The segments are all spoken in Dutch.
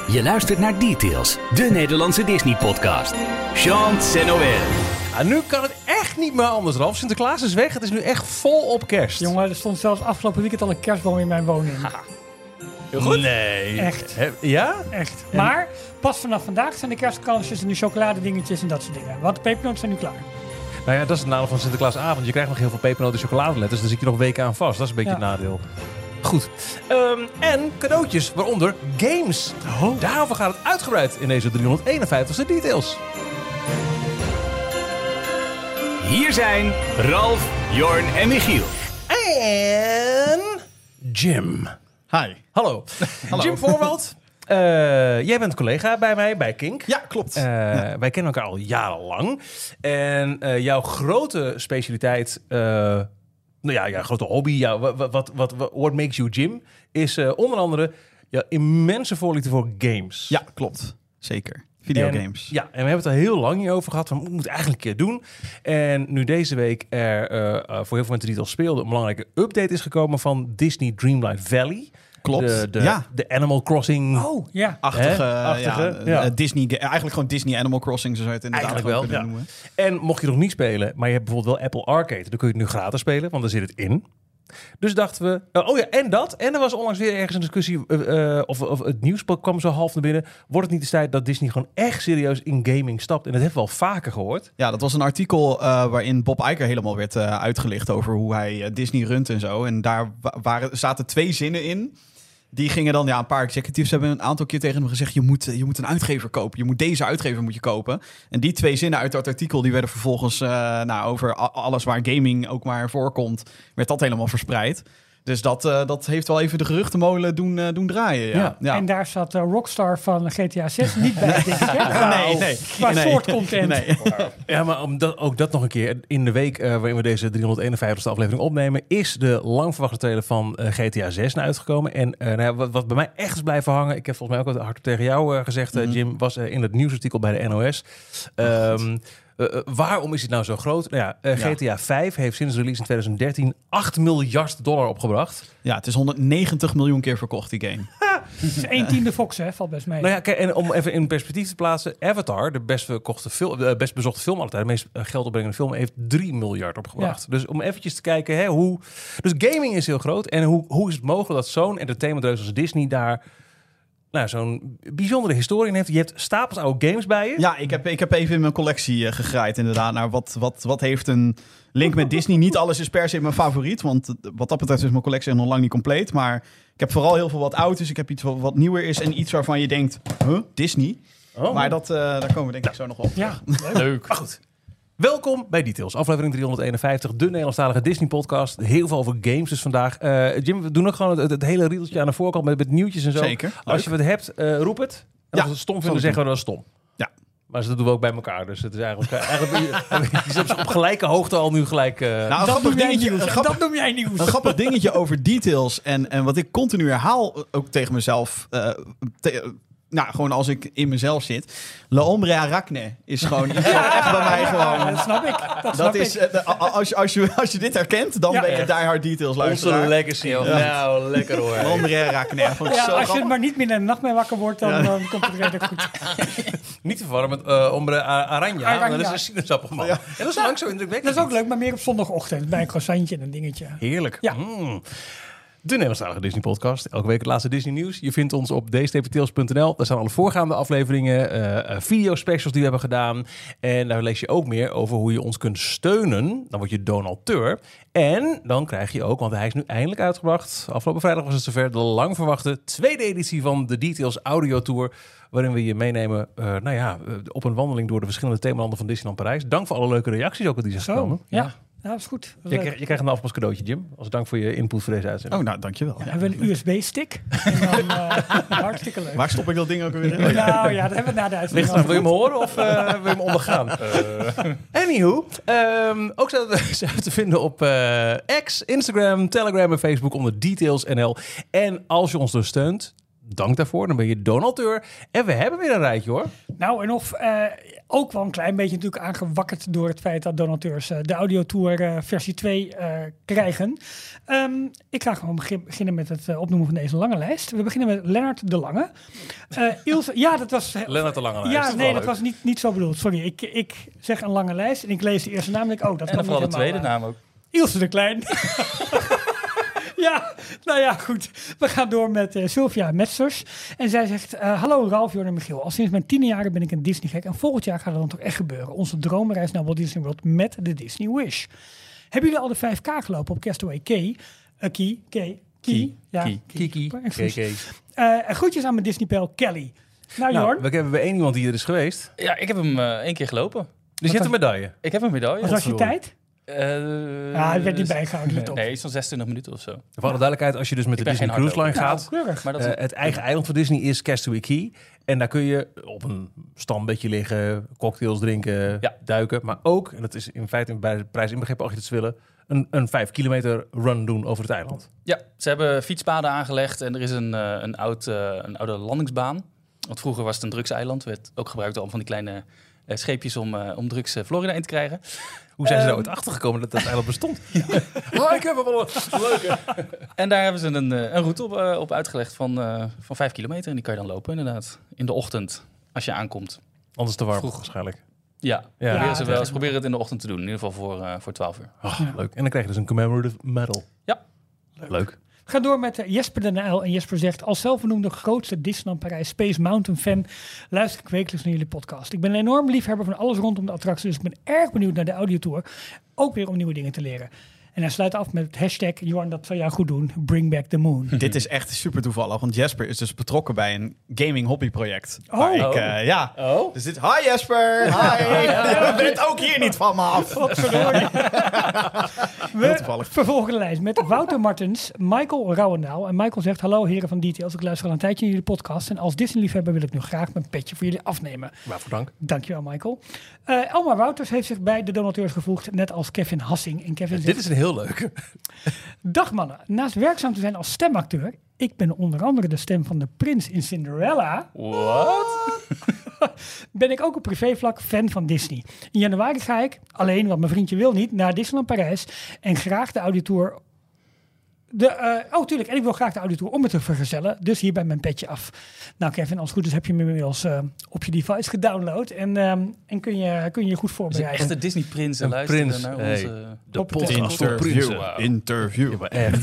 Je luistert naar Details, de Nederlandse Disney-podcast. Chant Noël. Ja, nu kan het echt niet meer anders, Ralf. Sinterklaas is weg. Het is nu echt vol op kerst. Jongen, er stond zelfs afgelopen weekend al een kerstboom in mijn woning. Heel goed. Nee. Echt. Ja? Echt. Maar pas vanaf vandaag zijn de kerstkansjes en de chocoladedingetjes en dat soort dingen. Want de pepernoten zijn nu klaar. Nou ja, dat is het nadeel van Sinterklaasavond. Je krijgt nog heel veel pepernoten en chocoladeletters. Daar zit je nog weken aan vast. Dat is een beetje het nadeel. Goed. En cadeautjes, waaronder games. Daarover gaat het uitgebreid in deze 351ste Details. Hier zijn Ralf, Jorn en Michiel. En Jim. Hi. Hallo. Jim Voorwald. Jij bent collega bij mij, bij Kink. Ja, klopt. Wij kennen elkaar al jarenlang. En jouw grote specialiteit... jouw grote hobby, what makes you Jim, is onder andere jouw immense voorliefde voor games. Ja, klopt. Zeker. Videogames. En we hebben het er heel lang niet over gehad. We moeten het eigenlijk een keer doen. En nu deze week er voor heel veel mensen die het al speelden... een belangrijke update is gekomen van Disney Dreamlight Valley. Klopt. De Animal Crossing... Oh, ja. Achtige. Disney, eigenlijk gewoon Disney Animal Crossing, zo zou je het inderdaad eigenlijk wel, kunnen noemen. En mocht je nog niet spelen, maar je hebt bijvoorbeeld wel Apple Arcade... dan kun je het nu gratis spelen, want daar zit het in. Dus dachten we... En er was onlangs weer ergens een discussie... of het nieuws kwam zo half naar binnen. Wordt het niet eens tijd dat Disney gewoon echt serieus in gaming stapt? En dat hebben we al vaker gehoord. Ja, dat was een artikel waarin Bob Iger helemaal werd uitgelicht... over hoe hij Disney runt en zo. En daar zaten 2 zinnen in... Die gingen dan, een paar executives hebben een aantal keer tegen hem gezegd... je moet een uitgever kopen. Je moet deze uitgever moet je kopen. En die 2 zinnen uit dat artikel... die werden vervolgens over alles waar gaming ook maar voorkomt... werd dat helemaal verspreid. Dus dat heeft wel even de geruchtenmolen doen draaien. Ja. En daar zat Rockstar van GTA 6 niet bij, denk ik. Hè? Nee. Qua soort content. Nee. Ja, maar ook dat nog een keer. In de week waarin we deze 351ste aflevering opnemen... is de lang verwachte trailer van GTA 6 naar uitgekomen. En wat bij mij echt is blijven hangen... ik heb volgens mij ook hard tegen jou gezegd, Jim... was in het nieuwsartikel bij de NOS... waarom is het nou zo groot? GTA 5 heeft sinds release in 2013 $8 miljard opgebracht. Ja, het is 190 miljoen keer verkocht, die game. Het is 1/10 Fox, hè? Valt best mee. Nou ja, kijk, en om even in perspectief te plaatsen... Avatar, de best bezochte film altijd... de meest geld opbrengende film... heeft 3 miljard opgebracht. Ja. Dus om eventjes te kijken hoe... Dus gaming is heel groot. En hoe is het mogelijk dat zo'n entertainmentreus als Disney daar... zo'n bijzondere historie in heeft. Je hebt stapels oude games bij je. Ja, ik heb even in mijn collectie gegraaid inderdaad. Naar wat heeft een link met Disney. Niet alles is per se mijn favoriet. Want wat dat betreft is mijn collectie nog lang niet compleet. Maar ik heb vooral heel veel wat oud is. Ik heb iets wat nieuwer is. En iets waarvan je denkt, Disney? Oh. Maar daar komen we denk ik zo nog op. Ja, leuk. Maar goed. Welkom bij Details, aflevering 351, de Nederlandstalige Disney-podcast. Heel veel over games dus vandaag. Jim, we doen ook gewoon het hele riedeltje aan de voorkant met nieuwtjes en zo. Zeker. Als je wat hebt, roep het. En als we het stom vinden, zeggen we dat is stom. Ja. Maar dat doen we ook bij elkaar. Dus het is eigenlijk je zit op gelijke hoogte al nu gelijk... dat noem jij nieuws. Een grappig dingetje over Details. En wat ik continu herhaal, ook tegen mezelf... gewoon als ik in mezelf zit. La Ombre Arachne is gewoon iets echt bij mij gewoon... Ja, dat snap ik. Dat is, als je dit herkent, dan ben je Die Hard Details luisteraar. Onze legacy. Nou, lekker hoor. La Ombre Arachne. Als je maar niet meer in de nacht mee wakker wordt, dan komt het redelijk goed. Niet te verwarren met Ombre Aranya. Dat is een sinaasappelman. Ja. En dat is lang zo indrukwekkend. Dat is ook leuk, maar meer op zondagochtend. Bij een croissantje en een dingetje. Heerlijk. Ja. De Nederlandstalige Disney-podcast. Elke week het laatste Disney-nieuws. Je vindt ons op dstptails.nl. Daar staan alle voorgaande afleveringen, video-specials die we hebben gedaan. En daar lees je ook meer over hoe je ons kunt steunen. Dan word je donateur. En dan krijg je ook, want hij is nu eindelijk uitgebracht. Afgelopen vrijdag was het zover. De lang verwachte tweede editie van de Details Audio Tour. Waarin we je meenemen op een wandeling door de verschillende themalanden van Disneyland Parijs. Dank voor alle leuke reacties ook die zijn gekomen. Ja. Ja, dat is goed. Dat is je krijgt een afpas cadeautje, Jim. Als dank voor je input voor deze uitzending. Oh, nou, dankjewel. Ja, hebben we een USB-stick. En dan, hartstikke leuk. Waar stop ik dat ding ook weer in? Nou ja, dat hebben we na de uitzending. Wil je hem horen of wil je hem ondergaan? Anywho, ook zijn we te vinden op X, Instagram, Telegram en Facebook onder Details NL. En als je ons dus steunt, dank daarvoor. Dan ben je donateur. En we hebben weer een rijtje, hoor. Nou, en of ook wel een klein beetje natuurlijk aangewakkerd door het feit dat donateurs de Audiotour versie 2 krijgen. Ik ga gewoon beginnen met het opnoemen van deze lange lijst. We beginnen met Lennart de Lange. Ilse, ja, dat was... Lennart de Lange lijst. Ja, nee, dat was niet zo bedoeld. Sorry, ik zeg een lange lijst en ik lees de eerste naam en denk, dat En kan dan vooral de niet tweede helemaal, naam ook. Ilse de Klein. Ja, nou ja, goed. We gaan door met Sylvia Metzers. En zij zegt, hallo Ralf, Jorn en Michiel. Al sinds mijn 10e jaren ben ik een Disney-gek. En volgend jaar gaat het dan toch echt gebeuren. Onze droomreis naar Walt Disney World met de Disney Wish. Hebben jullie al de 5K gelopen op Castaway Key? Kiki. En groetjes aan mijn Disney-pel Kelly. Nou, Jorn. We hebben één iemand die er is geweest. Ja, ik heb hem 1 keer gelopen. Dus je hebt een medaille. Ik heb een medaille. Wat was je tijd? Het werd niet bijgehouden. Let op. Nee, iets van 26 minuten of zo. Voor alle duidelijkheid, als je dus met de ben Disney geen Cruise Line Nou, gaat... keurig. Maar dat het eigen eiland van Disney is Castaway Key. En daar kun je op een stambedje liggen, cocktails drinken, duiken. Maar ook, en dat is in feite bij de prijs inbegrepen als je het willen, een 5 kilometer run doen over het eiland. Ja, ze hebben fietspaden aangelegd en er is een oude landingsbaan. Want vroeger was het een drugseiland. Werd ook gebruikt om van die kleine scheepjes om drugs Florida in te krijgen. Hoe zijn ze er ooit achtergekomen dat dat eiland bestond? Ik heb er wel een leuke. En daar hebben ze een route op uitgelegd van 5 kilometer. En die kan je dan lopen inderdaad. In de ochtend, als je aankomt. Anders te warm Vroeg. waarschijnlijk. Ja, Ja, ze proberen het in de ochtend te doen. In ieder geval voor 12 uur. Leuk. En dan krijg je dus een commemorative medal. Ja. Leuk. We gaan door met Jesper de Nijl. En Jesper zegt, als zelfvernoemde grootste Disneyland Parijs Space Mountain fan luister ik wekelijks naar jullie podcast. Ik ben een enorm liefhebber van alles rondom de attractie, dus ik ben erg benieuwd naar de Audiotour. Ook weer om nieuwe dingen te leren. En hij sluit af met het hashtag, Jorn, dat zou jou goed doen, bring back the moon. Dit is echt super toevallig, want Jesper is dus betrokken bij een gaming hobbyproject. Oh. Waar ik, Oh. Oh. Dus dit, hi Jesper, hi. Je bent ook hier niet van me af. Heel toevallig. Vervolgen de lijst met Wouter Martens, Michael Rouwendaal. En Michael zegt, hallo heren van Details, ik luister al een tijdje naar jullie podcast. En als Disney-liefhebber wil ik nu graag mijn petje voor jullie afnemen. Waarvoor dank. Dankjewel, Michael. Elmar Wouters heeft zich bij de donateurs gevoegd, net als Kevin Hassing. En Kevin zegt, Dit is een heel leuke. dag mannen, naast werkzaam te zijn als stemacteur, ik ben onder andere de stem van de prins in Cinderella. What? Ben ik ook op privévlak fan van Disney. In januari ga ik, alleen want mijn vriendje wil niet, naar Disneyland Parijs en graag de Audiotour. Tuurlijk. En ik wil graag de Audiotour om me te vergezellen. Dus hierbij mijn petje af. Nou Kevin, als het goed is heb je hem inmiddels op je device gedownload. En kun je goed voorbereiden. Echte Disney-prinsen Een luisteren prins. naar Hey. onze... De Op podcast voor Interview. prinsen. Interview. Ja, maar echt.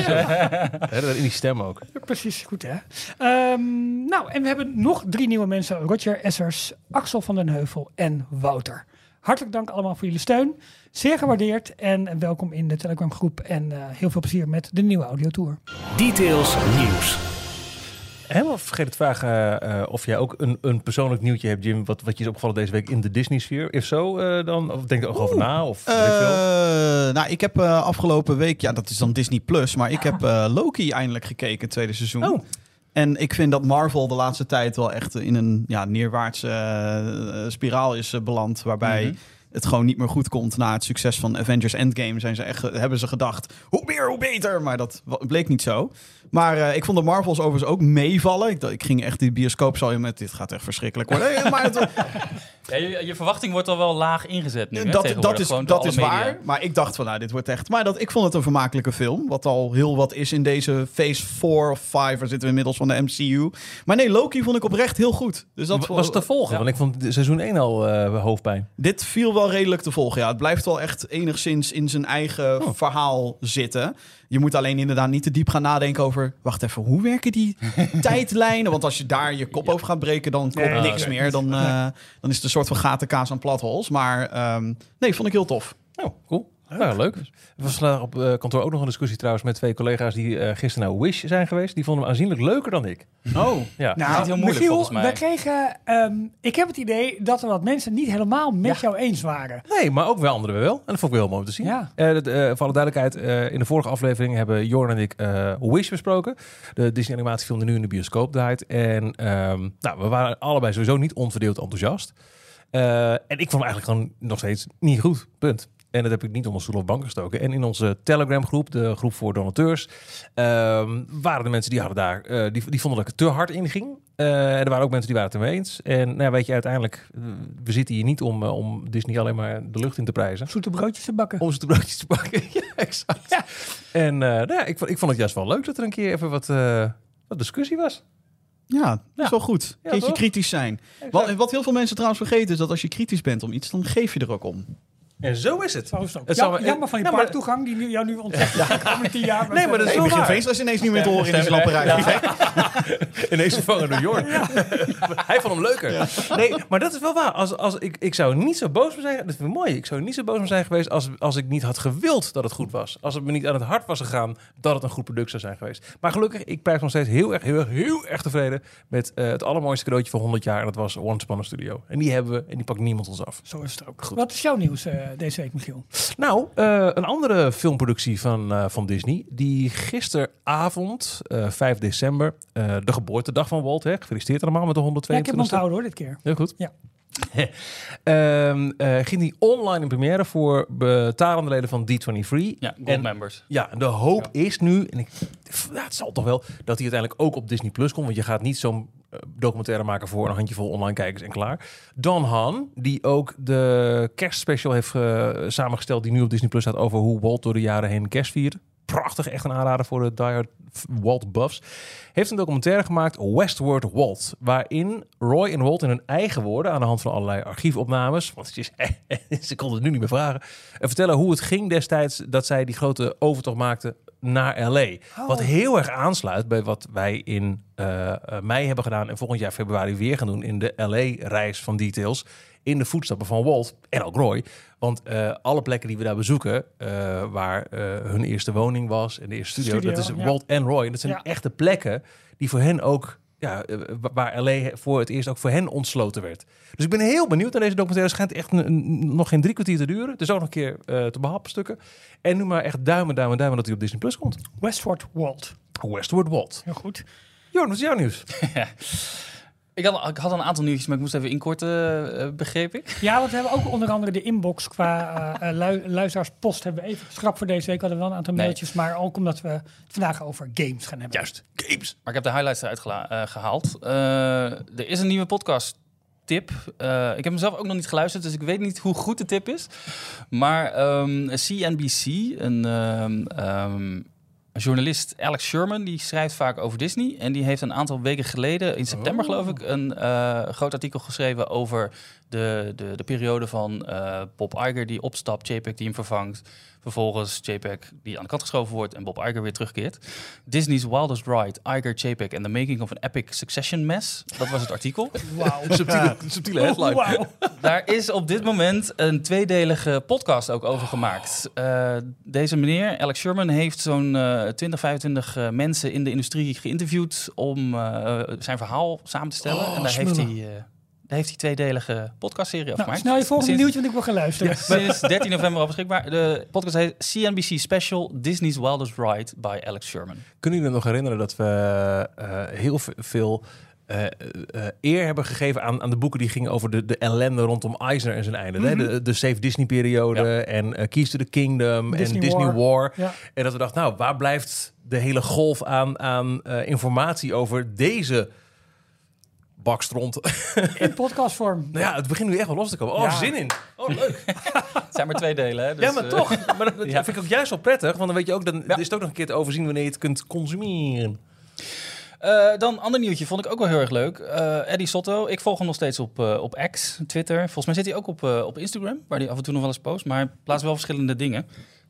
In die stem ook. Precies, goed hè. Nou, en we hebben nog 3 nieuwe mensen. Roger Essers, Axel van den Heuvel en Wouter. Hartelijk dank allemaal voor jullie steun. Zeer gewaardeerd en welkom in de Telegram groep. En heel veel plezier met de nieuwe Audiotour. Details nieuws. Helemaal vergeten te vragen of jij ook een persoonlijk nieuwtje hebt, Jim, wat je is opgevallen deze week in de Disney-sfeer. If zo, dan of denk er ook over na? Of weet ik veel? Nou, ik heb afgelopen week, ja, dat is dan Disney Plus, maar ik heb Loki eindelijk gekeken, het tweede seizoen. Oh. En ik vind dat Marvel de laatste tijd wel echt in een neerwaartse spiraal is beland, waarbij het gewoon niet meer goed komt na het succes van Avengers Endgame. Hebben ze gedacht, hoe meer, hoe beter. Maar dat bleek niet zo. Maar ik vond de Marvels overigens ook meevallen. Ik ging echt die bioscoopzaal met, dit gaat echt verschrikkelijk worden. Maar je verwachting wordt al wel laag ingezet nu. Dat is waar. Maar ik dacht van, nou, dit wordt echt... Maar ik vond het een vermakelijke film. Wat al heel wat is in deze phase 4 of 5. Waar zitten we inmiddels van de MCU. Maar nee, Loki vond ik oprecht heel goed. Dus dat Was het te volgen? Ja. Want ik vond seizoen 1 al hoofdpijn. Dit viel wel redelijk te volgen, ja. Het blijft wel echt enigszins in zijn eigen verhaal zitten. Je moet alleen inderdaad niet te diep gaan nadenken over... Wacht even, hoe werken die tijdlijnen? Want als je daar je kop over gaat breken, dan komt niks meer. Dan is het een soort van gatenkaas aan platholes. Maar nee, vond ik heel tof. Oh, cool. Ja, leuk. Er was vandaag op kantoor ook nog een discussie trouwens met 2 collega's die gisteren naar Wish zijn geweest. Die vonden hem aanzienlijk leuker dan ik. Oh. Ja. Dat is heel moeilijk Michiel, volgens mij. wij kregen... ik heb het idee dat er wat mensen niet helemaal met jou eens waren. Nee, maar ook wel anderen wel. En dat vond ik wel heel mooi om te zien. Ja. Voor alle duidelijkheid, in de vorige aflevering hebben Jorn en ik Wish besproken. De Disney animatiefilm die nu in de bioscoop draait. En we waren allebei sowieso niet onverdeeld enthousiast. En ik vond hem eigenlijk gewoon nog steeds niet goed. Punt. En dat heb ik niet onder stoel of bank gestoken. En in onze Telegram groep, de groep voor donateurs, waren de mensen die hadden daar, die vonden dat ik er te hard in ging. En er waren ook mensen die waren het ermee eens. En nou, weet je, uiteindelijk, we zitten hier niet om Disney alleen maar de lucht in te prijzen. Zoete broodjes te bakken. Om zoete broodjes te bakken. Ja, exact. Ja. En ik vond het juist wel leuk dat er een keer even wat discussie was. Ja, dat is wel goed. Ja, Beetje toch? kritisch zijn. Wat heel veel mensen trouwens vergeten is dat als je kritisch bent om iets, dan geef je er ook om. En zo is het. Zo is het ook. Het zal- Jammer van die Ja, maar- parktoegang die jou nu onttrekt. Ja. De komende 10 jaar. Nee, maar dat is wel Begin waar. Veenstra is ineens niet meer te horen in deze lapperij. Ineens vervangen door Jorn. Hij vond hem leuker. Ja. Nee, maar dat is wel waar. Ik zou niet zo boos mee zijn. Dat vind ik mooi. Ik zou niet zo boos mee zijn geweest als ik niet had gewild dat het goed was. Als het me niet aan het hart was gegaan dat het een goed product zou zijn geweest. Maar gelukkig, ik blijf nog steeds heel erg tevreden met het allermooiste cadeautje voor 100 jaar. En dat was Once Upon a Studio. En die hebben we en die pakt niemand ons af. Zo is het ook. Goed. Wat is jouw nieuws deze week, Michiel? Nou, een andere filmproductie van Disney, die gisteravond, 5 december, de geboortedag van Walt, hè, gefeliciteerd allemaal met de 122e. Ja, ik heb hem onthouden hoor, dit keer. Heel goed. Ja. Ging die online in première voor betalende leden van D23. Ja, Gold En members. ja, de hoop is nu, en het zal toch wel, dat hij uiteindelijk ook op Disney Plus komt. Want je gaat niet zo'n documentaire maken voor een handjevol online kijkers en klaar. Don Hahn, die ook de kerstspecial heeft samengesteld, die nu op Disney Plus staat, over hoe Walt door de jaren heen kerst viert. Prachtig, echt een aanrader voor de diehard Walt buffs. Heeft een documentaire gemaakt, Westward Walt, waarin Roy en Walt in hun eigen woorden, aan de hand van allerlei archiefopnames, want het is, ze konden het nu niet meer vragen, vertellen hoe het ging destijds dat zij die grote overtocht maakten naar LA. Wat heel erg aansluit bij wat wij in mei hebben gedaan en volgend jaar februari weer gaan doen in de LA-reis van Details, in de voetstappen van Walt en ook Roy. Want alle plekken die we daar bezoeken, waar hun eerste woning was en de eerste studio, dat is Walt en Roy. En dat zijn echte plekken die voor hen ook, waar LA voor het eerst ook voor hen ontsloten werd. Dus ik ben heel benieuwd naar deze documentaire. Het schijnt echt nog geen 3 kwartier te duren. Het is ook nog een keer te behappen. En nu maar echt duimen dat hij op Disney Plus komt. Westward Walt. Westward Walt. Heel goed. Jorn, wat is jouw nieuws? Ik had een aantal nieuwtjes, maar ik moest even inkorten, begreep ik. Ja, want we hebben ook onder andere de inbox qua luisteraarspost hebben we even geschrapt voor deze week. We hadden wel een aantal mailtjes, maar ook omdat we het vandaag over games gaan hebben. Juist, games. Maar ik heb de highlights eruit gehaald. Er is een nieuwe podcast. Tip. Ik heb hem zelf ook nog niet geluisterd, dus ik weet niet hoe goed de tip is. Maar CNBC, een journalist, Alex Sherman, die schrijft vaak over Disney. En die heeft een aantal weken geleden, in september geloof ik, een groot artikel geschreven over de periode van Bob Iger die opstapt, JPEG die hem vervangt. Vervolgens JPEG die aan de kant geschoven wordt en Bob Iger weer terugkeert. Disney's Wildest Ride, Iger, JPEG and the Making of an Epic Succession Mess. Dat was het artikel. Wauw. Subtiele headline. Wauw. Daar is op dit moment een tweedelige podcast ook over gemaakt. Deze meneer, Alex Sherman, heeft zo'n 20, 25 mensen in de industrie geïnterviewd om zijn verhaal samen te stellen. En daar heeft hij tweedelige podcastserie over gemaakt. Snel je volgende nieuwtje, want ik wil gaan luisteren. Sinds 13 november al beschikbaar. De podcast heet CNBC Special Disney's Wildest Ride by Alex Sherman. Kunnen jullie nog herinneren dat we heel veel eer hebben gegeven aan de boeken die gingen over de ellende rondom Eisner en zijn einde. Mm-hmm. De Save Disney-periode en Keys to the Kingdom en Disney War. Ja. En dat we dachten, nou, waar blijft de hele golf aan informatie over deze bakstront? In podcastvorm. Nou ja, het begint nu echt wel los te komen. Oh, zin in. Oh, leuk. Het zijn maar 2 delen, hè? Dus, ja, maar toch. Maar dat vind ik ook juist wel prettig. Want dan weet je ook, dan is het ook nog een keer te overzien wanneer je het kunt consumeren. Dan een ander nieuwtje, vond ik ook wel heel erg leuk. Eddie Sotto, ik volg hem nog steeds op X, Twitter. Volgens mij zit hij ook op Instagram, waar hij af en toe nog wel eens post. Maar hij plaatst wel verschillende dingen.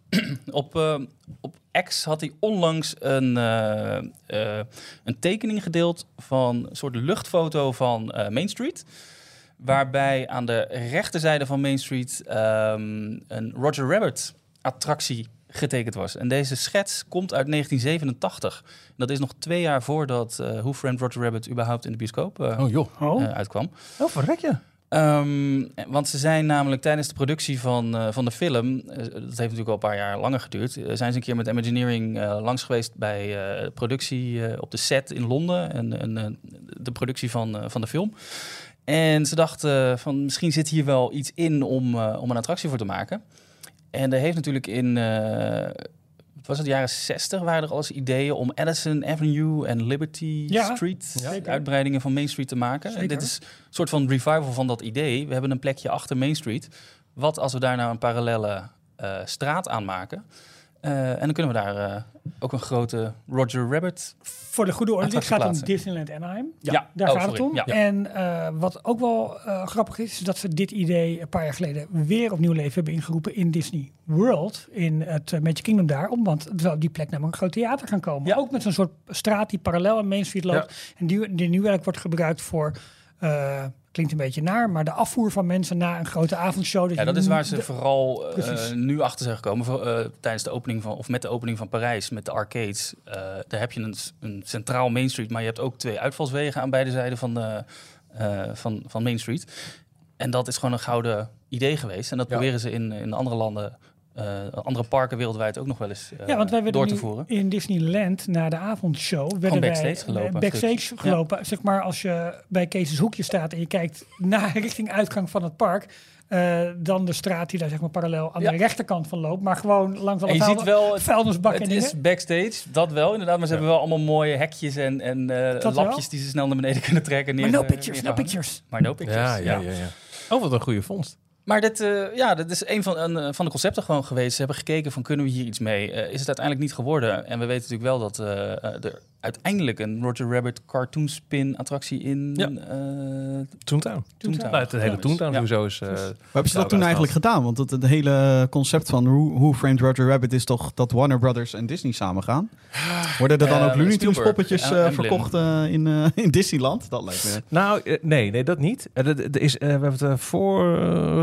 Op X had hij onlangs een tekening gedeeld van een soort luchtfoto van Main Street. Waarbij aan de rechterzijde van Main Street een Roger Rabbit attractie getekend was. En deze schets komt uit 1987. Dat is nog 2 jaar voordat Who Framed Roger Rabbit überhaupt in de bioscoop uitkwam. Oh, verrek je. Want ze zijn namelijk tijdens de productie van de film, dat heeft natuurlijk al een paar jaar langer geduurd, zijn ze een keer met Imagineering langs geweest bij productie op de set in Londen en de productie van de film. En ze dachten van misschien zit hier wel iets in om een attractie voor te maken. En er heeft natuurlijk in... was het jaren 60 waren er al eens ideeën om Addison Avenue en Liberty Street uitbreidingen van Main Street te maken. En dit is een soort van revival van dat idee. We hebben een plekje achter Main Street. Wat als we daar nou een parallelle straat aan maken? En dan kunnen we daar ook een grote Roger Rabbit. Voor de goede orde, dit gaat om plaatsen. Disneyland Anaheim. Ja, Daar gaat het om. Ja. En wat ook wel grappig is dat ze dit idee een paar jaar geleden weer opnieuw leven hebben ingeroepen in Disney World, in het Magic Kingdom daar. Want er zou die plek namelijk een groot theater gaan komen. Ja. Ook met zo'n soort straat die parallel aan Main Street loopt. Ja. En die nu eigenlijk wordt gebruikt voor... klinkt een beetje naar, maar de afvoer van mensen na een grote avondshow. Ja, dat is waar ze vooral nu achter zijn gekomen. Tijdens de opening van, of met de opening van Parijs, met de arcades. Daar heb je een centraal Main Street, maar je hebt ook 2 uitvalswegen aan beide zijden van Main Street. En dat is gewoon een gouden idee geweest. En dat proberen ze in andere landen, andere parken wereldwijd ook nog wel eens want wij door te voeren. In Disneyland na de avondshow werden wij backstage gelopen. Zeg maar als je bij Kees's Hoekje staat en je kijkt naar richting uitgang van het park, dan de straat die daar zeg maar parallel aan de rechterkant van loopt, maar gewoon langs alle vuilnisbakken. Het is backstage, dat wel inderdaad, maar ze hebben wel allemaal mooie hekjes en lapjes die ze snel naar beneden kunnen trekken. Maar no pictures. Maar no pictures. Ja. Oh, wat een goede vondst. Maar dit is een van de concepten gewoon geweest. Ze hebben gekeken van, kunnen we hier iets mee? Is het uiteindelijk niet geworden? En we weten natuurlijk wel dat er uiteindelijk een Roger Rabbit cartoon spin attractie in Toontown. Het hele Toontown sowieso is... Hoe hebben ze dat toen eigenlijk gedaan? Want het hele concept van Who Framed Roger Rabbit is toch dat Warner Brothers en Disney samen gaan? Worden er dan ook Looney Tunes poppetjes verkocht in Disneyland? Dat lijkt me. Nou, nee, dat niet. We hebben het voor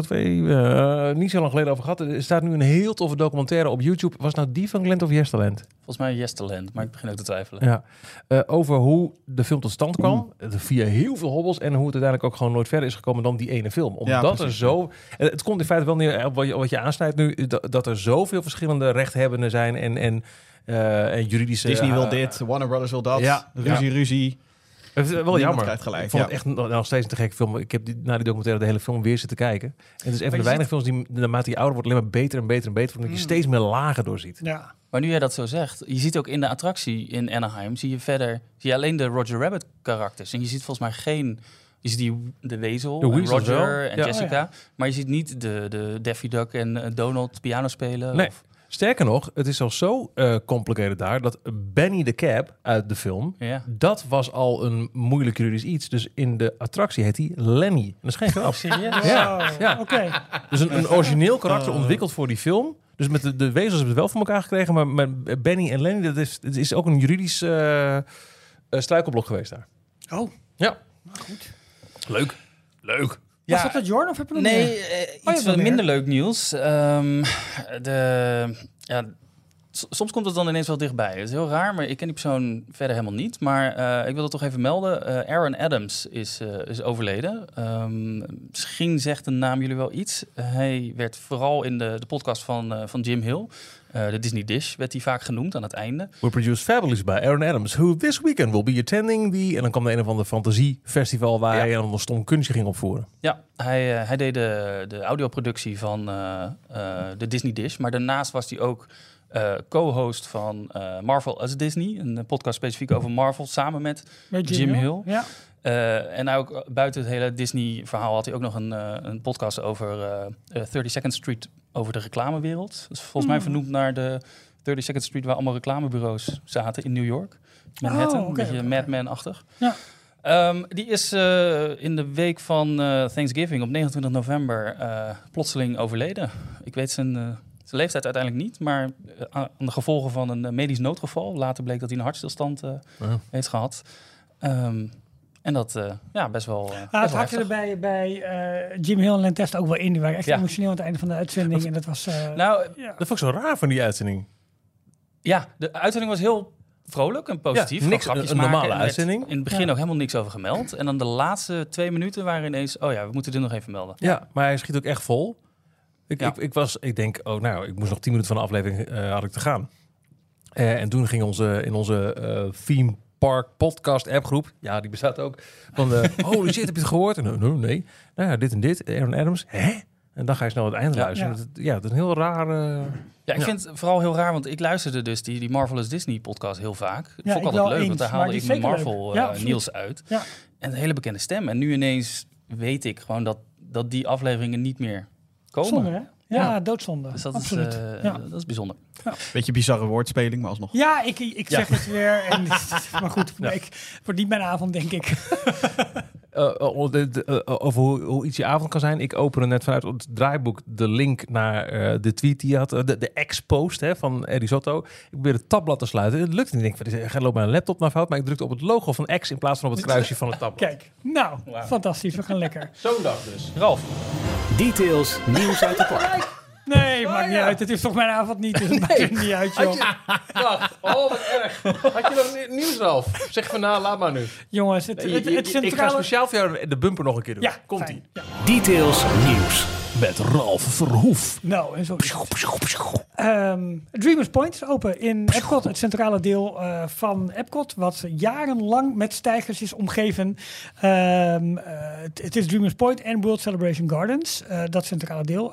niet zo lang geleden over gehad. Er staat nu een heel toffe documentaire op YouTube. Was nou die van Gland of Yesterland? Volgens mij Yesterland, maar ik begin ook te twijfelen. Ja. Over hoe de film tot stand kwam. Via heel veel hobbels. En hoe het uiteindelijk ook gewoon nooit verder is gekomen dan die ene film. Omdat er zo... Het komt in feite wel neer op wat je aansnijdt nu. Dat er zoveel verschillende rechthebbenden zijn en juridische... Disney wil dit, Warner Brothers wil dat. Ja. Ruzie. Het is wel Niemand jammer. gelijk. Ik vond het echt nog steeds een te gekke film. Ik heb na die documentaire de hele film weer zitten kijken. En het is een van de weinige films die naarmate je ouder wordt alleen maar beter en beter en beter. Omdat je steeds meer lagen doorziet. Ja. Maar nu jij dat zo zegt, je ziet ook in de attractie in Anaheim, zie je alleen de Roger Rabbit karakters. En je ziet volgens mij geen... Je ziet de wezel, de en Roger wel. en Jessica. Maar je ziet niet de Daffy Duck en Donald piano spelen. Nee. Sterker nog, het is al zo complicated daar, dat Benny the Cab uit de film, dat was al een moeilijk juridisch iets. Dus in de attractie heet hij Lenny. En dat is geen grap. Serieus? Ja. Oké. Dus een origineel karakter ontwikkeld voor die film. Dus met de wezels hebben het wel voor elkaar gekregen, maar met Benny en Lenny, dat is ook een juridisch struikelblok geweest daar. Oh. Ja. Nou, goed. Leuk. Was dat het Jorn of heb je nog Nee, meer? iets wat minder leuk nieuws. Soms komt het dan ineens wel dichtbij. Het is heel raar, maar ik ken die persoon verder helemaal niet. Maar ik wil het toch even melden. Aaron Adams is overleden. Misschien zegt de naam jullie wel iets. Hij werd vooral in de podcast van Jim Hill, de Disney Dish, werd hij vaak genoemd aan het einde. We produced Fabulous by Aaron Adams, who this weekend will be attending the... En dan kwam er een of ander fantasiefestival waar hij een stom kunstje ging opvoeren. Ja, hij deed de audioproductie van de Disney Dish. Maar daarnaast was hij ook co-host van Marvel as Disney. Een podcast specifiek over Marvel, samen met Jim Hill. Ja. En ook buiten het hele Disney-verhaal had hij ook nog een podcast over 32nd Street, over de reclamewereld. Dus volgens mij vernoemd naar de 32nd Street, waar allemaal reclamebureaus zaten in New York. Manhattan, een beetje Mad Men-achtig. Ja. Die is in de week van Thanksgiving op 29 november plotseling overleden. Ik weet zijn leeftijd uiteindelijk niet, maar aan de gevolgen van een medisch noodgeval. Later bleek dat hij een hartstilstand heeft gehad. En dat best wel. Het hakte er bij Jim Hill en Len Testa ook wel in. Die waren echt emotioneel aan het einde van de uitzending. En dat was. Dat vond ik zo raar van die uitzending. Ja, de uitzending was heel vrolijk en positief. Ja, niks, een normale uitzending. In het begin ook helemaal niks over gemeld. En dan de laatste 2 minuten waren ineens... we moeten dit nog even melden. Ja, maar hij schiet ook echt vol. Ik denk, ik moest nog 10 minuten van de aflevering had ik te gaan. En toen ging in onze theme park podcast appgroep, die bestaat ook, van holy shit, heb je het gehoord? En, nee. Nou ja, dit en dit, Aaron Adams. Hè? En dan ga je snel het einde luisteren. Dat is een heel raar... Ik vind het vooral heel raar, want ik luisterde dus die Marvelous Disney podcast heel vaak. Dat vond ik altijd leuk, want daar haalde ik mijn Marvel Niels uit. Ja. En een hele bekende stem. En nu ineens weet ik gewoon dat die afleveringen niet meer komen. Zonde, hè? Ja, doodzonde. Dus dat absoluut. Dat is bijzonder. Ja. Beetje bizarre woordspeling, maar alsnog. Ja, ik zeg het weer. En, maar goed, voor niet mijn avond, denk ik. Over hoe iets je avond kan zijn. Ik opende net vanuit het draaiboek de link naar de tweet die je had. De ex-post van Eddie Sotto. Ik probeerde het tabblad te sluiten. Het lukt niet. Ik denk, ga lopen mijn laptop naar fout. Maar ik drukte op het logo van X in plaats van op het kruisje van het tabblad. Kijk, nou, fantastisch. We gaan lekker. Zo'n dag dus. Ralf. Details, nieuws uit de park. Nee, maakt niet uit. Het is toch mijn avond niet. Dus het maakt er niet uit, joh. Wacht, wat erg. Had je nog nieuws, Ralf? Zeg van laat maar nu. Jongens, het centrale... Ik ga speciaal voor jou de bumper nog een keer doen. Ja, komt-ie. Ja. Details, nieuws. Met Ralf Verhoef. Nou, en zo. Dreamers Point is open in Epcot, het centrale deel van Epcot, wat jarenlang met steigers is omgeven. Het is Dreamers Point en World Celebration Gardens, dat centrale deel.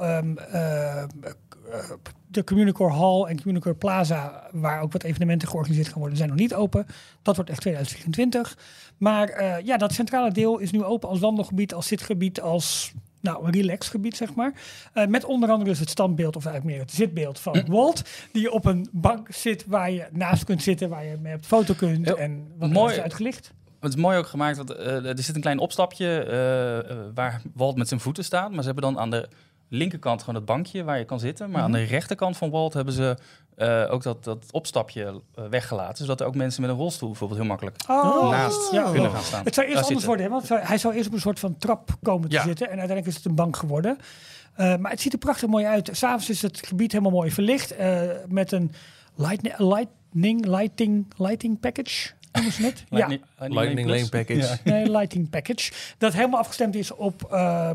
De Communicore Hall en Communicore Plaza, waar ook wat evenementen georganiseerd gaan worden, zijn nog niet open. Dat wordt echt 2024. Maar dat centrale deel is nu open als wandelgebied, als zitgebied, als... een relaxgebied, zeg maar. Met onder andere dus het standbeeld, of eigenlijk meer het zitbeeld van Walt. Die op een bank zit waar je naast kunt zitten, waar je mee op de foto kunt. En wat mooi is uitgelicht. Het is mooi ook gemaakt, want er zit een klein opstapje waar Walt met zijn voeten staat. Maar ze hebben dan aan de linkerkant gewoon het bankje waar je kan zitten. Maar aan de rechterkant van Walt hebben ze ook dat opstapje weggelaten. Zodat er ook mensen met een rolstoel bijvoorbeeld heel makkelijk naast kunnen gaan staan. Het zou eerst anders worden, hè? Want hij zou eerst op een soort van trap komen te zitten. En uiteindelijk is het een bank geworden. Maar het ziet er prachtig mooi uit. 's Avonds is het gebied helemaal mooi verlicht. Met een lighting package. Noemen ze het? Lightning Lane package. Ja. Nee, lighting package. Dat helemaal afgestemd is op...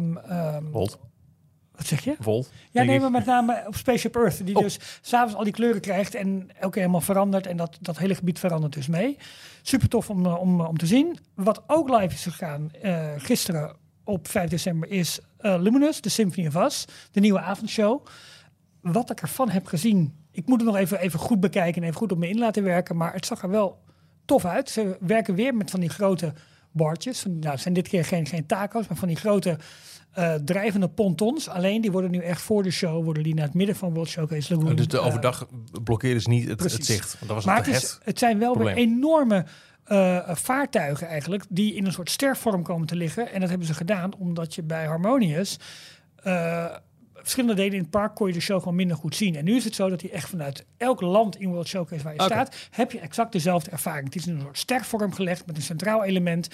Volt. Wat zeg je? Volt. Ja, nee, maar met name op Spaceship Earth. Die dus 's avonds al die kleuren krijgt en elke keer helemaal verandert. En dat hele gebied verandert dus mee. Super tof om te zien. Wat ook live is gegaan gisteren op 5 december is Luminous, The Symphony of Us. De nieuwe avondshow. Wat ik ervan heb gezien... Ik moet het nog even goed bekijken en even goed op me in laten werken. Maar het zag er wel tof uit. Ze werken weer met van die grote bordjes. Het zijn dit keer geen taco's, maar van die grote... drijvende pontons. Alleen die worden nu echt voor de show naar het midden van World Showcase Lagoon. Dus de overdag blokkeren ze niet het zicht. Want dat was maar het zijn wel weer enorme vaartuigen eigenlijk die in een soort stervorm komen te liggen. En dat hebben ze gedaan omdat je bij Harmonious verschillende delen in het park kon je de show gewoon minder goed zien. En nu is het zo dat hij echt vanuit elk land in World Showcase waar je staat, heb je exact dezelfde ervaring. Het is in een soort stervorm gelegd met een centraal element.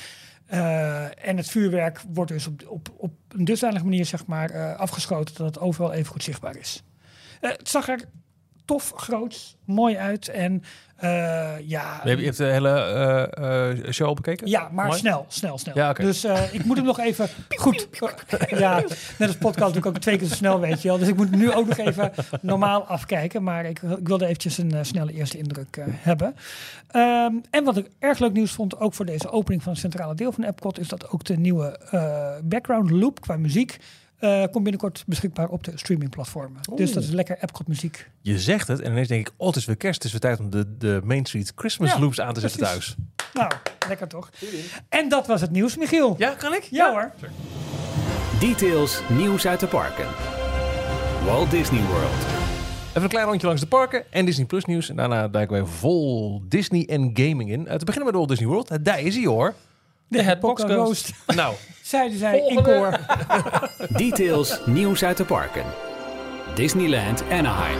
En het vuurwerk wordt dus op een dusdanige manier zeg maar, afgeschoten dat het overal even goed zichtbaar is. Het zag er tof, groots, mooi uit. En Je hebt de hele show bekeken? Ja, maar mooi? snel. Ja, okay. Dus ik moet hem nog even goed... Ja, net als podcast doe ik ook 2 keer zo snel, weet je wel. Dus ik moet hem nu ook nog even normaal afkijken. Maar ik wilde eventjes een snelle eerste indruk hebben. En wat ik erg leuk nieuws vond, ook voor deze opening van het centrale deel van Epcot, is dat ook de nieuwe background loop qua muziek komt binnenkort beschikbaar op de streamingplatformen. Dus dat is lekker Epcot muziek. Je zegt het en ineens denk ik, het is weer kerst. Het is weer tijd om de Main Street Christmas loops aan te zetten thuis. Nou, lekker toch? En dat was het nieuws, Michiel. Ja, kan ik? Ja hoor. Details, nieuws uit de parken. Walt Disney World. Even een klein rondje langs de parken en Disney Plus nieuws. En daarna duiken we even vol Disney en gaming in. Te beginnen met Walt Disney World. Daar is hij hoor. De Hatbox Ghost. Nou. Zeiden zij in koor. Details, nieuws uit de parken. Disneyland Anaheim.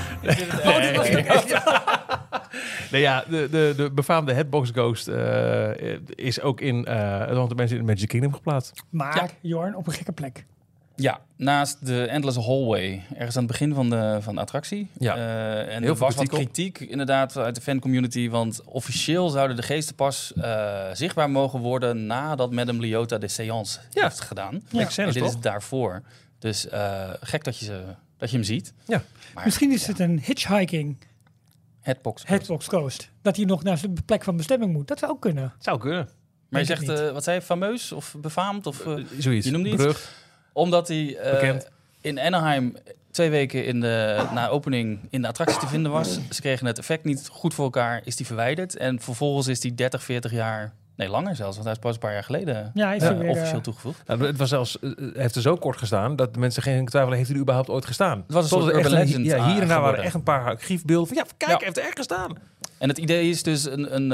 De befaamde Hatbox Ghost is ook in de mensen in Magic Kingdom geplaatst. Maar, Jorn, op een gekke plek. Ja, naast de Endless Hallway, ergens aan het begin van de attractie. Ja. En er was wat kritiek inderdaad uit de fancommunity, want officieel zouden de geesten pas zichtbaar mogen worden nadat Madame Leota de séance heeft gedaan. Ja. En dit is daarvoor. Dus gek dat je hem ziet. Ja. Maar, misschien is het een hitchhiking Hatbox Ghost. Dat hij nog naar zijn plek van bestemming moet. Dat zou ook kunnen. Zou kunnen. Maar je zegt, wat zei je, fameus of befaamd? Of, zoiets, je noemde iets? Brug. Omdat hij... Bekend. in Anaheim 2 weken na opening in de attractie te vinden was. Ze kregen het effect niet goed voor elkaar, is die verwijderd. En vervolgens is die 30, 40 jaar... Nee, langer zelfs, want hij is pas een paar jaar geleden officieel toegevoegd. Nou, het was zelfs, heeft er zo kort gestaan dat de mensen geen twijfelen, heeft hij er überhaupt ooit gestaan? Het was een soort urban legend. Ja, hier en daar waren echt een paar archiefbeelden van, kijk, hij heeft er echt gestaan. En het idee is dus een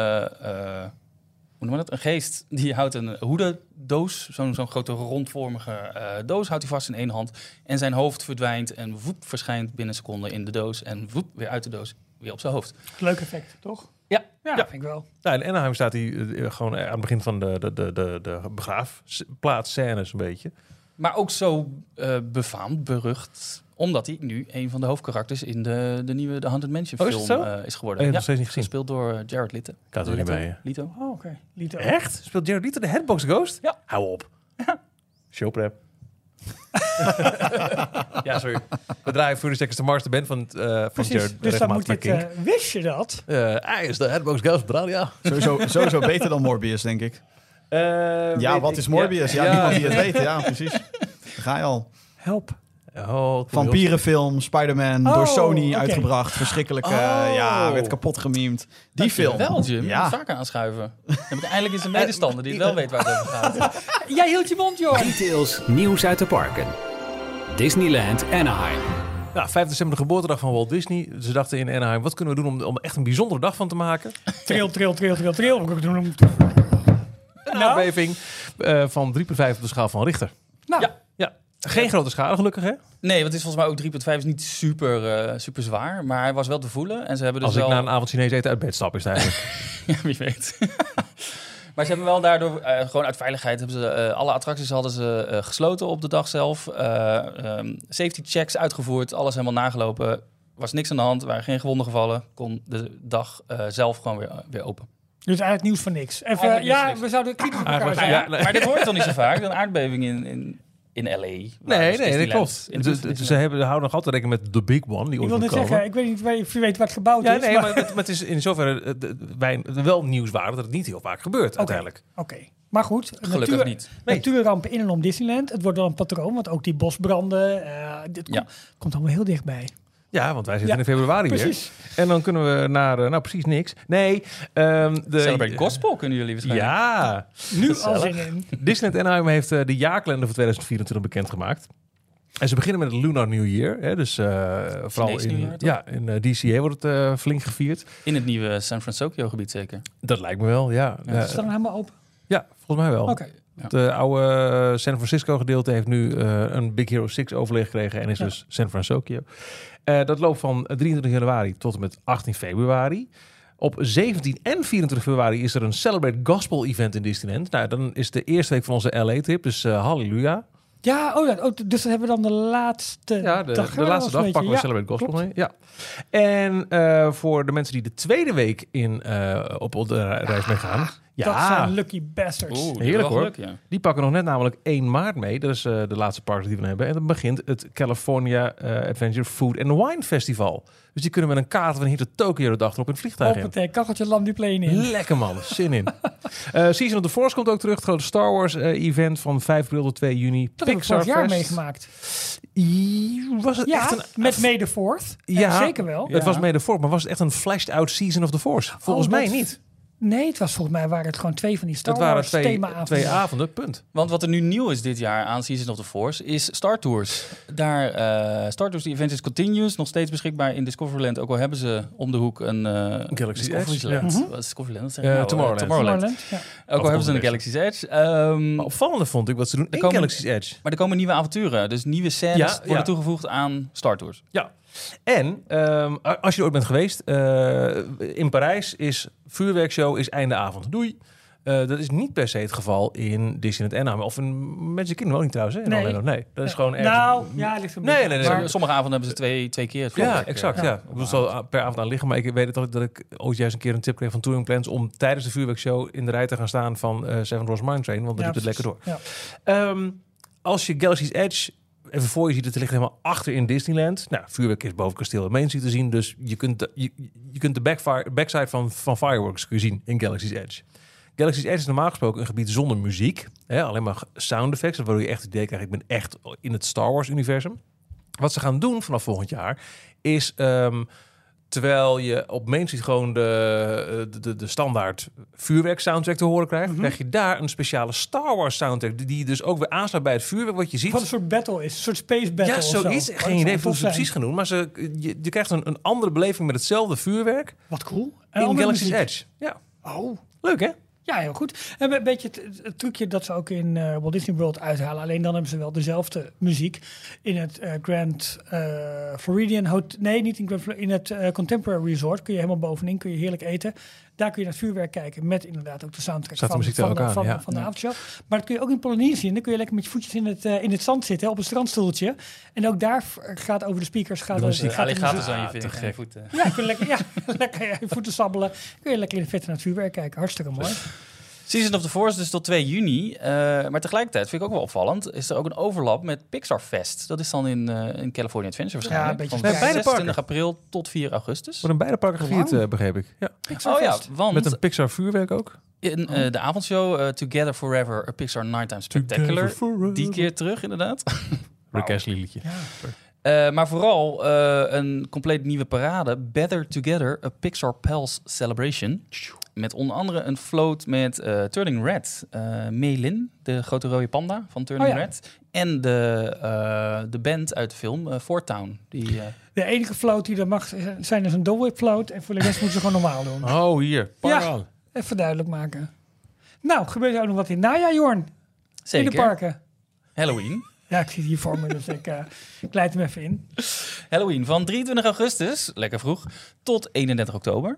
geest die houdt een hoedendoos, zo'n grote rondvormige doos, houdt hij vast in 1 hand. En zijn hoofd verdwijnt en woep, verschijnt binnen een seconde in de doos en woep, weer uit de doos, weer op zijn hoofd. Leuk effect, toch? Ja, vind ik wel. Nou, in Anaheim staat hij gewoon aan het begin van de begraafplaatscènes een beetje. Maar ook zo befaamd, berucht, omdat hij nu een van de hoofdkarakters in de nieuwe The Haunted Mansion film is geworden. Ik heb nog steeds niet gezien. Gespeeld door Jared Leto. Ik had er niet mee. Lito. Oh, oké. Lito. Echt? Speelt Jared Leto de Headbox Ghost? Ja. Hou op. Showprep. Ja, sorry. We draaien voor de Seconds to Mars, de band van Precies, Jared. dus dan moet dit... wist je dat? Hij is de Headbox Ghost op de radio. Sowieso beter dan Morbius, denk ik. Wat is Morbius? Ja, niemand die het weet. Ja, precies. Daar ga je al. Help. Vampierenfilm, Spider-Man, door Sony oké. uitgebracht. Verschrikkelijk, werd kapot gememd. Die film. Wel, Jim. Ja. Vaker aanschuiven. Dan heb ik eindelijk eens een medestander die wel weet waar het over gaat. Jij hield je mond, joh. Details, nieuws uit de parken. Disneyland Anaheim. Nou, 5 december de geboortedag van Walt Disney. Ze dachten in Anaheim, wat kunnen we doen om echt een bijzondere dag van te maken? Tril. Een aardbeving van 3,5 op de schaal van Richter. Nou, Ja. Ja, geen grote schade gelukkig, hè? Nee, want het is volgens mij ook 3,5 is niet super zwaar, maar hij was wel te voelen. En ze hebben dus Als ik wel... na een avond Chinees eten uit bed stap, is het eigenlijk. Ja, wie weet. Maar ze hebben wel daardoor, gewoon uit veiligheid, hebben ze alle attracties hadden ze gesloten op de dag zelf. Safety checks uitgevoerd, alles helemaal nagelopen. Was niks aan de hand, waren geen gewonden gevallen. Kon de dag zelf gewoon weer open. dus eigenlijk nieuws van niks. Even, Eigenlijk niks. we zouden kritisch op elkaar Eigenlijk, zijn. ja, nee. Maar dit hoort toch niet zo vaak? Een aardbeving in LA. Nee, dat klopt. Ze houden nog altijd rekening met de big one. Die Ik wil ooit net moet komen. zeggen, ik weet niet of je weet wat het gebouwd Ja, is. nee, maar het is in zoverre wel nieuwswaardig dat het niet heel vaak gebeurt uiteindelijk. Oké. Maar goed, Gelukkig niet. Nee. natuurrampen in en om Disneyland. Het wordt wel een patroon, want ook die bosbranden. Dit komt allemaal heel dichtbij. Ja, want wij zitten in februari Precies. weer. En dan kunnen we naar, precies niks. Nee. Celebrate Gospel kunnen jullie waarschijnlijk. Ja. Nu al zin in. Disneyland Anaheim heeft de jaarkalender voor 2024 bekendgemaakt. En ze beginnen met het Lunar New Year. Hè, dus vooral in DCA wordt het flink gevierd. In het nieuwe San Francisco gebied zeker. Dat lijkt me wel, ja. Is het dan helemaal open? Ja, volgens mij wel. Oké. Het oude San Francisco gedeelte heeft nu een Big Hero 6 overleg gekregen en is dus San Francisco. Dat loopt van 23 januari tot en met 18 februari. Op 17 en 24 februari is er een Celebrate Gospel event in Disneyland. Nou, dan is de eerste week van onze LA-trip, dus halleluja. Ja, dus dat hebben we dan de laatste dag. De laatste dag pakken we Celebrate Gospel mee. Ja. En voor de mensen die de tweede week op de reis mee gaan. Dat zijn lucky bastards. Heerlijk hoor. Geluk, ja. Die pakken nog net namelijk 1 maart mee. Dat is de laatste party die we hebben. En dan begint het California Adventure Food and Wine Festival. Dus die kunnen met een kaart van hier tot Tokyo de dag erop in het vliegtuig in. Op het kacheltje lam die plane in. Lekker man, zin in. Season of the Force komt ook terug. Het grote Star Wars event van 5 april tot 2 juni. Dat heb ik vorig jaar meegemaakt. Was het echt een... met May the 4th. Ja, zeker wel. Het was May the 4th, maar was het echt een flashed out Season of the Force? Volgens mij niet. Nee, het was volgens mij waren het gewoon 2 van die Star Wars thema-avonden. 2 avonden, punt. Want wat er nu nieuw is dit jaar aan Season of the Force is Star Tours. Star Tours, die event is continuous, nog steeds beschikbaar in Discoveryland. Ook al hebben ze om de hoek een Galaxy's Discoveryland. Edge. Wat is Discoveryland? Tomorrowland. Ja. Ook al hebben ze een Galaxy's Edge. Maar opvallender vond ik wat ze doen in Galaxy's Edge. Maar er komen nieuwe avonturen, dus nieuwe scènes worden toegevoegd aan Star Tours. Ja. En als je er ooit bent geweest, in Parijs is vuurwerkshow is einde avond. Doei. Dat is niet per se het geval in Disneyland Anaheim. Of in Magic Kingdom ook niet trouwens. Hè? In Orlando. Nee, dat is gewoon ergens... Nou, ja, ligt een beetje. Nee. Maar sommige avonden hebben ze twee keer het vuurwerk. Ja, exact. Ja. Ik moest al per avond aan liggen. Maar ik weet het ook dat ik ooit juist een keer een tip kreeg van Touring Plans om tijdens de vuurwerkshow in de rij te gaan staan van Seven Dwarfs Mine Train. Want dan doet het lekker door. Ja. Als je Galaxy's Edge even voor je ziet, het ligt helemaal achter in Disneyland. Nou, vuurwerk is boven kasteel en Main Street te zien. Dus je kunt de backside van fireworks kun je zien in Galaxy's Edge. Galaxy's Edge is normaal gesproken een gebied zonder muziek. Hè, alleen maar sound effects, waardoor je echt het idee krijgt, ik ben echt in het Star Wars-universum. Wat ze gaan doen vanaf volgend jaar is... terwijl je op Main Street gewoon de standaard vuurwerk soundtrack te horen krijgt, krijg je daar een speciale Star Wars soundtrack die dus ook weer aansluit bij het vuurwerk wat je ziet. Wat een soort battle is, een soort space battle. Ja, zoiets. Geen idee hoe ze precies gaan doen, maar je krijgt een andere beleving met hetzelfde vuurwerk. Wat cool. In Galaxy's Edge. Ja. Oh. Leuk, hè? Ja, heel goed. En een beetje het trucje dat ze ook in Walt Disney World uithalen. Alleen dan hebben ze wel dezelfde muziek in het Grand Floridian Hotel. Nee, niet in Grand Floridian. In het Contemporary Resort kun je helemaal bovenin, kun je heerlijk eten. Daar kun je naar het vuurwerk kijken met inderdaad ook de soundtrack Staat de muziek van de avondshow. Maar dat kun je ook in Polynesië. Dan kun je lekker met je voetjes in het zand zitten, op een strandstoeltje. En ook daar gaat over de speakers. Gaat de muziek. Alligators aan je voeten. Ja, kun je lekker je voeten sabbelen. Kun je lekker in de vette naar het vuurwerk kijken. Hartstikke mooi. Season of the Force dus tot 2 juni. Maar tegelijkertijd vind ik ook wel opvallend. Is er ook een overlap met Pixar Fest. Dat is dan in California Adventure waarschijnlijk. Ja, een beetje van bij beide 26 april tot 4 augustus. Worden beide parken gevierd, begreep ik. Ja. Oh ja, want Met een Pixar vuurwerk ook. in de avondshow Together Forever, a Pixar Nighttime Spectacular. Die keer terug inderdaad. Rick Astley liedje. Maar vooral een compleet nieuwe parade. Better Together, a Pixar Pals Celebration. Met onder andere een float met Turning Red. Meilin, de grote rode panda van Turning Red. En de band uit de film, Fort Town. De enige float die er mag zijn is een Dole Whip float. En voor de rest moeten ze gewoon normaal doen. Oh, hier. Ja, even duidelijk maken. Nou, gebeurt er ook nog wat in najaar, Jorn? Zeker. In de parken. Halloween. Ja, ik zit hier voor me, dus ik leid hem even in. Halloween van 23 augustus, lekker vroeg, tot 31 oktober.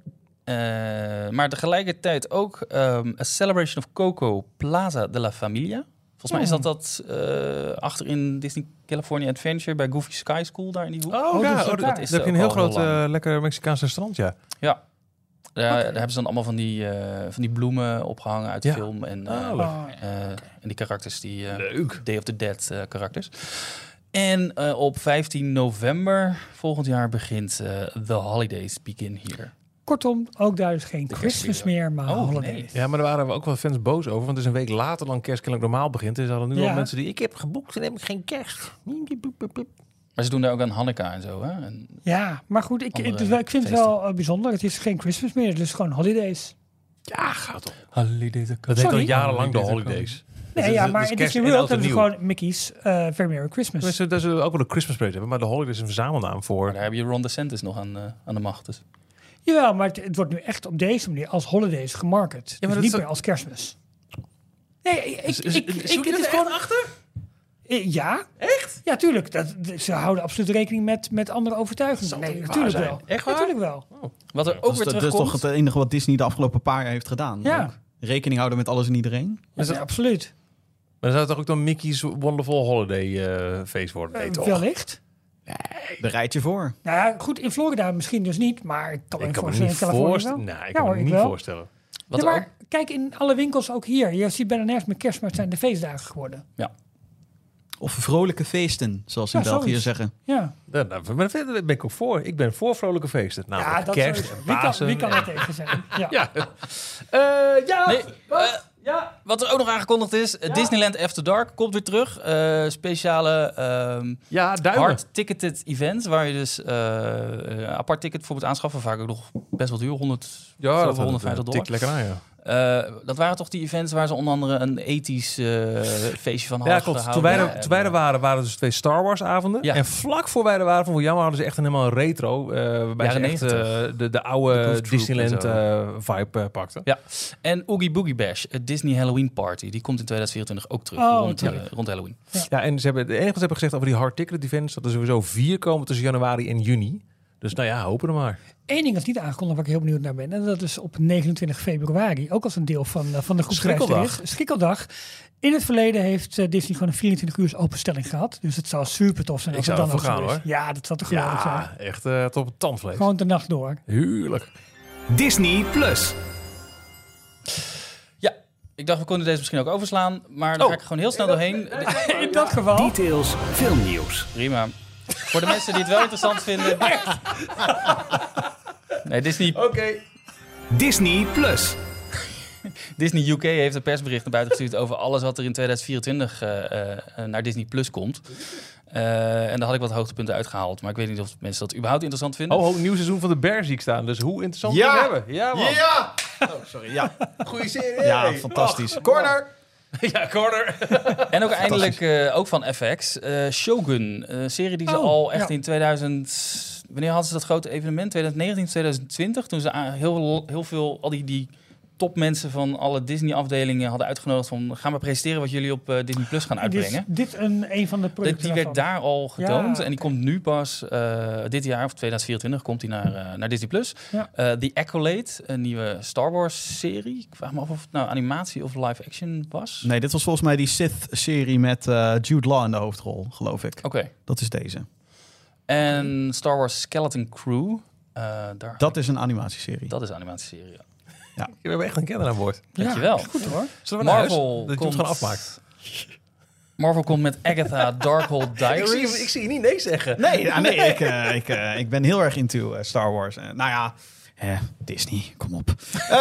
Maar tegelijkertijd ook A Celebration of Coco Plaza de la Familia. Volgens mij is dat achter in Disney California Adventure bij Goofy Sky School, daar in die hoek. Dat is heb je een heel groot lekker Mexicaans restaurant, ja. Ja. Daar hebben ze dan allemaal van die bloemen opgehangen uit de film. En die karakters, die Day of the Dead karakters. En op 15 november volgend jaar begint The Holidays Begin Here. Kortom, ook daar is geen Christmas meer, maar holidays. Nee. Ja, maar daar waren we ook wel fans boos over. Want het is een week later dan kerst kennelijk normaal begint. Dus er hadden nu al mensen die... Ik heb geboekt en heb ik geen kerst. Maar ze doen daar ook aan Hanukkah en zo, hè? Ja, maar goed, ik vind het wel bijzonder. Het is geen Christmas meer, het is gewoon holidays. Ja, gaat op. Holidays. Dat heet al jarenlang de holidays. Nee, ja, maar in Disney World hebben ze gewoon Mickey's Very Merry Christmas. Daar zullen we ook wel een Christmas parade hebben. Maar de holidays is een verzamelnaam voor. Maar daar heb je Ron DeSantis nog aan de macht. Dus. Jawel, maar het wordt nu echt op deze manier als holidays gemarket. Ja, maar dus niet meer als Kerstmis. Nee, ik het is gewoon achter. Ja. Echt? Ja, tuurlijk. Ze houden absoluut rekening met andere overtuigingen. Nee, natuurlijk wel. Echt waar? Natuurlijk wel. Oh. Wat er ook weer terugkomt. Dat is toch het enige wat Disney de afgelopen paar jaar heeft gedaan. Ja. Ook. Rekening houden met alles en iedereen. Ja, absoluut. Maar dan zou het toch ook dan Mickey's Wonderful Holiday feest worden? Nee, toch? Wellicht. Nee. Daar rijd je voor. Nou ja, goed, in Florida misschien dus niet, maar ik kan me niet voorstellen. Kijk, in alle winkels ook hier. Je ziet bijna nergens met kerst, maar het zijn de feestdagen geworden. Ja. Of vrolijke feesten, zoals in België zeggen. Ja. Daar ben ik ook voor. Ik ben voor vrolijke feesten. Nou, dat kerst, Pasen. Wie kan er tegen zijn? Ja. Wat er ook nog aangekondigd is, Disneyland After Dark komt weer terug. Speciale hard-ticketed event, waar je dus apart ticket voor moet aanschaffen. Vaak ook nog best wel duur, $150. Tikt lekker aan, ja. Dat waren toch die events waar ze onder andere een ethisch feestje van hadden gehouden. Toen wij er waren dus 2 Star Wars avonden. Ja. En vlak voor wij er waren van Jammer hadden ze echt een helemaal retro. Waarbij ze echt de oude Disneyland vibe pakten. Ja. En Oogie Boogie Bash, het Disney Halloween Party, die komt in 2024 ook terug rond Halloween. Ja, en het enige wat ze hebben gezegd over die hard ticket events, dat er sowieso 4 komen tussen januari en juni. Dus nou ja, hopen we maar. Eén ding is niet aangekondigd waar ik heel benieuwd naar ben. En dat is op 29 februari. Ook als een deel van de groepsreis. Schrikkeldag. In het verleden heeft Disney gewoon een 24 uur openstelling gehad. Dus het zou super tof zijn als het dan ook gaan, hoor. Ja, dat zou toch geweldig zijn. Ja, echt tot het tandvlees. Gewoon de nacht door. Heerlijk. Disney Plus. Ja, ik dacht we konden deze misschien ook overslaan. Maar dan ga ik gewoon heel snel doorheen. In dat geval. Details, filmnieuws. Prima. Voor de mensen die het wel interessant vinden. Nee, Disney. Disney Plus. Disney UK heeft een persbericht naar buiten gestuurd over alles wat er in 2024 naar Disney Plus komt. En daar had ik wat hoogtepunten uitgehaald. Maar ik weet niet of mensen dat überhaupt interessant vinden. Oh, nieuw seizoen van de Bear zie ik staan. Dus hoe interessant moet je hebben? Ja, man. Ja! Oh, sorry. Ja, Goeie serie. ja fantastisch. Corner! Ja, corner. En ook eindelijk, ook van FX, Shogun. Een serie die ze al echt in 2000... Wanneer hadden ze dat grote evenement? 2019, 2020? Toen ze heel veel, al die topmensen van alle Disney-afdelingen hadden uitgenodigd van... gaan we presenteren wat jullie op Disney Plus gaan uitbrengen. Dit een van de producten Die werd daar al getoond. Ja. En die komt nu pas dit jaar, of 2024, komt die naar Disney Plus. Ja. The Accolade, een nieuwe Star Wars-serie. Ik vraag me af of het nou animatie of live-action was. Nee, dit was volgens mij die Sith-serie met Jude Law in de hoofdrol, geloof ik. Oké. Dat is deze. En Star Wars Skeleton Crew. Dat is een animatieserie. Dat is een animatieserie, ja. We hebben echt een kenner aan boord. Dankjewel. Goed hoor. Zullen we naar Marvel huis? Dat je het gewoon afmaakt. Marvel komt met Agatha Darkhold Diaries. Ik zie je niet nee zeggen. Nee, ik ben heel erg into Star Wars. Nou ja, Disney, kom op.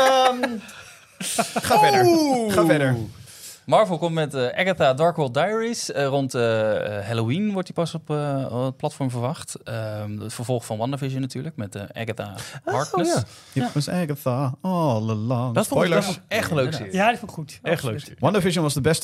Ga verder. Marvel komt met Agatha Darkhold Diaries. Rond Halloween wordt die pas op het platform verwacht. Het vervolg van WandaVision natuurlijk, met Agatha Harkness. ja. It was Agatha all along. Dat vond ik Spoilers. echt een leuk serie. Ja, die vond ik goed. Echt Absoluut. leuk serie. WandaVision was de beste.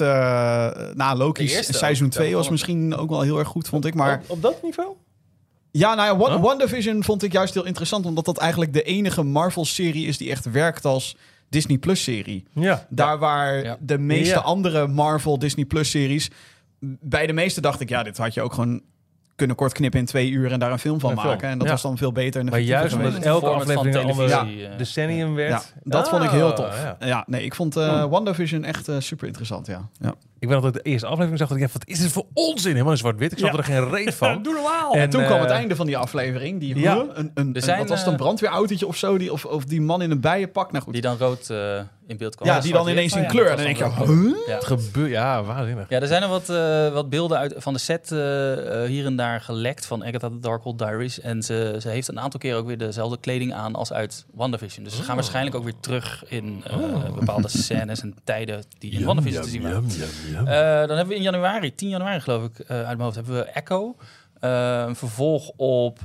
Loki's De eerste seizoen ook. 2 was Ja, misschien ook wel heel erg goed, vond ik. Maar Op dat niveau? ja, nou ja, WandaVision vond ik juist heel interessant, omdat dat eigenlijk de enige Marvel-serie is die echt werkt als Disney Plus-serie. Ja. Daar waar Ja. de meeste Ja. andere Marvel Disney Plus-series... Bij de meeste dacht ik, ja, dit had je ook gewoon kunnen kort knippen in 2 uur en daar een film van Een maken. film, En dat ja. was dan veel beter. En Maar juist effectiever omdat geweest. elke format van aflevering een televisie, ander decennium werd. Ja, dat vond ik heel Ah, tof. ja. Ja, nee, ik vond WandaVision echt super interessant, ja. Ik weet nog dat ik de eerste aflevering zag, dat ik dacht, wat is dit voor onzin? Helemaal in zwart-wit. Ik snap er geen reet van. Doe normaal. En Toen kwam het eh, einde van die aflevering. Die, ja. wat was het, een brandweerautootje of zo? Of die man in een bijenpak. Nou goed. Die dan rood in beeld kwam. Ja, die dan ineens in ja, kleur. dat En dan was denk je, dan huh? Ja. Het gebeurt, ja, waanzinnig. Ja, er zijn er wat beelden van de set hier en daar gelekt van Agatha the Darkhold Diaries. En ze heeft een aantal keer ook weer dezelfde kleding aan als uit WandaVision. Dus ze gaan waarschijnlijk ook weer terug in bepaalde scènes en tijden die in WandaVision te zien waren. Dan hebben we in januari, 10 januari geloof ik, uit mijn hoofd, hebben we Echo. Een vervolg op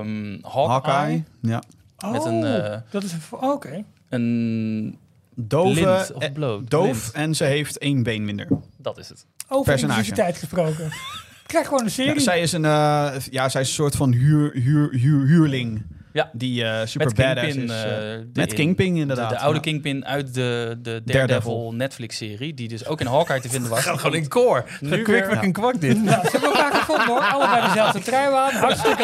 Hawkeye. Ja. Met dat is oké. een Dove, blind of bloot. doof Blind. en ze heeft 1 been minder. Dat is het. Over Personage. diversiteit gesproken. Ik krijg gewoon een serie. Ja, zij is een soort van huurling. Ja. Die super Met badass Kingpin, is. erin. Met Kingpin inderdaad. De oude ja. Kingpin uit de Daredevil. Daredevil Netflix-serie, die dus ook in Hawkeye te vinden was. Gaat gewoon in koor. Nu Kwik, weer- een kwak dit. Nou, ze hebben elkaar gevonden hoor. Allebei dezelfde trui aan. Hartstikke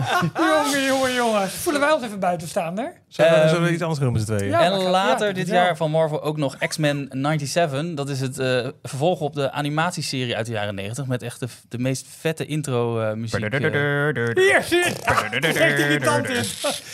leuk. Jongen. Voelen wij ons even buiten staan, hè? Zullen we iets anders doen met z'n tweeën? Ja. En maar ga- later ja, dit ja. jaar van Marvel ook nog X-Men 97. Dat is het vervolg op de animatieserie uit de jaren 90. Met echt de meest vette intro muziek. Hier, zie je. Echt irritant in.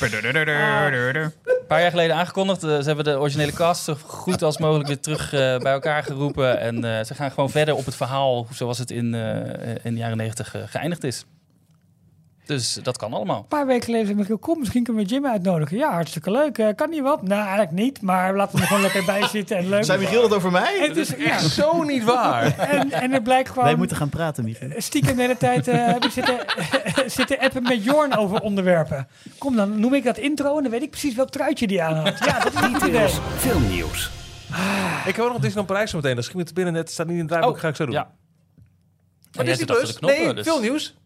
Een paar jaar geleden aangekondigd. Ze hebben de originele cast zo goed als mogelijk weer terug bij elkaar geroepen. En ze gaan gewoon verder op het verhaal zoals het in de jaren 90 geëindigd is. Dus dat kan allemaal. Een paar weken geleden zei Michiel, kom, misschien kunnen we Jim uitnodigen. Ja, hartstikke leuk. Kan niet wat? Nou, eigenlijk niet. Maar laten we er gewoon lekker bij zitten en leuk. Zijn Michiel dat over mij? Het is ja. Zo niet waar. En het blijkt gewoon... gaan praten, Michiel. Stiekem de hele tijd heb ik zitten appen met Jorn over onderwerpen. Kom, dan noem ik dat intro en dan weet ik precies welk truitje die aan had. Ja, dat is een goed idee. Details filmnieuws. Ik heb ook nog Disneyland Parijs zo meteen. Dat schiet me te binnen net. Staat niet in het draaiboek. Ga ik zo doen. Ja. Maar jij Disney zit achter Plus? de knoppen, Nee, dus. veel nieuws.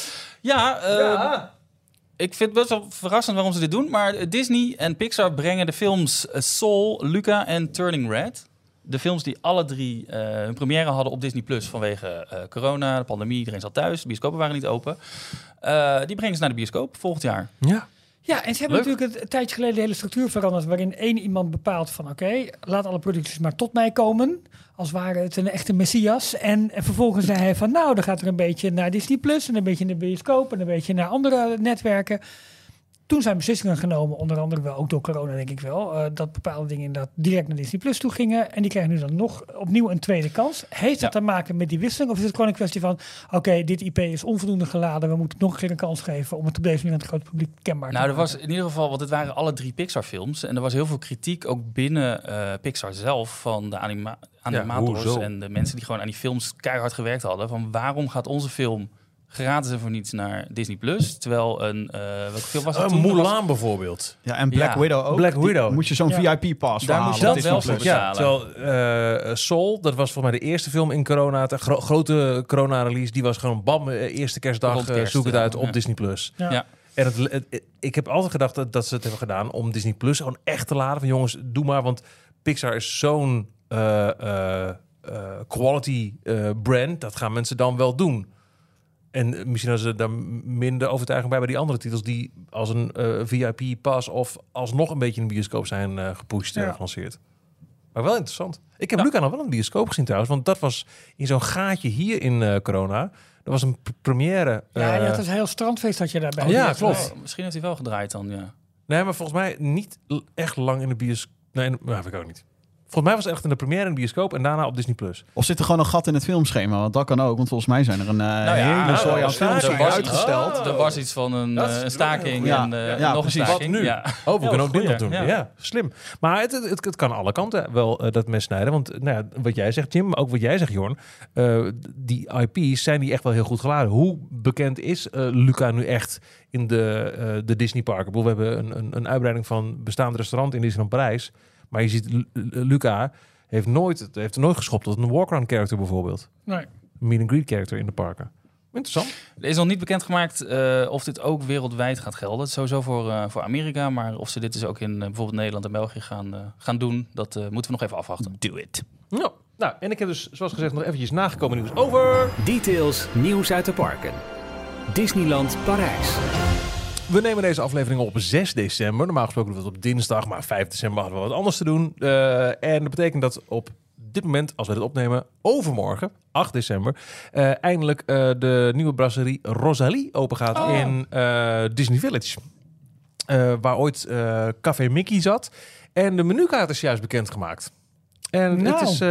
Ja, ik vind het best wel verrassend waarom ze dit doen. Maar Disney en Pixar brengen de films Soul, Luca en Turning Red. De films die alle drie hun première hadden op Disney Plus vanwege corona, de pandemie. Iedereen zat thuis, de bioscopen waren niet open. Die brengen ze naar de bioscoop volgend jaar. Ja. Ja, en ze hebben Leuk. natuurlijk een tijdje geleden de hele structuur veranderd, waarin één iemand bepaalt van oké, laat alle producties maar tot mij komen, als ware het een echte messias. En vervolgens zei hij van nou, dan gaat er een beetje naar Disney Plus en een beetje naar de bioscoop en een beetje naar andere netwerken. Toen zijn beslissingen genomen, onder andere wel ook door corona denk ik wel, dat bepaalde dingen inderdaad direct naar Disney Plus toe gingen. En die krijgen nu dan nog opnieuw een tweede kans. Heeft dat te maken met die wisseling? Of is het gewoon een kwestie van, oké, dit IP is onvoldoende geladen, we moeten nog een keer een kans geven om het op deze manier aan het grote publiek kenbaar te maken? Er was in ieder geval, want het waren alle 3 Pixar films. En er was heel veel kritiek ook binnen Pixar zelf van de animators en de mensen die gewoon aan die films keihard gewerkt hadden. Van waarom gaat onze film gratis en voor niets naar Disney Plus, terwijl welke film was het toen? Mulan bijvoorbeeld. Ja, en Black Widow ook. Black Widow. Moet je zo'n VIP-pass Daar moet je dat wel voor Ja, betalen. terwijl Soul, dat was volgens mij de eerste film in corona, de grote corona-release, die was gewoon bam, eerste kerstdag, Rond kerst, zoek het uit op ja. Disney Plus. Ja. En ik heb altijd gedacht dat ze het hebben gedaan om Disney Plus gewoon echt te laden. Van jongens, doe maar, want Pixar is zo'n quality brand, dat gaan mensen dan wel doen. En misschien hadden ze daar minder overtuiging bij die andere titels die als een VIP-pass of alsnog een beetje in de bioscoop zijn gepusht en gelanceerd. Maar wel interessant. Ik heb Luca nog wel in de bioscoop gezien trouwens, want dat was in zo'n gaatje hier in corona. Er was een première. Ja, dat is een heel strandfeest dat je daarbij. Ja, klopt. Misschien heeft hij wel gedraaid dan, ja. Nee, maar volgens mij niet echt lang in de bioscoop. Nee, weet ik ook niet. Volgens mij was het echt in de première in de bioscoop en daarna op Disney Plus. Of zit er gewoon een gat in het filmschema? Want dat kan ook, want volgens mij zijn er een hele zooi aan films uitgesteld. Er was iets van een staking en nog een staking. Wat nu? Ja. Oh, we kunnen ook dit nog doen. Ja. Ja, slim. Maar het kan alle kanten wel dat mes snijden. Want nou ja, wat jij zegt, Jim, maar ook wat jij zegt, Jorn. Die IP's zijn die echt wel heel goed geladen. Hoe bekend is Luca nu echt in de Disney parken? Ik bedoel, we hebben een uitbreiding van bestaand restaurant in Disneyland Parijs. Maar je ziet, Luca heeft er nooit geschopt tot een walk-around character bijvoorbeeld. Nee. Een meet-and-greet character in de parken. Interessant. Er is nog niet bekendgemaakt of dit ook wereldwijd gaat gelden. Het is sowieso voor Amerika, maar of ze dit dus ook in bijvoorbeeld Nederland en België gaan doen, dat moeten we nog even afwachten. Do it. Nou, en ik heb dus, zoals gezegd, nog eventjes nagekomen nieuws over Details, nieuws uit de parken. Disneyland Parijs. We nemen deze aflevering op 6 december. Normaal gesproken doen we het op dinsdag, maar 5 december hadden we wat anders te doen. En dat betekent dat op dit moment, als we dit opnemen, overmorgen, 8 december, eindelijk de nieuwe brasserie Rosalie open gaat in Disney Village. Waar ooit Café Mickey zat. En de menukaart is juist bekendgemaakt. En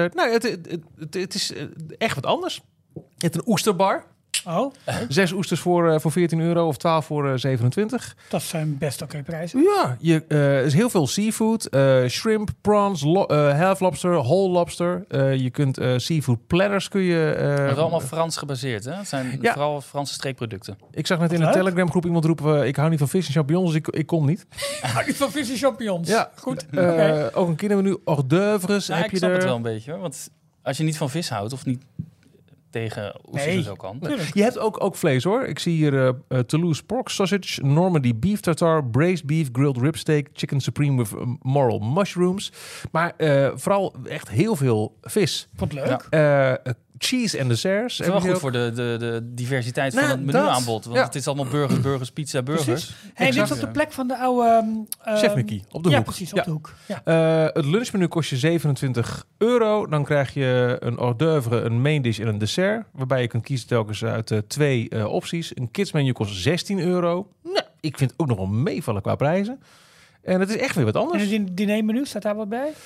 het is echt wat anders. Je hebt een oesterbar. Oh, 6 oesters voor €14 of 12 voor 27. dat zijn best oké prijzen. Ja, er is heel veel seafood. Shrimp, prawns, half lobster, whole lobster. Je kunt seafood platters kun je... Het is allemaal Frans gebaseerd, hè? Het zijn vooral Franse streekproducten. Ik zag net in een Telegram groep iemand roepen, ik hou niet van vis en champignons, dus ik kom niet. Van vis en champignons. Ja, Goed. Ook een kindermenu, hors d'oeuvres heb Ik je snap er. het wel een beetje, hoor. Want als je niet van vis houdt of niet tegen oesters en zo kan. Je hebt ook vlees hoor. Ik zie hier Toulouse pork sausage, Normandy beef tartare, braised beef, grilled ribsteak, chicken supreme with morel mushrooms. Maar vooral echt heel veel vis. Vond het leuk. Cheese en desserts. Het is wel goed voor de diversiteit van het menuaanbod. Want het is allemaal burgers, pizza, burgers. Hey, dit is op de plek van de oude... Chef Mickey, op de hoek. Ja, precies, op de hoek. Ja. Het lunchmenu kost je €27. Dan krijg je een hors d'oeuvre, een main dish en een dessert. Waarbij je kunt kiezen telkens uit 2 opties. Een kidsmenu kost €16. Nou, ik vind het ook nog wel meevallen qua prijzen. En het is echt weer wat anders. En het dinermenu, staat daar wat bij?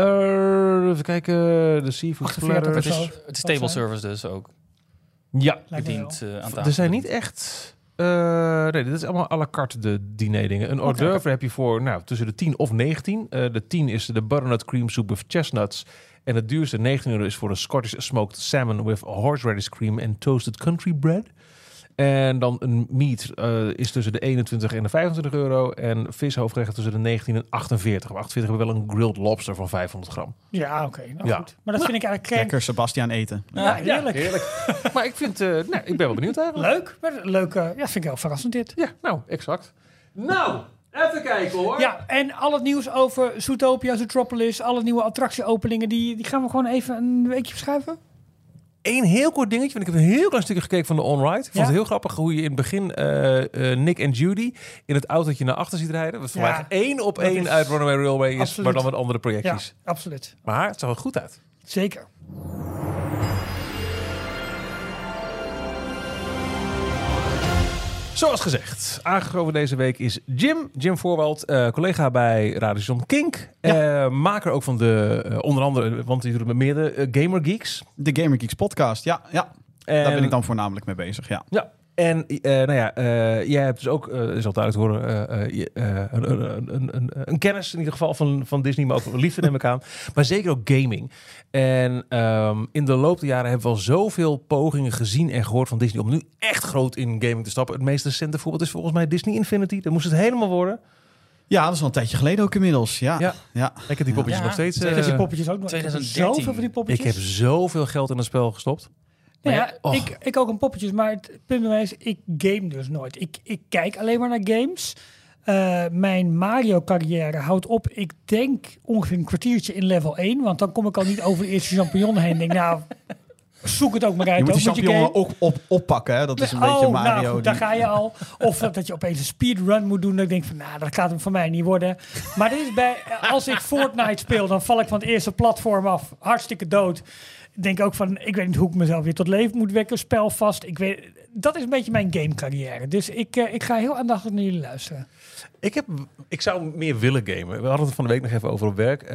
Even kijken, de seafood 48 platters. of zo. Het is table service dus ook. Ja, Lijkt me Bediend aan tafel. er zijn niet echt... nee, dit is allemaal à la carte de dinerdingen. Een hors d'oeuvre heb je voor tussen de 10 of 19. De 10 is de butternut cream soup with chestnuts. En het duurste, €19, is voor de Scottish smoked salmon with horseradish cream and toasted country bread. En dan een meat is tussen de 21 en de €25. En vishoofdgerechten tussen de 19 en 48. Op 48 hebben we wel een grilled lobster van 500 gram. Ja, oké. Nou Ja. goed. Maar dat vind ik eigenlijk... Lekker Sebastiaan eten. Ja, heerlijk. Heerlijk. Maar ik vind, ik ben wel benieuwd eigenlijk. Leuk. Maar leuk. Ja, vind ik wel verrassend dit. Ja, nou, exact. Nou, even kijken hoor. Ja, en al het nieuws over Zootopia, Zootropolis, alle nieuwe attractieopeningen, die gaan we gewoon even een weekje verschuiven. Eén heel kort dingetje, want ik heb een heel klein stukje gekeken van de On-Ride. Ik vond het Ja? heel grappig hoe je in het begin Nick en Judy in het autootje naar achter ziet rijden. Wat voor Ja, mij 1 op dat 1 is uit Runaway Railway is, absoluut. maar dan met andere Ja, projecties. absoluut. Maar het zag er goed uit. Zeker. Zoals gezegd, aangeschoven deze week is Jim Voorwald, collega bij Radiostation Kink. Maker ook van de, onder andere, want die doet het met meerdere Gamer Geeks. De Gamer Geeks podcast, ja. Daar ben ik dan voornamelijk mee bezig, ja. Ja. En jij hebt dus ook, is al duidelijk te horen, een kennis in ieder geval van Disney, maar ook liefde neem ik aan. Maar zeker ook gaming. En in de loop der jaren hebben we al zoveel pogingen gezien en gehoord van Disney om nu echt groot in gaming te stappen. Het meest recente voorbeeld is volgens mij Disney Infinity. Daar moest het helemaal worden. Ja, dat is al een tijdje geleden ook inmiddels. Ja. Ik heb die poppetjes nog steeds. Ik heb die poppetjes ook nog. 2013. Zoveel van die poppetjes. Ik heb zoveel geld in het spel gestopt. Nou ja, ik ook een poppetjes, maar het punt is, ik game dus nooit. Ik kijk alleen maar naar games. Mijn Mario-carrière houdt op, ik denk ongeveer een kwartiertje in level 1, want dan kom ik al niet over de eerste champignon heen. Denk, nou, zoek het ook maar uit. Je moet die champignon oppakken, hè? Dat is een beetje Mario. Nou goed, daar ga je al. Of dat je opeens een speedrun moet doen. Dan denk ik van, nou, dat gaat hem van mij niet worden. Maar dit is als ik Fortnite speel, dan val ik van het eerste platform af. Hartstikke dood. Ik denk ook van, ik weet niet hoe ik mezelf weer tot leven moet wekken. Spel vast. Dat is een beetje mijn gamecarrière. Dus ik ga heel aandachtig naar jullie luisteren. Ik zou meer willen gamen. We hadden het van de week nog even over op werk.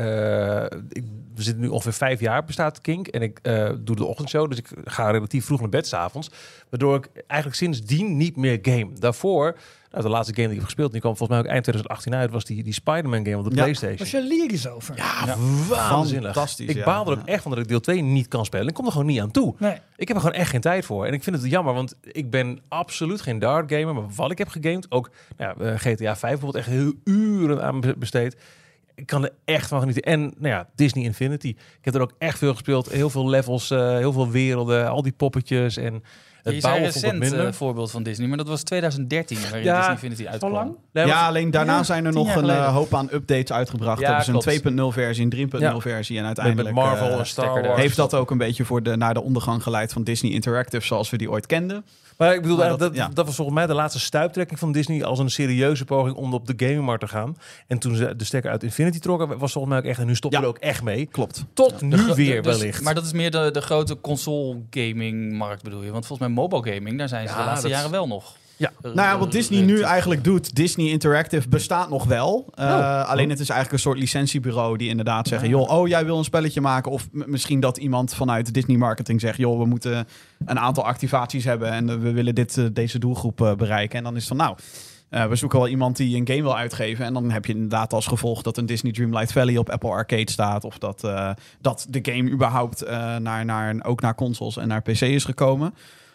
We zitten nu ongeveer 5 jaar bestaat Kink. En ik doe de ochtendshow. Dus ik ga relatief vroeg naar bed 's avonds. Waardoor ik eigenlijk sindsdien niet meer game. Daarvoor, de laatste game die ik heb gespeeld, die kwam volgens mij ook eind 2018 uit, was die Spider-Man game op de PlayStation. Was je lyrisch over? Ja, waanzinnig. Fantastisch. Ik baal er ook echt van dat ik deel 2 niet kan spelen. Ik kom er gewoon niet aan toe. Nee. Ik heb er gewoon echt geen tijd voor. En ik vind het jammer, want ik ben absoluut geen dart gamer. Maar wat ik heb gegamed, ook GTA 5 bijvoorbeeld, echt heel uren aan besteed. Ik kan er echt van genieten. En Disney Infinity. Ik heb er ook echt veel gespeeld. Heel veel levels, heel veel werelden, al die poppetjes en je zei recent voorbeeld van Disney, maar dat was 2013 waarin Disney Infinity uitkwam. Lang? Alleen daarna zijn er nog een hoop aan updates uitgebracht. Ja, dat is een 2.0 versie, een 3.0 versie en uiteindelijk met Marvel en Star Wars. heeft dat ook een beetje naar de ondergang geleid van Disney Interactive zoals we die ooit kenden. Maar ik bedoel, dat was volgens mij de laatste stuiptrekking van Disney als een serieuze poging om op de gamingmarkt te gaan. En toen ze de stekker uit Infinity trokken, was volgens mij ook echt, en nu stoppen we er ook echt mee. Klopt. Tot nu weer wellicht. Maar dat is meer de grote console gaming markt bedoel je? Want volgens mij mobile gaming, daar zijn ze de laatste jaren wel nog. Ja. Wat Disney nu eigenlijk doet, Disney Interactive bestaat nog wel. Alleen het is eigenlijk een soort licentiebureau die inderdaad zeggen, joh, jij wil een spelletje maken. Of misschien dat iemand vanuit Disney Marketing zegt, joh, we moeten een aantal activaties hebben en we willen deze doelgroep bereiken. En dan is het van, we zoeken wel iemand die een game wil uitgeven. En dan heb je inderdaad als gevolg dat een Disney Dreamlight Valley op Apple Arcade staat. Of dat de game überhaupt ook naar consoles en naar PC is gekomen.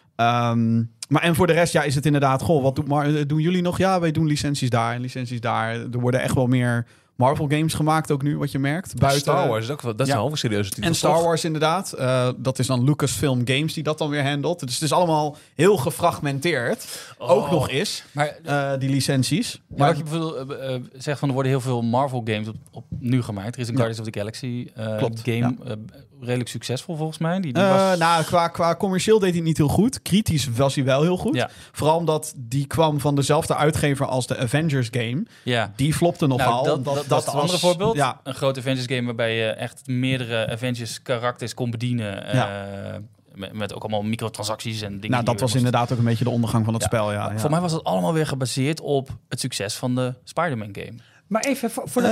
Maar en voor de rest, is het inderdaad, wat doen jullie nog? Ja, wij doen licenties daar en licenties daar. Er worden echt wel meer Marvel games gemaakt ook nu, wat je merkt. Buiten Star Wars is ook wel, dat zijn ook een serieuze titels. En Star Wars inderdaad. Dat is dan Lucasfilm Games die dat dan weer handelt. Dus het is allemaal heel gefragmenteerd. Ook nog eens, die licenties. Maar wat je bijvoorbeeld zegt van er worden heel veel Marvel games op nu gemaakt. Er is een Guardians of the Galaxy game, redelijk succesvol volgens mij. Die was... Qua commercieel deed hij het niet heel goed. Kritisch was hij wel heel goed. Ja. Vooral omdat die kwam van dezelfde uitgever als de Avengers game. Ja. Die flopte nogal. Dat was een andere voorbeeld. Ja. Een grote Avengers game waarbij je echt meerdere Avengers karakters kon bedienen. Met ook allemaal microtransacties en dingen. Dat was inderdaad ook een beetje de ondergang van het spel. Ja. Voor mij was het allemaal weer gebaseerd op het succes van de Spider-Man game. Maar even voordat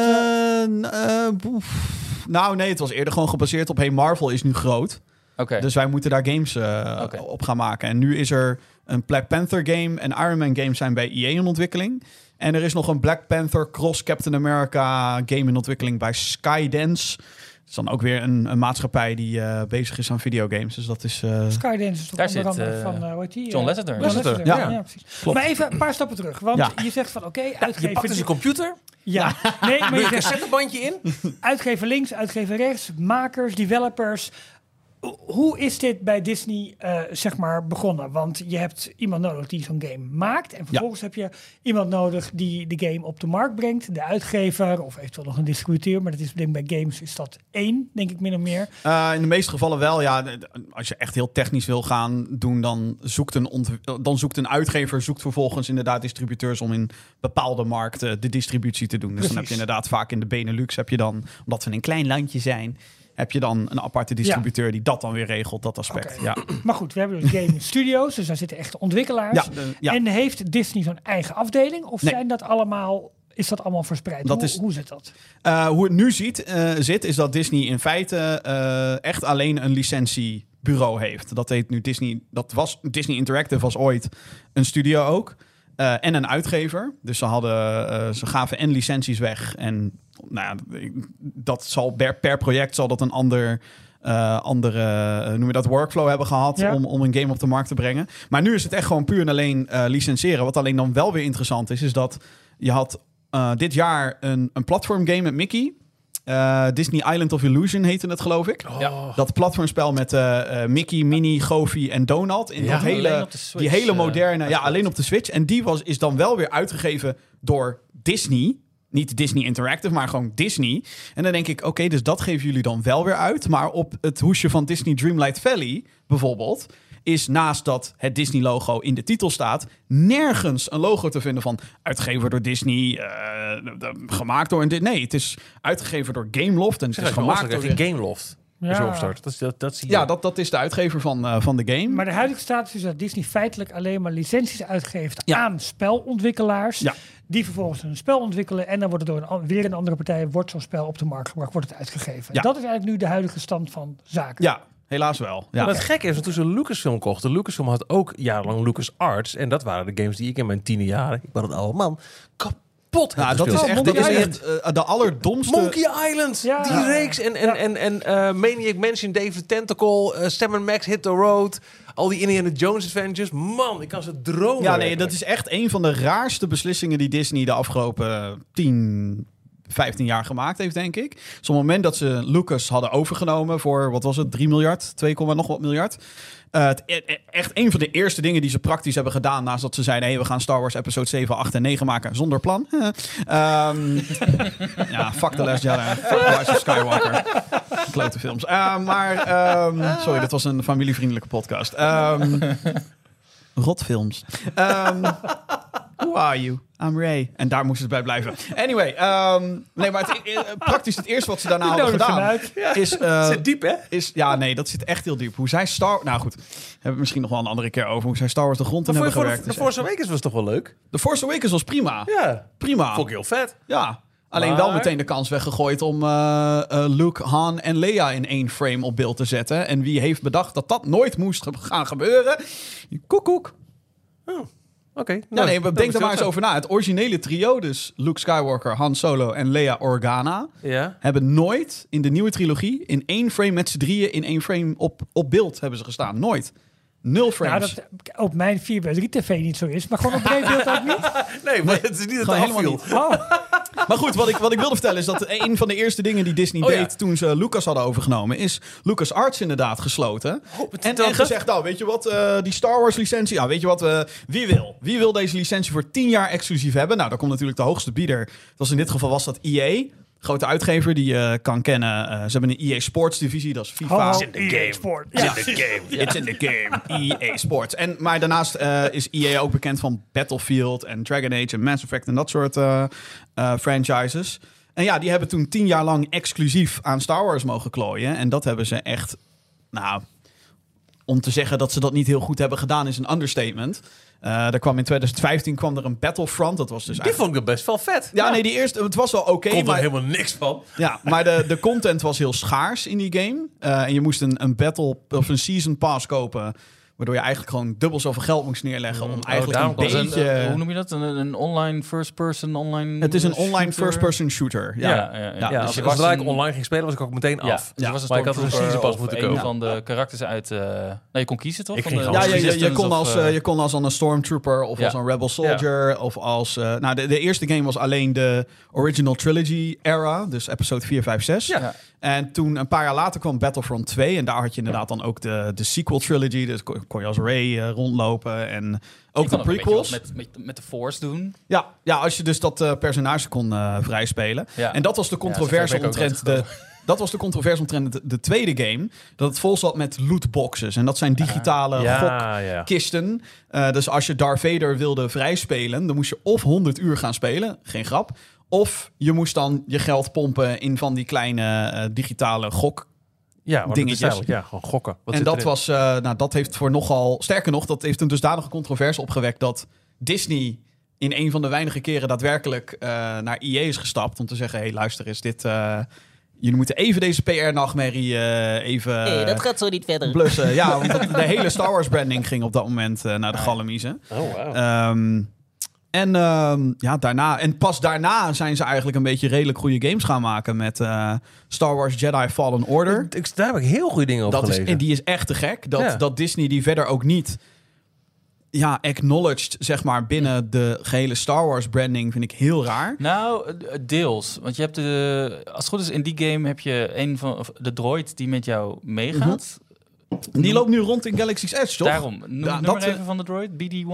we... nee, het was eerder gewoon gebaseerd op... Marvel is nu groot. Okay. Dus wij moeten daar games op gaan maken. En nu is er een Black Panther game en Iron Man game zijn bij EA in ontwikkeling. En er is nog een Black Panther Cross Captain America game in ontwikkeling bij Skydance. Dat is dan ook weer een maatschappij die bezig is aan videogames. Dus dat is... Skydance is toch onder andere van... John Lasseter. Ja, precies. Klopt. Maar even een paar stappen terug. Want je zegt van uitgever... Je pakt dus een computer. Ja. Nee, maar je een cassettebandje in. Uitgever links, uitgever rechts. Makers, developers... Hoe is dit bij Disney begonnen? Want je hebt iemand nodig die zo'n game maakt. En vervolgens heb je iemand nodig die de game op de markt brengt. De uitgever of eventueel nog een distributeur. Maar dat is denk ik bij games is dat 1, denk ik min of meer. In de meeste gevallen wel. Ja, als je echt heel technisch wil gaan doen, dan zoekt een uitgever vervolgens inderdaad distributeurs om in bepaalde markten de distributie te doen. Dus dan heb je inderdaad vaak in de Benelux heb je dan, omdat we een klein landje zijn... heb je dan een aparte distributeur die dat dan weer regelt, dat aspect. Oké. Ja. Maar goed, we hebben dus game studios, dus daar zitten echte ontwikkelaars. Ja. En heeft Disney zo'n eigen afdeling? Of zijn dat is dat allemaal verspreid? Hoe zit dat? Hoe het nu zit, is dat Disney in feite echt alleen een licentiebureau heeft. Dat heet nu Disney. Disney Interactive was ooit een studio ook. En een uitgever. Dus ze gaven en licenties weg. En nou ja, dat zal per project zal dat een andere noem je dat, workflow hebben gehad om een game op de markt te brengen. Maar nu is het echt gewoon puur en alleen licentiëren. Wat alleen dan wel weer interessant is dat je had dit jaar een platformgame met Mickey. Disney Island of Illusion heette het, geloof ik. Dat platformspel met Mickey, Minnie, Goofy en Donald. In dat die hele moderne... alleen op de Switch. En die is dan wel weer uitgegeven door Disney. Niet Disney Interactive, maar gewoon Disney. En dan denk ik, oké, dus dat geven jullie dan wel weer uit. Maar op het hoesje van Disney Dreamlight Valley bijvoorbeeld... is naast dat het Disney-logo in de titel staat... nergens een logo te vinden van... uitgegeven door Disney, gemaakt door... Nee, het is uitgegeven door Gameloft. En het is gemaakt door Gameloft. Dat zie je. Ja, dat is de uitgever van de game. Maar de huidige status is dat Disney feitelijk alleen maar licenties uitgeeft... aan spelontwikkelaars... Ja. Die vervolgens een spel ontwikkelen... en dan wordt het door weer een andere partij... wordt zo'n spel op de markt gebracht, wordt het uitgegeven. Ja. Dat is eigenlijk nu de huidige stand van zaken. Ja. Helaas wel. Ja. Maar het gekke is dat toen ze Lucasfilm kochten... Lucasfilm had ook jarenlang LucasArts... en dat waren de games die ik in mijn 10e jaren... ik ben het oude man... kapot. Ja, dat is echt de allerdomste... Monkey Island, die reeks. En Maniac Mansion, Dave the Tentacle... Sam & Max Hit the Road... al die Indiana Jones Adventures. Man, ik kan ze dromen. Ja, nee, dat is echt een van de raarste beslissingen... die Disney de afgelopen 15 jaar gemaakt heeft, denk ik. Dus op het moment dat ze Lucas hadden overgenomen voor, wat was het, 3 miljard, 2, nog wat miljard. Echt een van de eerste dingen die ze praktisch hebben gedaan naast dat ze zeiden, hey, we gaan Star Wars episode 7, 8 en 9 maken zonder plan. Fuck The Last Jedi, fuck Rise of Skywalker. Klote films. Sorry, dit was een familievriendelijke podcast. Rotfilms. Who are you? I'm Ray. En daar moest het bij blijven. Anyway, maar praktisch het eerste wat ze daarna hadden gedaan is... zit diep, hè? Nee, dat zit echt heel diep. Hoe zij Nou goed, hebben we misschien nog wel een andere keer over. Hoe zij Star Wars de grond in hebben gewerkt. De Force Awakens was toch wel leuk? De Force Awakens was prima. Ja. Prima. Vond ik heel vet. Ja. Alleen wel meteen de kans weggegooid om Luke, Han en Leia in 1 frame op beeld te zetten. En wie heeft bedacht dat dat nooit moest gaan gebeuren? Koekoek. Oh. Oké. Denk er maar eens over na. Het originele trio, dus Luke Skywalker, Han Solo en Leia Organa... hebben nooit in de nieuwe trilogie... in 1 frame met z'n drieën in 1 frame op beeld hebben ze gestaan. Nooit. 0 frames. Ja, dat op mijn 4x3 tv niet zo is, maar gewoon op breed beeld ook niet. Nee, maar het is niet dat het helemaal niet. Oh. Maar goed, wat ik wilde vertellen is dat een van de eerste dingen die Disney deed toen ze Lucas hadden overgenomen, is LucasArts inderdaad gesloten. En gezegd, nou, weet je wat, die Star Wars licentie, weet je wat, wie wil deze licentie voor 10 jaar exclusief hebben? Nou, daar komt natuurlijk de hoogste bieder. In dit geval was dat EA. Grote uitgever die je kan kennen. Ze hebben een EA Sports divisie, dat is FIFA. It's in the game. Sport. It's in the game. EA Sports. Maar daarnaast is EA ook bekend van Battlefield en Dragon Age en Mass Effect en dat soort franchises. En ja, die hebben toen 10 jaar lang exclusief aan Star Wars mogen klooien. En dat hebben ze echt, om te zeggen dat ze dat niet heel goed hebben gedaan is een understatement. Er kwam in 2015 er een Battlefront. Dat was dus die vond ik best wel vet. Ja, nee, die eerste, het was wel oké. Komt er helemaal niks van. Ja, maar de content was heel schaars in die game. En je moest een battle of een season pass kopen. Waardoor je eigenlijk gewoon dubbel zoveel geld moest neerleggen om eigenlijk een beetje... hoe noem je dat? Een online first-person online... Het is een online first-person shooter. Ja, dus zodra ik online ging spelen was ik ook meteen af. Dus was maar ik had een season pass moeten kopen. Een van de karakters uit... je kon kiezen toch? Je kon als een stormtrooper of als een rebel soldier of als... de eerste game was alleen de original trilogy era. Dus episode 4, 5, 6. Ja. En toen een paar jaar later kwam Battlefront 2. En daar had je inderdaad dan ook de sequel trilogy. Dus kon je als Rey rondlopen. En ook de prequels. Met de Force doen. Ja, als je dus dat personage kon vrijspelen. Ja. En dat was de controverse omtrent dat was de controverse omtrent de tweede game. Dat het vol zat met lootboxes. En dat zijn digitale gokkisten. Dus als je Darth Vader wilde vrijspelen, dan moest je of 100 uur gaan spelen. Geen grap. Of je moest dan je geld pompen in van die kleine digitale Ja, maar dingetjes. dat is eigenlijk, gewoon gokken. Wat En zit dat erin? was, dat heeft voor nogal... Sterker nog, dat heeft een dusdanige controverse opgewekt dat Disney in een van de weinige keren daadwerkelijk naar EA is gestapt om te zeggen, hey, luister eens, jullie moeten even deze PR-nachtmerrie even... dat gaat zo niet verder. Blussen. Ja, want de hele Star Wars branding ging op dat moment naar de gallemiezen. Oh, wow. Daarna... En pas daarna zijn ze eigenlijk een beetje redelijk goede games gaan maken met Star Wars Jedi Fallen Order. Daar heb ik heel goede dingen over gelezen. En die is echt te gek. Dat Disney die verder ook niet acknowledged, zeg maar, binnen de gehele Star Wars branding vind ik heel raar. Nou, deels. Want je hebt als het goed is, in die game heb je een van de droid die met jou meegaat. Die loopt nu rond in Galaxy's Edge, toch? Daarom. Noem maar even van de droid. BD-1?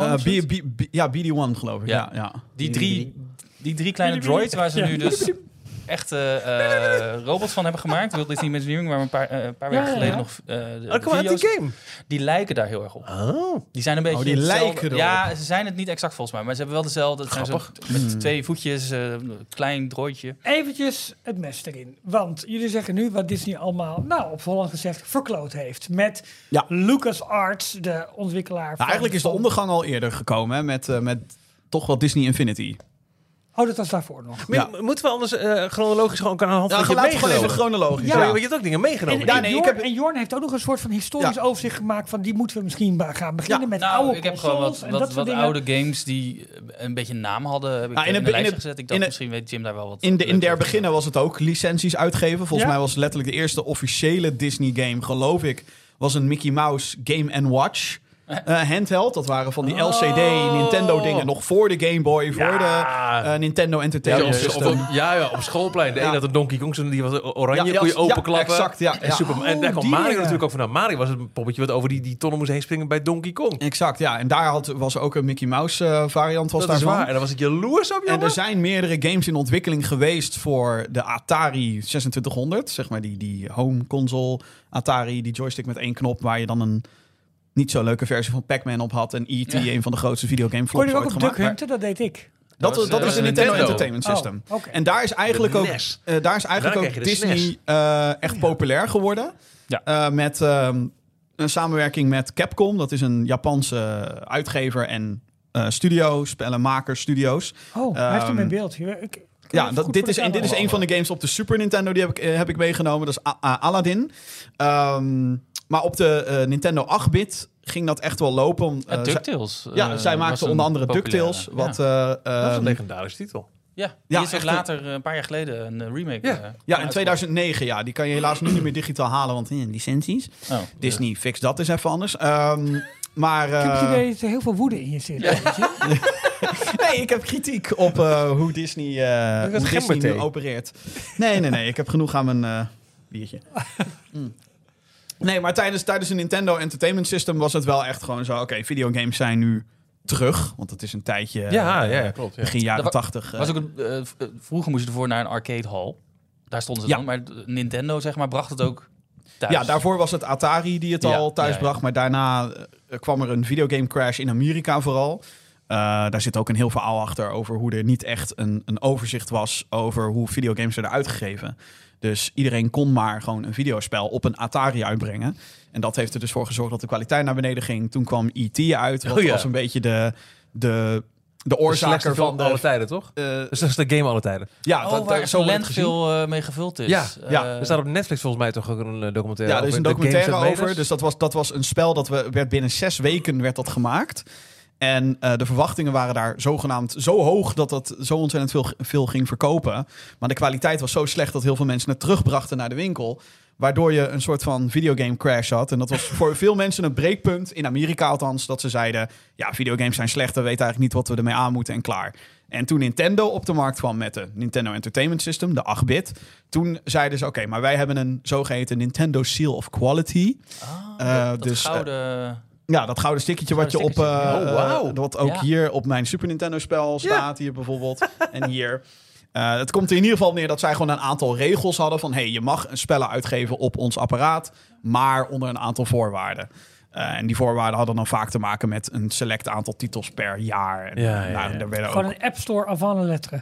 BD-1 geloof ik. Ja. Die drie kleine droids waar ze nu dus echt robots van hebben gemaakt. Walt Disney Imagineering, waar we een paar weken geleden nog de kom uit die video's... game. Die lijken daar heel erg op. Oh. Die zijn een beetje die hetzelfde. lijken erop. Ja, ze zijn het niet exact volgens mij, maar ze hebben wel dezelfde. Het zijn zo met 2 voetjes, klein droidje. Eventjes het mes erin. Want jullie zeggen nu wat Disney allemaal, op Holland gezegd, verkloot heeft. Met LucasArts, de ontwikkelaar van... Eigenlijk is de ondergang al eerder gekomen, hè, met toch wel Disney Infinity. Oh, dat was daarvoor nog. Maar moeten we anders chronologisch gewoon aan de hand van je laten we gewoon even meegenomen? chronologisch. Ja. Want je hebt ook dingen meegenomen. En Jorn heeft ook nog een soort van historisch overzicht gemaakt van die moeten we misschien gaan beginnen met Nou, oude ik heb consoles gewoon wat dingen. oude games die een beetje een naam hadden, heb ik in de lijstje gezet. Ik dacht, misschien weet Jim daar wel wat. In der beginnen was het ook licenties uitgeven. Volgens mij was het letterlijk de eerste officiële Disney game, geloof ik, was een Mickey Mouse Game & Watch handheld. Dat waren van die LCD Nintendo dingen nog voor de Game Boy, voor de Nintendo Entertainment System. Op schoolplein. De een had een Donkey Kong, die was oranje, kon je openklappen. Exact, En daar kwam die Mario dingen. natuurlijk ook vandaan. Mario was het poppetje wat over die tonnen moest heen springen bij Donkey Kong. Exact, ja. En daar was ook een Mickey Mouse variant was Dat is daarvan. waar. En dan was ik jaloers op, En jongen. er zijn meerdere games in ontwikkeling geweest voor de Atari 2600. Zeg maar die home console Atari, die joystick met 1 knop waar je dan een niet zo leuke versie van Pac-Man op had. En E.T., een van de grootste videogame Kon flops je ook ooit op gemaakt. Duck Hunter? Dat deed ik. Dat is een Nintendo Nintendo Entertainment System. Oh, oké. En daar is eigenlijk De ook, NES. ook krijg je de Disney echt populair geworden. Ja. Met een samenwerking met Capcom. Dat is een Japanse uitgever en spellenmaker studio's. Oh, hij heeft hem in beeld hier. Ja, dit is een van de games op de Super Nintendo. Die heb ik meegenomen. Dat is Aladdin. Maar op de Nintendo 8-bit ging dat echt wel lopen. DuckTales. Zij maakten onder andere DuckTales. Dat Dat is een legendarische titel. die Ja, is ook echt later, een paar jaar geleden, een remake. in 2009. Ja, die kan je helaas nu niet meer digitaal halen, want licenties. Oh, Disney, fix dat is even anders. Maar Ik heb het idee dat er heel veel woede in je zit. nee, ik heb kritiek op hoe Disney, nu opereert. Nee, ik heb genoeg aan mijn biertje. Nee, maar tijdens de Nintendo Entertainment System was het wel echt gewoon zo... Oké, videogames zijn nu terug. Want het is een tijdje... Klopt. Ja. Begin jaren 80. Was ook vroeger moest je ervoor naar een arcade hall. Daar stonden ze dan. Maar Nintendo, zeg maar, bracht het ook thuis. Ja, daarvoor was het Atari die het al thuis bracht. Maar daarna kwam er een videogame crash in Amerika vooral. Daar zit ook een heel verhaal achter over hoe er niet echt een overzicht was over hoe videogames werden uitgegeven. Dus iedereen kon maar gewoon een videospel op een Atari uitbrengen. En dat heeft er dus voor gezorgd dat de kwaliteit naar beneden ging. Toen kwam E.T. uit. Wat was een beetje de oorzaker van de... alle tijden, toch? Dus dat is de game alle tijden. Ja, waar zo wordt het veel mee gevuld is. Ja, er staat op Netflix volgens mij toch ook een documentaire over. Ja, er is een documentaire over. Dus dat was een spel werd binnen 6 weken werd dat gemaakt. En de verwachtingen waren daar zogenaamd zo hoog dat dat zo ontzettend veel ging verkopen. Maar de kwaliteit was zo slecht dat heel veel mensen het terugbrachten naar de winkel. Waardoor je een soort van videogame crash had. En dat was voor veel mensen een breekpunt, in Amerika althans, dat ze zeiden... ja, videogames zijn slecht, we weten eigenlijk niet wat we ermee aan moeten en klaar. En toen Nintendo op de markt kwam met de Nintendo Entertainment System, de 8-bit... toen zeiden ze, oké, maar wij hebben een zogeheten Nintendo Seal of Quality. Dat gouden... Ja, dat gouden stickertje wat je op... wat ook hier op mijn Super Nintendo spel staat, hier bijvoorbeeld. En hier... het komt er in ieder geval neer dat zij gewoon een aantal regels hadden van... hey, je mag spellen uitgeven op ons apparaat, maar onder een aantal voorwaarden. En die voorwaarden hadden dan vaak te maken met een select aantal titels per jaar. En, daar werden gewoon ook... een App Store avant la lettre.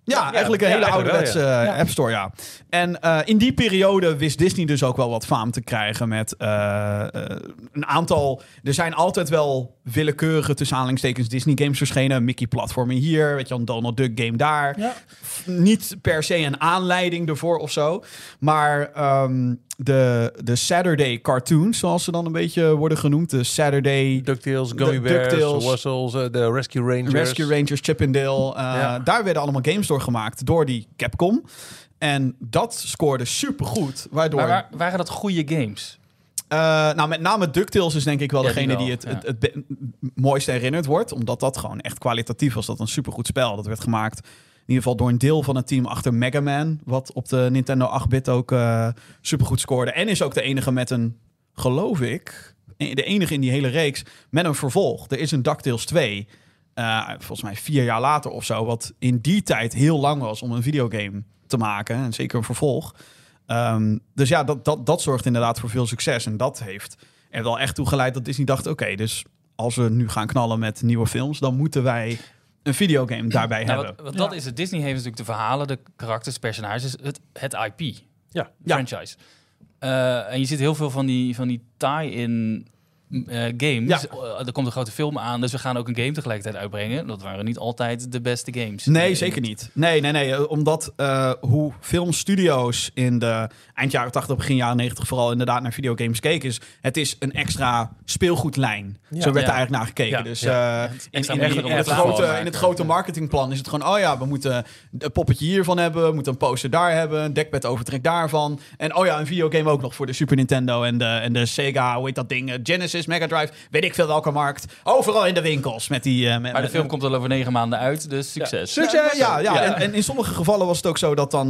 Ja, eigenlijk een hele eigenlijk ouderwetse wel, App Store, ja. En in die periode wist Disney dus ook wel wat faam te krijgen met een aantal... Er zijn altijd wel willekeurige, tussen aanhalingstekens, Disney games verschenen. Mickey platforming hier, weet je, een Donald Duck game daar. Ja. Niet per se een aanleiding ervoor of zo. Maar de Saturday cartoons, zoals ze dan een beetje worden genoemd. De Saturday... DuckTales, Gummy Bears, DuckTales, Wuzzles, de Rescue Rangers. Rescue Rangers, Chip and Dale. Daar werden allemaal games door gemaakt door die Capcom. En dat scoorde supergoed. Waardoor... Maar waren dat goede games? Nou, met name DuckTales is denk ik wel degene die wel, het mooiste herinnerd wordt. Omdat dat gewoon echt kwalitatief was. Dat een supergoed spel. Dat werd gemaakt in ieder geval door een deel van het team achter Mega Man. Wat op de Nintendo 8-bit ook supergoed scoorde. En is ook de enige met een, geloof ik, de enige in die hele reeks met een vervolg. Er is een DuckTales 2. Volgens mij 4 jaar later of zo. Wat in die tijd heel lang was om een videogame te maken. En zeker een vervolg. Dus ja, dat zorgt inderdaad voor veel succes. En dat heeft er wel echt toe geleid dat Disney dacht... Oké, dus als we nu gaan knallen met nieuwe films... dan moeten wij een videogame daarbij hebben. Want dat is het. Disney heeft natuurlijk de verhalen, de karakters, de personages, het IP. Ja. Franchise. En je ziet heel veel van die tie-in games. Er komt een grote film aan, dus we gaan ook een game tegelijkertijd uitbrengen. Dat waren niet altijd de beste games. Nee, zeker niet. Nee. Omdat hoe filmstudio's in de eind jaren 80, begin jaren 90 vooral inderdaad naar videogames keken, is het is een extra speelgoedlijn. Ja. Zo werd er Ja. eigenlijk naar gekeken. Ja. Dus Ja. in het grote marketingplan is het gewoon, oh ja, we moeten een poppetje hiervan hebben, we moeten een poster daar hebben, een dekbed overtrek daarvan. En oh ja, een videogame ook nog voor de Super Nintendo en de Sega, hoe heet dat ding, Genesis, Mega Drive, weet ik veel welke markt. Overal in de winkels met die... Maar de film komt al over 9 maanden uit, dus succes. Succes, ja. En in sommige gevallen was het ook zo dat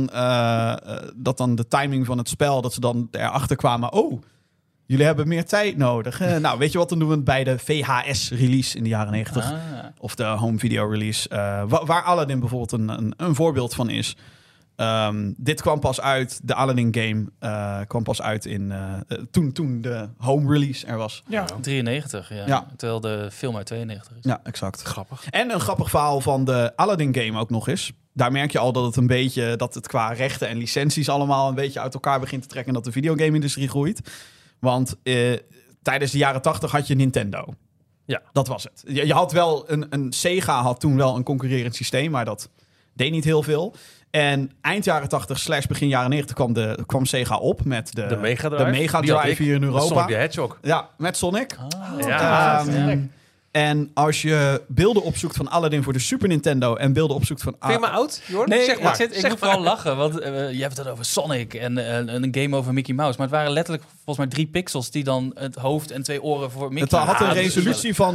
dan de timing van het spel, dat ze dan erachter kwamen, oh, jullie hebben meer tijd nodig. Nou, weet je wat, dan doen we het bij de VHS-release in de jaren 90. Of de home video release. Waar Aladdin bijvoorbeeld een voorbeeld van is. Dit kwam pas uit, de Aladdin game kwam pas uit in toen de home release er was. Ja. 93, Ja. Terwijl de film uit 92 is. Ja, exact. Grappig. En een grappig verhaal van de Aladdin game ook nog eens. Daar merk je al dat het een beetje, dat het qua rechten en licenties allemaal een beetje uit elkaar begint te trekken en dat de videogame-industrie groeit. Want tijdens de jaren 80 had je Nintendo. Ja. Dat was het. Je had wel een Sega had toen wel een concurrerend systeem, maar dat deed niet heel veel. En eind jaren 80 / begin jaren 90 kwam Sega op met de Mega Drive. de Mega Die had Drive ik. hier in Met Sonic Europa. the Hedgehog. Ja, met Sonic. Ja. En als je beelden opzoekt van Aladdin voor de Super Nintendo en beelden opzoekt van... Vind je me oud, Jorn? Nee, zeg maar. ik moet vooral lachen, want je hebt het over Sonic en een game over Mickey Mouse. Maar het waren letterlijk volgens mij 3 pixels die dan het hoofd en 2 oren voor Mickey... Het had een dat is resolutie van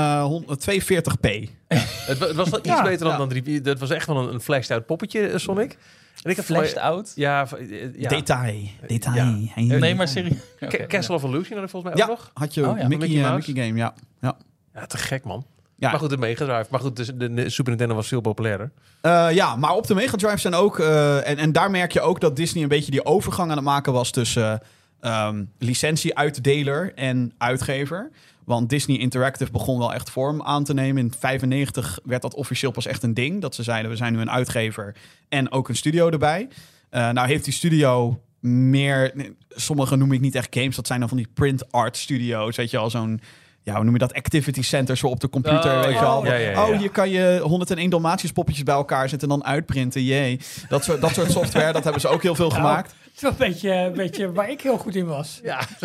240p. Het was wel iets beter dan 3. Dat was echt wel een flashed-out poppetje, Sonic. En ik heb Flashed out? Ja. Detail. Ja. Nee, maar serieus. Oké. Castle of Illusion had ik volgens mij ook Ja, nog. had je Oh ja, Mickey Mouse. game, ja. Ja, te gek, man. Ja. Maar goed, de Mega Drive. Maar goed, de Super Nintendo was veel populairder. Ja, maar op de Mega Drive zijn ook... en daar merk je ook dat Disney een beetje die overgang aan het maken was tussen licentie-uitdeler en uitgever. Want Disney Interactive begon wel echt vorm aan te nemen. In 1995 werd dat officieel pas echt een ding. Dat ze zeiden, we zijn nu een uitgever en ook een studio erbij. Nou heeft die studio meer... Sommige noem ik niet echt games. Dat zijn dan van die print art studio's. Weet je al, zo'n... Ja, hoe noem je dat? Activity centers voor op de computer, weet je wel. Ja. Hier kan je 101 Dalmatiërs poppetjes bij elkaar zetten en dan uitprinten. Jee. Dat soort software, dat hebben ze ook heel veel gemaakt. Het is wel een beetje waar ik heel goed in was.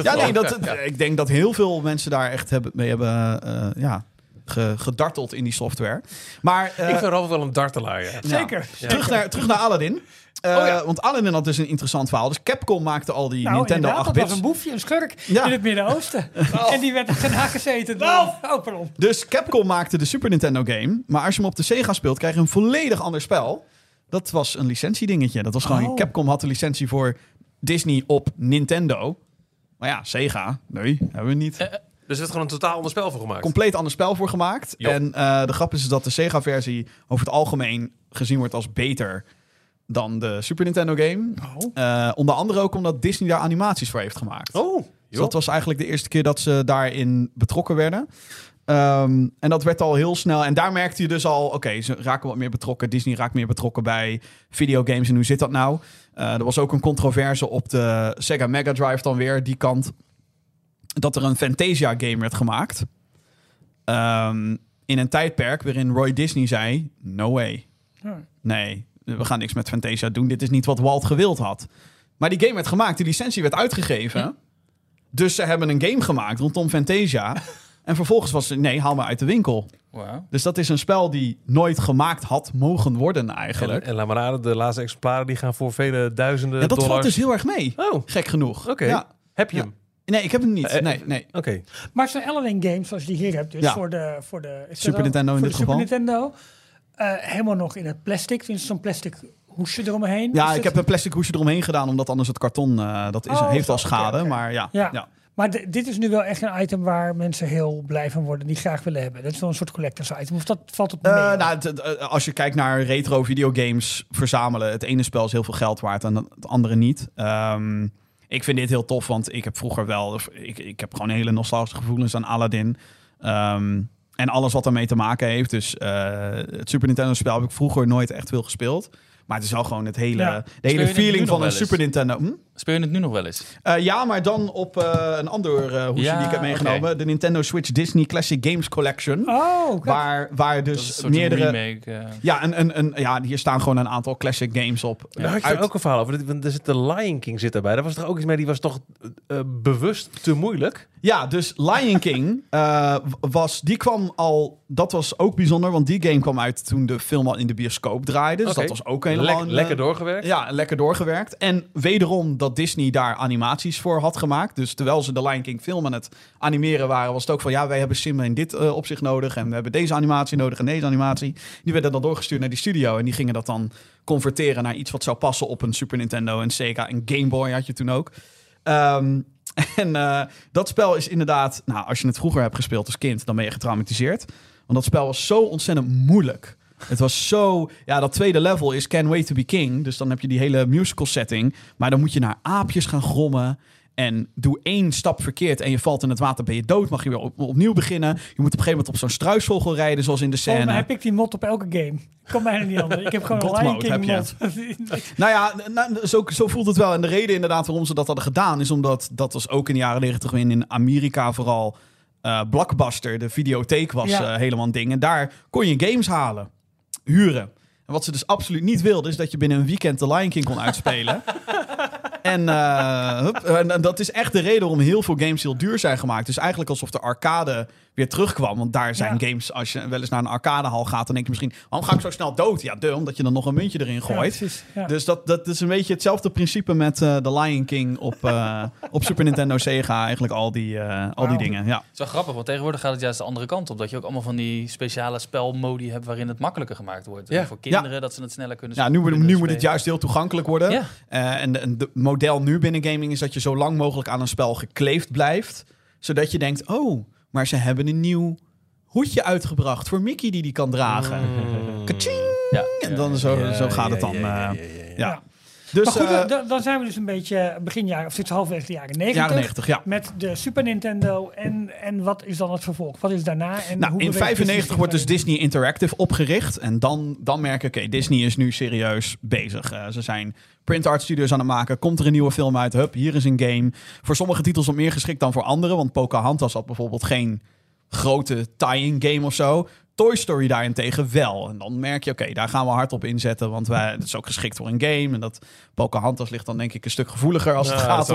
Ik denk dat heel veel mensen daar echt mee hebben gedarteld in die software. Maar Ik vind Ralf wel een dartelaar, ja. Zeker. terug naar Aladdin. Want Aladdin had dus een interessant verhaal. Dus Capcom maakte al die Nou, Nintendo inderdaad, 8-bits. dat was een boefje, een schurk Ja. in het Midden-Oosten. En die werd achterna gezeten. Pardon. Dus Capcom maakte de Super Nintendo game. Maar als je hem op de Sega speelt, krijg je een volledig ander spel. Dat was een licentiedingetje. Dat was gewoon... Capcom had de licentie voor Disney op Nintendo. Maar ja, Sega, nee, hebben we niet. Dus er is gewoon een totaal ander spel voor gemaakt. Compleet ander spel voor gemaakt. Jo. En de grap is dat de Sega-versie over het algemeen gezien wordt als beter dan de Super Nintendo game. Onder andere ook omdat Disney daar animaties voor heeft gemaakt. Oh, Dus dat was eigenlijk de eerste keer dat ze daarin betrokken werden. En dat werd al heel snel. En daar merkte je dus al, oké, ze raken wat meer betrokken. Disney raakt meer betrokken bij videogames. En hoe zit dat nou? Er was ook een controverse op de Sega Mega Drive dan weer, die kant. Dat er een Fantasia game werd gemaakt. In een tijdperk waarin Roy Disney zei, no way. Nee, we gaan niks met Fantasia doen. Dit is niet wat Walt gewild had. Maar die game werd gemaakt, de licentie werd uitgegeven. Dus ze hebben een game gemaakt rondom Fantasia. En vervolgens was het, nee, haal maar uit de winkel. Wow. Dus dat is een spel die nooit gemaakt had mogen worden eigenlijk. En laat maar raden, de laatste exemplaren die gaan voor vele duizenden Ja, dat dollars. valt dus heel erg mee. Oh, Gek genoeg. oké. Ja. Heb je hem? Nee, ik heb hem niet. Nee. Oké. Maar zo'n Aladdin game zoals je die hier hebt, dus Ja. voor de Super Nintendo in voor dit de Super geval. Nintendo, helemaal nog in het plastic. Dus zo'n plastic hoesje eromheen. Ja, Is ik het- heb een plastic hoesje eromheen gedaan, omdat anders het karton, heeft zo, al schade. oké. Maar ja. Ja. Maar dit is nu wel echt een item waar mensen heel blij van worden, die graag willen hebben. Dat is wel een soort collectors item. Of dat valt op mee? Als je kijkt naar retro videogames verzamelen, het ene spel is heel veel geld waard en het andere niet. Ik vind dit heel tof, want ik heb vroeger wel... Ik heb gewoon hele nostalgische gevoelens aan Aladdin. En alles wat ermee te maken heeft. Dus het Super Nintendo spel heb ik vroeger nooit echt veel gespeeld. Maar het is wel gewoon de je hele het nu feeling nog van wel een eens? Super Nintendo. Speel je het nu nog wel eens? Ja, maar dan op een ander hoesje Ja, die ik heb meegenomen. oké. De Nintendo Switch Disney Classic Games Collection. Oh, kijk. Waar Dat is dus een soort meerdere... remake. Ja, hier staan gewoon een aantal classic games op. Daar had je er ook een verhaal over. Want er zit de Lion King zit erbij. Daar was er ook iets mee. Die was toch bewust te moeilijk? Ja, dus Lion King die kwam al... Dat was ook bijzonder, want die game kwam uit toen de film al in de bioscoop draaide. Dus Oké. dat was ook helemaal... Lekker doorgewerkt. Ja, lekker doorgewerkt. En wederom dat Disney daar animaties voor had gemaakt. Dus terwijl ze de Lion King film aan het animeren waren, was het ook van... Ja, wij hebben Simba in dit opzicht nodig. En we hebben deze animatie nodig en deze animatie. Die werden dan doorgestuurd naar die studio. En die gingen dat dan converteren naar iets wat zou passen op een Super Nintendo, een Sega, een Game Boy had je toen ook. Dat spel is inderdaad... Nou, als je het vroeger hebt gespeeld als kind, dan ben je getraumatiseerd. Want dat spel was zo ontzettend moeilijk. Het was zo... Ja, dat tweede level is Can't Wait to be King. Dus dan heb je die hele musical setting. Maar dan moet je naar aapjes gaan grommen. En doe 1 stap verkeerd en je valt in het water, ben je dood. Mag je weer opnieuw beginnen. Je moet op een gegeven moment op zo'n struisvogel rijden, zoals in de scène. Volgens mij heb ik die mod op elke game. Kan bijna niet anders. Ik heb gewoon een God Lion mode King heb mod. Nou ja, zo voelt het wel. En de reden inderdaad waarom ze dat hadden gedaan, is omdat dat was ook in de jaren 90 in Amerika vooral Blockbuster, de videotheek was helemaal een ding. En daar kon je games halen, huren. En wat ze dus absoluut niet wilden, is dat je binnen een weekend de Lion King kon uitspelen. En dat is echt de reden waarom heel veel games heel duur zijn gemaakt. Dus eigenlijk alsof de arcade weer terugkwam. Want daar zijn games, als je wel eens naar een arcadehal gaat, dan denk je misschien, waarom ga ik zo snel dood? Ja, omdat je dan nog een muntje erin gooit. Ja. Dus dat is een beetje hetzelfde principe met de Lion King op Super Nintendo, Sega. Eigenlijk al die dingen, ja. Het is wel grappig, want tegenwoordig gaat het juist de andere kant op. Dat je ook allemaal van die speciale spelmodi hebt waarin het makkelijker gemaakt wordt. Ja. Voor kinderen, dat ze het sneller kunnen Ja, nu moet het juist heel toegankelijk worden. Ja. En de model nu binnen gaming is dat je zo lang mogelijk aan een spel gekleefd blijft. Zodat je denkt, oh, maar ze hebben een nieuw hoedje uitgebracht voor Mickey die kan dragen. Kaching! Ja. En dan zo gaat het dan. Ja. Dus, Maar goed, dan zijn we dus een beetje begin jaren, of zit halverwege de jaren 90. jaren 90, ja. Met de Super Nintendo. En wat is dan het vervolg? Wat is daarna? En Nou, hoe in beweegt 95 wordt dus Disney? Disney Interactive opgericht. En dan merk ik, oké, Disney is nu serieus bezig. Ze zijn print art studios aan het maken. Komt er een nieuwe film uit? Hup, hier is een game. Voor sommige titels wat meer geschikt dan voor andere. Want Pocahontas had bijvoorbeeld geen grote tie-in game of zo. Toy Story daarentegen wel. En dan merk je, oké, daar gaan we hard op inzetten. Want het is ook geschikt voor een game. En dat Pocahontas ligt dan denk ik een stuk gevoeliger als het gaat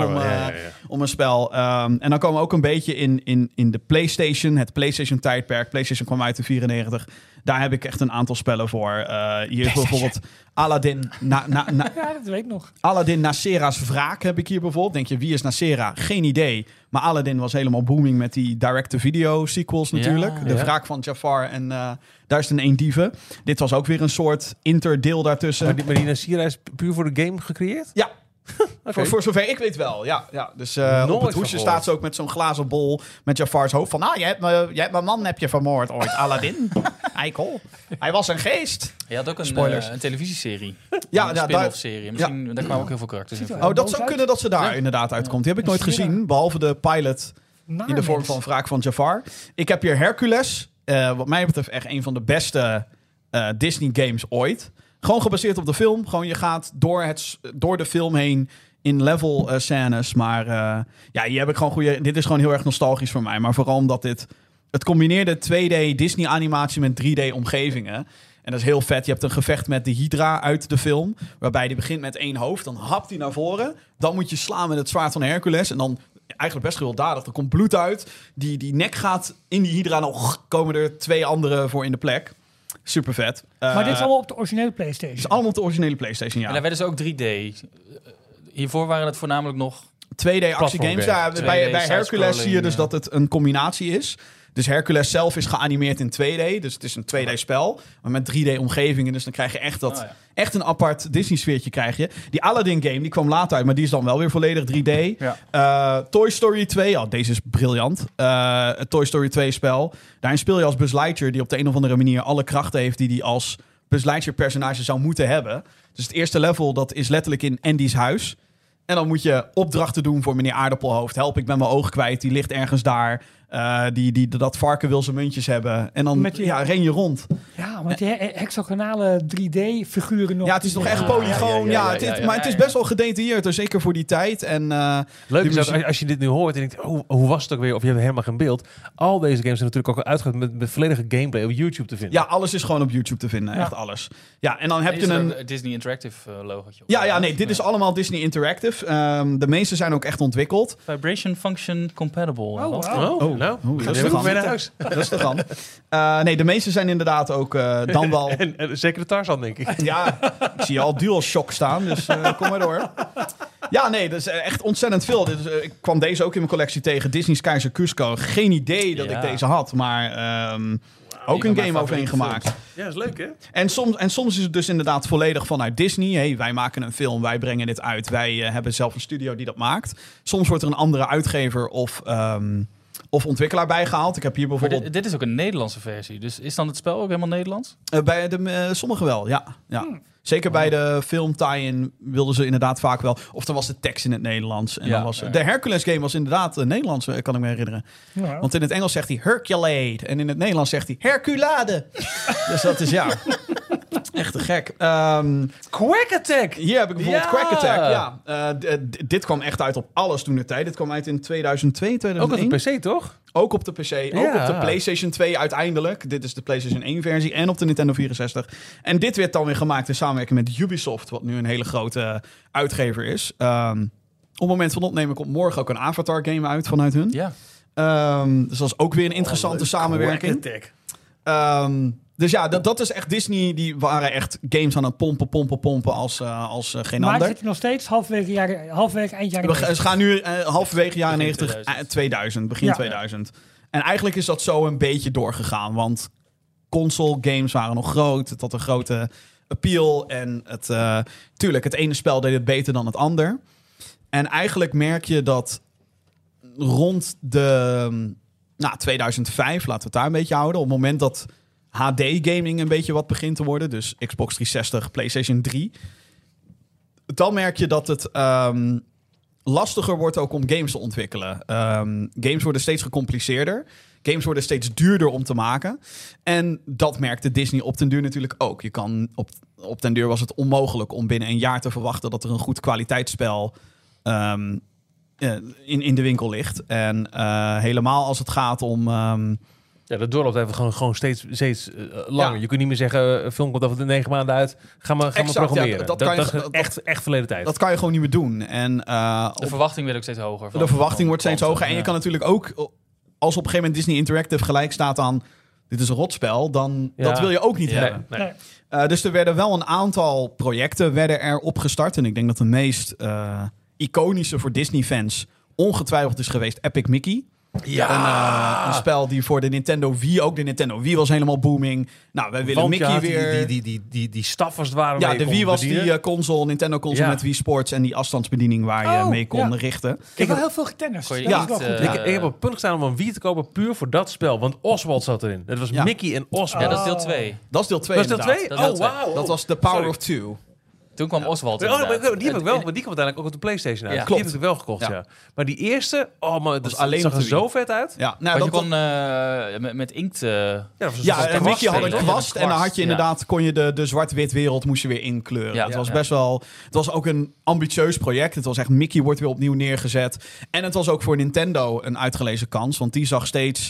om een spel. En dan komen we ook een beetje in de PlayStation. Het PlayStation-tijdperk. PlayStation kwam uit in 94. Daar heb ik echt een aantal spellen voor. Hier is bijvoorbeeld Aladdin. Ja, dat weet ik nog. Aladdin Nasera's wraak heb ik hier bijvoorbeeld. Denk je, wie is Nasera? Geen idee. Maar Aladdin was helemaal booming met die direct-to-video sequels natuurlijk. Ja, de wraak van Jafar en Duizend en één Dieven. Dit was ook weer een soort interdeel daartussen. Maar die Nasira is puur voor de game gecreëerd? Ja. Okay. Voor zover ik weet wel, ja. Dus Nooit op het hoesje van staat ze ook met zo'n glazen bol met Jafar's hoofd van... jij hebt mijn man heb je vermoord ooit, Aladdin. Eikel. Hij was een geest. Je had ook Spoilers. een televisieserie. Ja, Een ja, spin-off serie. Misschien, daar kwamen ook heel veel karakters in voor. Oh, dat zou kunnen dat ze daar inderdaad uitkomt. Die heb ik nooit gezien, behalve de pilot in de vorm van wraak van Jafar. Ik heb hier Hercules. Wat mij betreft echt een van de beste Disney games ooit. Gewoon gebaseerd op de film. Gewoon je gaat door de film heen in level scènes. Maar hier heb ik gewoon dit is gewoon heel erg nostalgisch voor mij. Maar vooral omdat het combineerde 2D Disney animatie met 3D omgevingen. En dat is heel vet. Je hebt een gevecht met de Hydra uit de film. Waarbij die begint met 1 hoofd. Dan hapt hij naar voren. Dan moet je slaan met het zwaard van Hercules. En dan eigenlijk best gewelddadig. Er komt bloed uit. Die nek gaat in die Hydra. En dan komen er 2 andere voor in de plek. Super vet. Maar dit is allemaal op de originele PlayStation? Het is allemaal op de originele PlayStation, ja. En daar werden ze ook 3D. Hiervoor waren het voornamelijk nog 2D actiegames. Ja, bij Hercules zie je dus dat het een combinatie is. Dus Hercules zelf is geanimeerd in 2D. Dus het is een 2D-spel. Maar met 3D-omgevingen. Dus dan krijg je echt echt een apart Disney-sfeertje krijg je. Die Aladdin-game, die kwam later uit. Maar die is dan wel weer volledig 3D. Ja. Toy Story 2. Oh, deze is briljant. Het Toy Story 2-spel. Daarin speel je als Buzz Lightyear. Die op de een of andere manier alle krachten heeft die hij als Buzz Lightyear-personage zou moeten hebben. Dus het eerste level, dat is letterlijk in Andy's huis. En dan moet je opdrachten doen voor meneer Aardappelhoofd. Help, ik ben mijn oog kwijt. Die ligt ergens daar. Dat varken wil zijn muntjes hebben. En dan ren je rond. Ja, met die hexagonale 3D-figuren nog. Ja, het is nog echt polygoon. Maar het is best wel gedetailleerd. Dus zeker voor die tijd. En, leuk is dat als je dit nu hoort en denkt, hoe was het ook weer? Of je hebt helemaal geen beeld. Al deze games zijn natuurlijk ook uitgegaan met volledige gameplay op YouTube te vinden. Ja, alles is gewoon op YouTube te vinden. Ja. Echt alles. Ja, en dan heb je een Disney Interactive logootje. Dit is allemaal Disney Interactive. De meeste zijn ook echt ontwikkeld. Vibration Function Compatible. Rustig aan. De meeste zijn inderdaad ook dan wel... en zeker de Tarzan, denk ik. Ja, ik zie al DualShock staan, dus kom maar door. Ja, nee, dat is echt ontzettend veel. Ik kwam deze ook in mijn collectie tegen. Disney's Keizer Cusco. Geen idee dat ik deze had, maar... ook een game overheen gemaakt. Ja, dat is leuk, hè? En soms is het dus inderdaad volledig vanuit Disney. Hey, wij maken een film, wij brengen dit uit. Wij hebben zelf een studio die dat maakt. Soms wordt er een andere uitgever of ontwikkelaar bijgehaald. Ik heb hier bijvoorbeeld... Dit is ook een Nederlandse versie. Dus is dan het spel ook helemaal Nederlands? Bij sommige wel, ja. Zeker bij de film tie-in wilden ze inderdaad vaak wel... Of dan was de tekst in het Nederlands. En dan was, de Hercules game was inderdaad Nederlands, kan ik me herinneren. Ja. Want in het Engels zegt hij Herculade. En in het Nederlands zegt hij Herculade. Dus dat is echt te gek. Quack Attack! Hier heb ik bijvoorbeeld Quack Attack. Ja. Dit kwam echt uit op alles toen de tijd. Dit kwam uit in 2002, 2001. Ook op de PC, toch? Ook op de PC, ook op de PlayStation 2 uiteindelijk. Dit is de PlayStation 1 versie en op de Nintendo 64. En dit werd dan weer gemaakt in samenwerking met Ubisoft, wat nu een hele grote uitgever is. Op het moment van opnemen komt morgen ook een Avatar game uit vanuit hun. Ja. Dus dat is ook weer een interessante samenwerking. Dus ja, dat is echt Disney. Die waren echt games aan het pompen als geen ander. Maar zit je nog steeds halverwege eind jaren 90? Ze gaan nu halverwege jaren 90, 2000, begin 2000. En eigenlijk is dat zo een beetje doorgegaan. Want console games waren nog groot. Het had een grote appeal. En tuurlijk, het ene spel deed het beter dan het ander. En eigenlijk merk je dat rond de 2005, laten we het daar een beetje houden. Op het moment dat HD-gaming een beetje wat begint te worden. Dus Xbox 360, PlayStation 3. Dan merk je dat het lastiger wordt ook om games te ontwikkelen. Games worden steeds gecompliceerder. Games worden steeds duurder om te maken. En dat merkte Disney op den duur natuurlijk ook. Je kan op den duur was het onmogelijk om binnen een jaar te verwachten dat er een goed kwaliteitsspel in de winkel ligt. En helemaal als het gaat om... dat doorloopt even gewoon steeds langer. Je kunt niet meer zeggen, film komt over de 9 maanden uit. Ga maar programmeren. Ja, dat echt verleden tijd. Dat kan je gewoon niet meer doen. En, de verwachting wordt ook steeds hoger. De verwachting wordt steeds hoger. En je kan natuurlijk ook, als op een gegeven moment Disney Interactive gelijk staat aan... dit is een rotspel, dan dat wil je ook niet hebben. Nee. Dus er werden wel een aantal projecten er opgestart. En ik denk dat de meest iconische voor Disney-fans ongetwijfeld is geweest Epic Mickey. Ja. Een spel die voor de Nintendo Wii, ook de Nintendo Wii was helemaal booming. Nou, wij willen Mickey weer... Die staf als het ware. Ja, de Wii was die console, Nintendo console met Wii Sports en die afstandsbediening waar je mee kon richten. Ik heb wel heel veel getennist. Ik heb op het punt gestaan om een Wii te kopen puur voor dat spel. Want Oswald zat erin. Het was Mickey en Oswald. Ja, dat is deel 2. Dat is deel 2 Dat is deel 2? Oh, wauw. Dat was The Power of Two. Toen kwam Oswald Die inderdaad. heb ik wel, maar die kwam uiteindelijk ook op de PlayStation uit. Ja. Die heb ik wel gekocht, Ja. ja. Maar die eerste, het alleen zag op er de zo Wii. vet uit. Ja, nou, Want je kon met inkt... en Mickey had een kwast en dan had je inderdaad, kon je de zwart-wit wereld moest je weer inkleuren. Ja. Het was best wel, het was ook een ambitieus project. Het was echt, Mickey wordt weer opnieuw neergezet. En het was ook voor Nintendo een uitgelezen kans, want die zag steeds...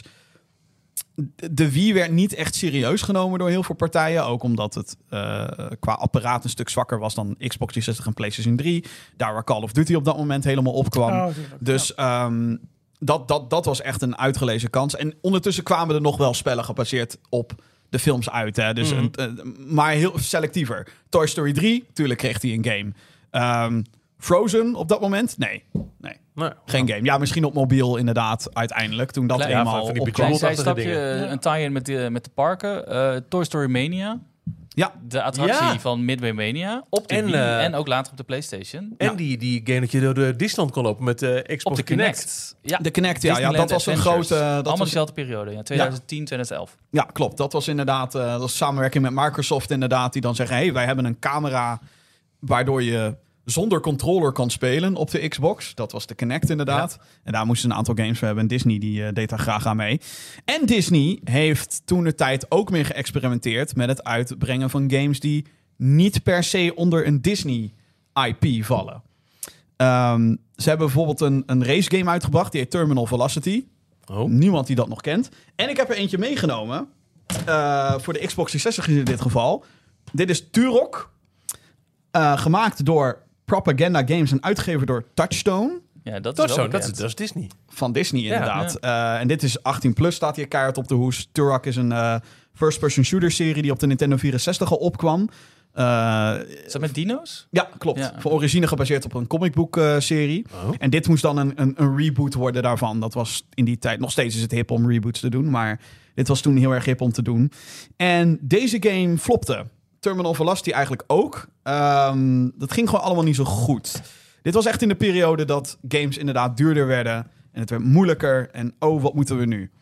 De Wii werd niet echt serieus genomen door heel veel partijen. Ook omdat het qua apparaat een stuk zwakker was dan Xbox 360 en PlayStation 3. Daar waar Call of Duty op dat moment helemaal opkwam. tuurlijk. Dus dat was echt een uitgelezen kans. En ondertussen kwamen er nog wel spellen gebaseerd op de films uit. Hè? Dus maar heel selectiever. Toy Story 3, tuurlijk kreeg hij een game. Frozen op dat moment? Nee. Geen game. Ja, misschien op mobiel inderdaad uiteindelijk. Toen dat Klein- eenmaal van die opkwam. budget- Klein Bijzondere zijstapje, dingen. een tie-in met de parken. Toy Story Mania. Ja. De attractie Ja. van Midway Mania. Op de En, Wii en ook later op de PlayStation. En die game dat je door de Disneyland kon lopen met de Xbox Op de Kinect. Kinect. Ja, De Kinect, ja, Disneyland dat was een Adventures. grote... Allemaal dezelfde periode, ja. 2010, 2011. Ja, klopt. Dat was inderdaad dat was samenwerking met Microsoft inderdaad. Die dan zeggen, hey, wij hebben een camera waardoor je zonder controller kan spelen op de Xbox. Dat was de Kinect inderdaad. Ja. En daar moesten een aantal games voor hebben. En Disney die deed daar graag aan mee. En Disney heeft toen de tijd ook meer geëxperimenteerd met het uitbrengen van games die niet per se onder een Disney IP vallen. Ze hebben bijvoorbeeld een race game uitgebracht. Die heet Terminal Velocity. Oh. Niemand die dat nog kent. En ik heb er eentje meegenomen. Voor de Xbox 360 in dit geval. Dit is Turok. Gemaakt door Propaganda Games en uitgegeven door Touchstone. Ja, dat Dat is is wel zo, dat bekend. is Disney. Van Disney inderdaad. Ja. En dit is 18 plus, staat hier keihard op de hoes. Turok is een first-person shooter serie die op de Nintendo 64 al opkwam. Is dat met dino's? Ja, klopt. Ja. Van origine gebaseerd op een comicboek serie. Oh. En dit moest dan een reboot worden daarvan. Dat was in die tijd, nog steeds is het hip om reboots te doen. Maar dit was toen heel erg hip om te doen. En deze game flopte. Terminal Velocity eigenlijk ook. Dat ging gewoon allemaal niet zo goed. Dit was echt in de periode dat games inderdaad duurder werden. En het werd moeilijker. En wat moeten we nu?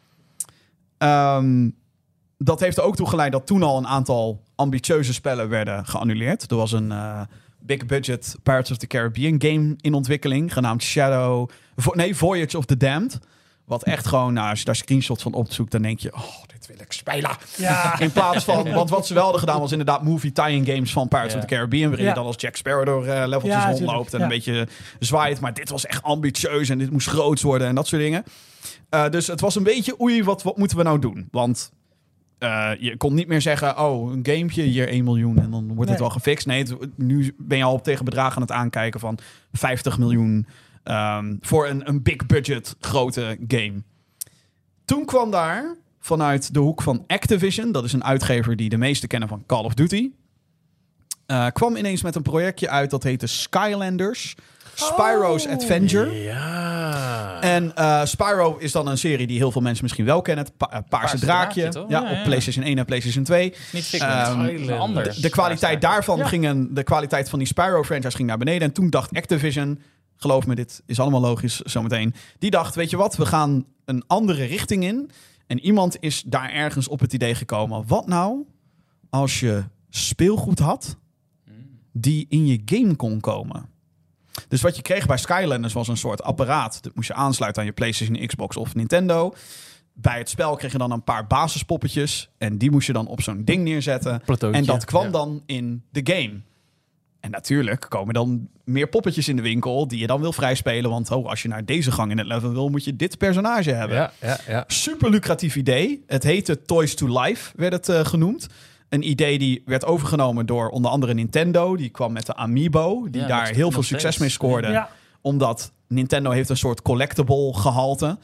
Dat heeft er ook toe geleid dat toen al een aantal ambitieuze spellen werden geannuleerd. Er was een big budget Pirates of the Caribbean game in ontwikkeling. Genaamd Voyage of the Damned. Wat echt gewoon, als je daar screenshots van opzoekt, dan denk je, dit wil ik spelen. Ja. In plaats van, want wat ze wel hadden gedaan was inderdaad movie tie-in games van Pirates Ja. of the Caribbean. Waarin je dan als Jack Sparrow door leveltjes Ja, rondloopt tuurlijk. en Ja. een beetje zwaait. Maar dit was echt ambitieus en dit moest groots worden en dat soort dingen. Dus het was een beetje, wat moeten we nou doen? Want je kon niet meer zeggen, een gamepje, hier 1 miljoen en dan wordt het wel gefixt. Nee, nu ben je al tegen bedragen aan het aankijken van 50 miljoen voor een big budget grote game. Toen kwam daar vanuit de hoek van Activision, dat is een uitgever die de meesten kennen van Call of Duty, kwam ineens met een projectje uit dat heette Skylanders. Spyro's Adventure. Ja. En Spyro is dan een serie die heel veel mensen misschien wel kennen. Het Paarse Draakje. toch? Ja, Ja. op PlayStation 1 en PlayStation 2. Niet Figment, anders. De kwaliteit daarvan de kwaliteit van die Spyro-franchise ging naar beneden. En toen dacht Activision, geloof me, dit is allemaal logisch zometeen. Die dacht, weet je wat, we gaan een andere richting in. En iemand is daar ergens op het idee gekomen. Wat nou als je speelgoed had die in je game kon komen? Dus wat je kreeg bij Skylanders was een soort apparaat. Dat moest je aansluiten aan je PlayStation, Xbox of Nintendo. Bij het spel kreeg je dan een paar basispoppetjes. En die moest je dan op zo'n ding neerzetten. Plateautje. En dat kwam Ja. dan in de game. En natuurlijk komen dan meer poppetjes in de winkel die je dan wil vrijspelen. Want als je naar deze gang in het level wil, moet je dit personage hebben. Ja. Super lucratief idee. Het heette Toys to Life, werd het genoemd. Een idee die werd overgenomen door onder andere Nintendo. Die kwam met de Amiibo, die Ja, daar nog heel veel steeds. succes mee scoorde. Ja. Omdat Nintendo heeft een soort collectible gehalte.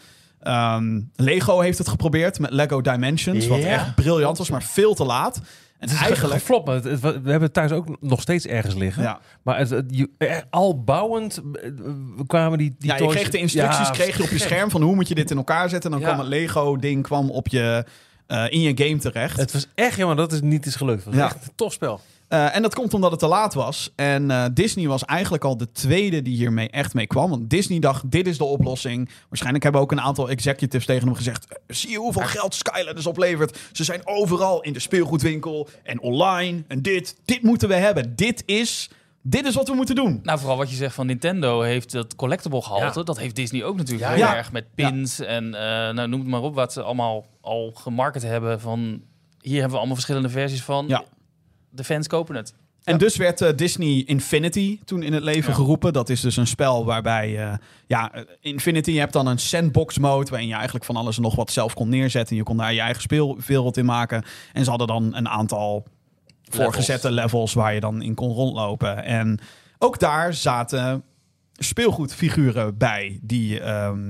Lego heeft het geprobeerd met Lego Dimensions. Wat Ja. echt briljant was, maar veel te laat. En Het is eigenlijk... geflopt, maar we hebben het thuis ook nog steeds ergens liggen. Ja. Maar al bouwend kwamen die Ja, je toys... kreeg de instructies Ja, kreeg je op je scherm van hoe moet je dit in elkaar zetten. En dan Ja. kwam het Lego-ding op je, in je game terecht. Het was echt jammer dat het niet is gelukt. Het was Ja. echt een tof spel. En dat komt omdat het te laat was. En Disney was eigenlijk al de tweede die hiermee echt mee kwam. Want Disney dacht, dit is de oplossing. Waarschijnlijk hebben ook een aantal executives tegen hem gezegd... zie je hoeveel geld Skylanders oplevert? Ze zijn overal in de speelgoedwinkel en online. En dit moeten we hebben. Dit is dit is wat we moeten doen. Nou, vooral wat je zegt van Nintendo heeft dat collectible gehalte. Ja. Dat heeft Disney ook natuurlijk heel Ja. erg met pins en noem het maar op. Wat ze allemaal al gemarket hebben van... Hier hebben we allemaal verschillende versies van. Ja. De fans kopen het. En dus werd Disney Infinity toen in het leven geroepen. Dat is dus een spel waarbij... Infinity, je hebt dan een sandbox mode... waarin je eigenlijk van alles en nog wat zelf kon neerzetten. Je kon daar je eigen speelwereld in maken. En ze hadden dan een aantal voorgezette levels... waar je dan in kon rondlopen. En ook daar zaten speelgoedfiguren bij... die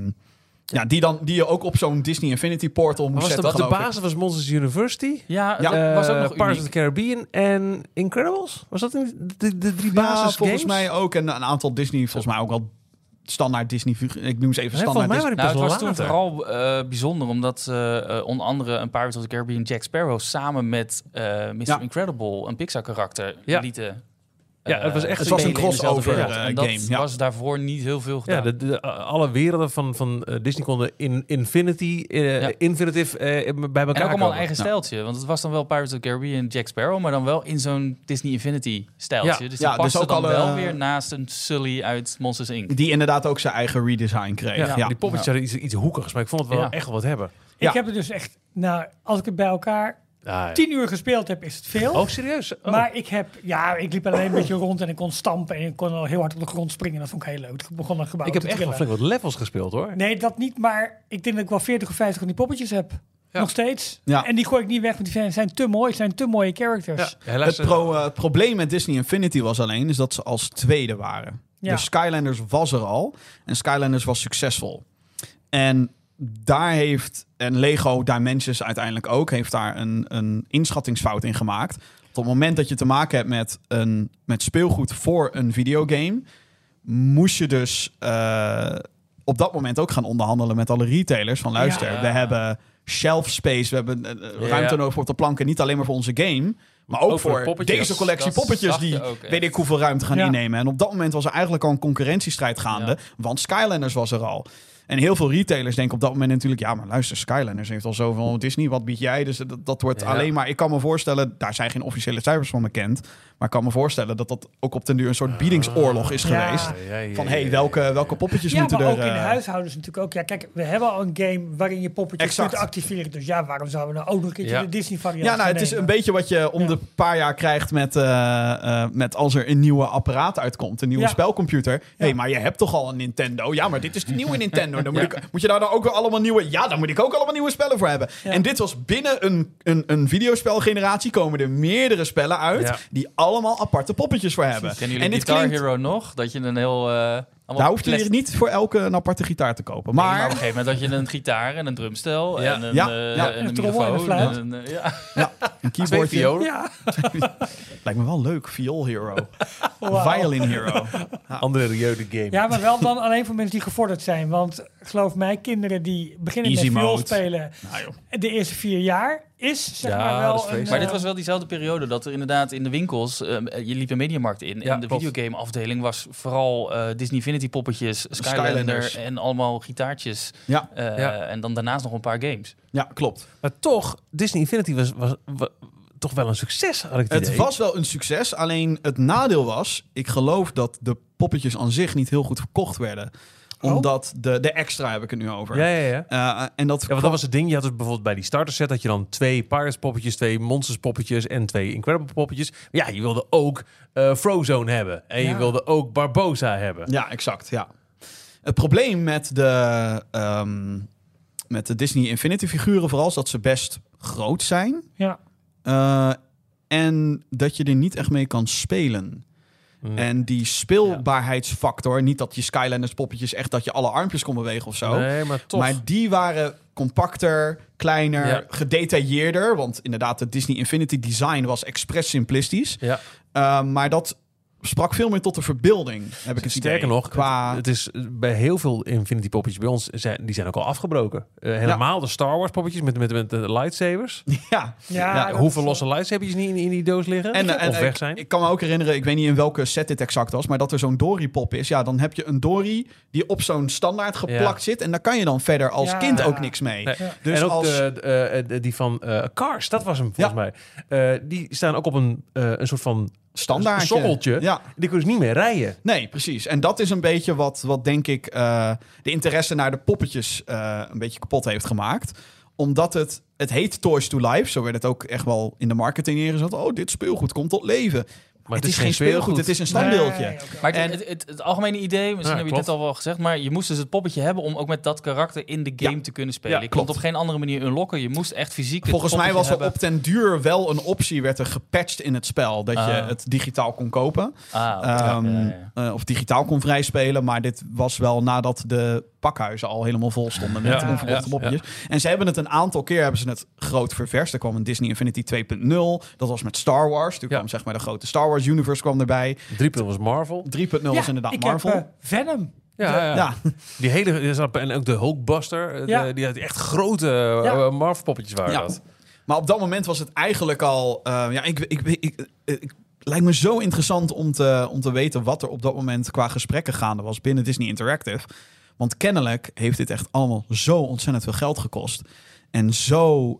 je ook op zo'n Disney Infinity Portal moest Was zetten. de geloof ik. basis was Monsters University? Ja, Ja. dat was ook nog Pirates of uniek. the Caribbean en Incredibles? Was dat de drie Ja, basis volgens games? mij ook. En een aantal Disney, volgens mij ook wel standaard Disney. Ik noem ze even Nee, standaard volgens mij Disney. waren die Nou, pas het was wel toen later. vooral bijzonder, omdat onder andere een Pirates of the Caribbean Jack Sparrow samen met Mr. Ja. Incredible, een Pixar-karakter, Ja. lieten. Ja, het was echt Het was een spelen in dezelfde crossover, wereld. En dat game, ja. was daarvoor niet heel veel Ja, gedaan. alle werelden van Disney konden in Infinitive bij elkaar En ook allemaal komen. een eigen Ja. stijltje. Want het was dan wel Pirates of the Caribbean Jack Sparrow, maar dan wel in zo'n Disney Infinity stijltje. Ja. Dus die Ja, dus paste ook dan alle- wel weer naast een Sully uit Monsters Inc. Die inderdaad ook zijn eigen redesign kreeg. Ja, Ja. die poppetjes hadden iets hoekigs, maar ik vond het wel Ja. echt wat hebben. Ja. Ik heb het dus echt, als ik het bij elkaar 10 uur gespeeld heb, is het veel. Oh, serieus? Oh. Maar ik liep alleen een beetje rond en ik kon stampen en ik kon al heel hard op de grond springen. Dat vond ik heel leuk. Ik begon een gebouw Ik heb te echt wel trillen. flink wat levels gespeeld, hoor. Nee, dat niet, maar ik denk dat ik wel 40 of 50 van die poppetjes heb. Ja. Nog steeds. Ja. En die gooi ik niet weg, want die zijn te mooi. Het zijn te mooie characters. Ja, helaas, Het probleem met Disney Infinity was alleen is dat ze als tweede waren. Ja. Dus Skylanders was er al. En Skylanders was succesvol. En daar heeft... En Lego Dimensions uiteindelijk ook... heeft daar een inschattingsfout in gemaakt. Op het moment dat je te maken hebt met speelgoed voor een videogame... moest je dus op dat moment ook gaan onderhandelen met alle retailers. Van luister, Ja. we hebben shelf space... we hebben ruimte nodig voor op de planken. Niet alleen maar voor onze game... maar ook voor de voor poppetjes. deze collectie Dat poppetjes... zag je die ook echt. weet ik hoeveel ruimte gaan Ja. innemen. En op dat moment was er eigenlijk al een concurrentiestrijd gaande. Ja. Want Skylanders was er al. En heel veel retailers denken op dat moment natuurlijk... ja, maar luister, Skylanders heeft al zoveel Disney. Wat bied jij? Dus dat wordt Ja. alleen maar... Ik kan me voorstellen, daar zijn geen officiële cijfers van bekend... maar ik kan me voorstellen dat dat ook op den duur... een soort biedingsoorlog is Ja. geweest. Ja. Van, hey, welke poppetjes Ja, moeten maar er... ook in de huishoudens natuurlijk ook. Ja, kijk, we hebben al een game waarin je poppetjes Exact. kunt activeren. Dus ja, waarom zouden we nou ook nog een keertje Ja. de Disney variant Ja, nou, het is nemen? een beetje wat je om de paar jaar krijgt met als er een nieuwe apparaat uitkomt, een nieuwe Ja. spelcomputer. Hé, maar je hebt toch al een Nintendo? Ja, maar dit is de nieuwe Nintendo. Dan moet je daar dan ook weer allemaal nieuwe... Ja, daar moet ik ook allemaal nieuwe spellen voor hebben. Ja. En dit was binnen een videospelgeneratie komen er meerdere spellen uit Ja. die allemaal aparte poppetjes voor hebben. Kennen jullie En dit Guitar klinkt... Hero nog? Dat je een heel... Daar hoef je er niet voor elke een aparte gitaar te kopen. Maar Maar op een gegeven moment had je een gitaar en een drumstel Ja. en een, Ja. en een Een trommel en een microfoon. fluit. een Twee keyboardje. violen. Ja. Lijkt me wel leuk. Viool Hero. Wauw. Violin Hero. Andere Rieu de game. Ja, maar wel dan alleen voor mensen die gevorderd zijn. Want geloof mij, kinderen die beginnen Easy met viool mode. spelen Nou, joh. de eerste 4 jaar is zeg Ja, maar dat wel is een... vreselijk. Maar dit was wel diezelfde periode dat er inderdaad in de winkels... je liep een Mediamarkt in Ja, en de klopt. videogame afdeling was vooral Disney Infinity poppetjes, Skylanders. Skylander en allemaal gitaartjes. Ja. Ja. En dan daarnaast nog een paar games. Ja, klopt. Maar toch, Disney Infinity was toch wel een succes, had ik het idee. Het was wel een succes, alleen het nadeel was... ik geloof dat de poppetjes aan zich niet heel goed verkocht werden. Omdat de extra heb ik het nu over. Ja. En dat Ja, want dat was het ding. Je had dus bijvoorbeeld bij die starter set... had je dan 2 Pirates poppetjes, 2 Monsters poppetjes... en 2 Incredible poppetjes. Maar ja, je wilde ook Frozone hebben. En je Ja. wilde ook Barbossa hebben. Ja, exact, ja. Het probleem met de Disney Infinity figuren vooral... is dat ze best groot zijn. Ja. En dat je er niet echt mee kan spelen. Mm. En die speelbaarheidsfactor... niet dat je Skylanders poppetjes echt... dat je alle armpjes kon bewegen of zo... Nee, maar toch. Maar die waren compacter, kleiner, Ja. gedetailleerder. Want inderdaad, het Disney Infinity design was expres simplistisch. Ja. Maar dat sprak veel meer tot de verbeelding, heb ik het idee. Sterker nog, Qua... het is bij heel veel Infinity poppetjes bij ons... die zijn ook al afgebroken. Helemaal de Star Wars poppetjes met de lightsabers. Ja. Ja, dat Hoeveel is losse lightsabers niet in die doos liggen? of weg zijn? Ik kan me ook herinneren, ik weet niet in welke set dit exact was... maar dat er zo'n Dory-pop is. Ja, dan heb je een Dory die op zo'n standaard geplakt zit... en daar kan je dan verder als Ja. kind ook niks mee. Nee. Ja. Dus en ook als... die van Cars, dat was hem volgens mij. Die staan ook op een soort van standaardje. Een sokkeltje. Ja. Die kun je dus niet meer rijden. Nee, precies. En dat is een beetje wat denk ik de interesse naar de poppetjes een beetje kapot heeft gemaakt. Omdat het heet Toys to Life. Zo werd het ook echt wel in de marketing neergezet. Oh, dit speelgoed komt tot leven. Maar het is geen speelgoed, het is een standbeeldje. Nee, oké. Maar het algemene idee, misschien heb je klopt. het al wel gezegd, maar je moest dus het poppetje hebben om ook met dat karakter in de game te kunnen spelen. Ja, je kon het klopt. op geen andere manier unlocken. Je moest echt fysiek het Volgens mij poppetje was er hebben. op ten duur wel een optie, werd er gepatcht in het spel, dat je het digitaal kon kopen. Of digitaal kon vrijspelen. Maar dit was wel nadat de pakhuizen al helemaal vol stonden met onverkochte poppetjes. En ze hebben het een aantal keer groot ververst. Er kwam een Disney Infinity 2.0. Dat was met Star Wars. Toen kwam zeg maar de grote Star Wars universe kwam erbij. 3.0 was Marvel. 3.0 was inderdaad ik Marvel. heb Venom. Ja. Die hele... En ook de Hulkbuster. Die had echt grote Marvel poppetjes waren dat. Maar op dat moment was het eigenlijk al... lijkt me zo interessant om te weten wat er op dat moment qua gesprekken gaande was binnen Disney Interactive. Want kennelijk heeft dit echt allemaal zo ontzettend veel geld gekost. En zo...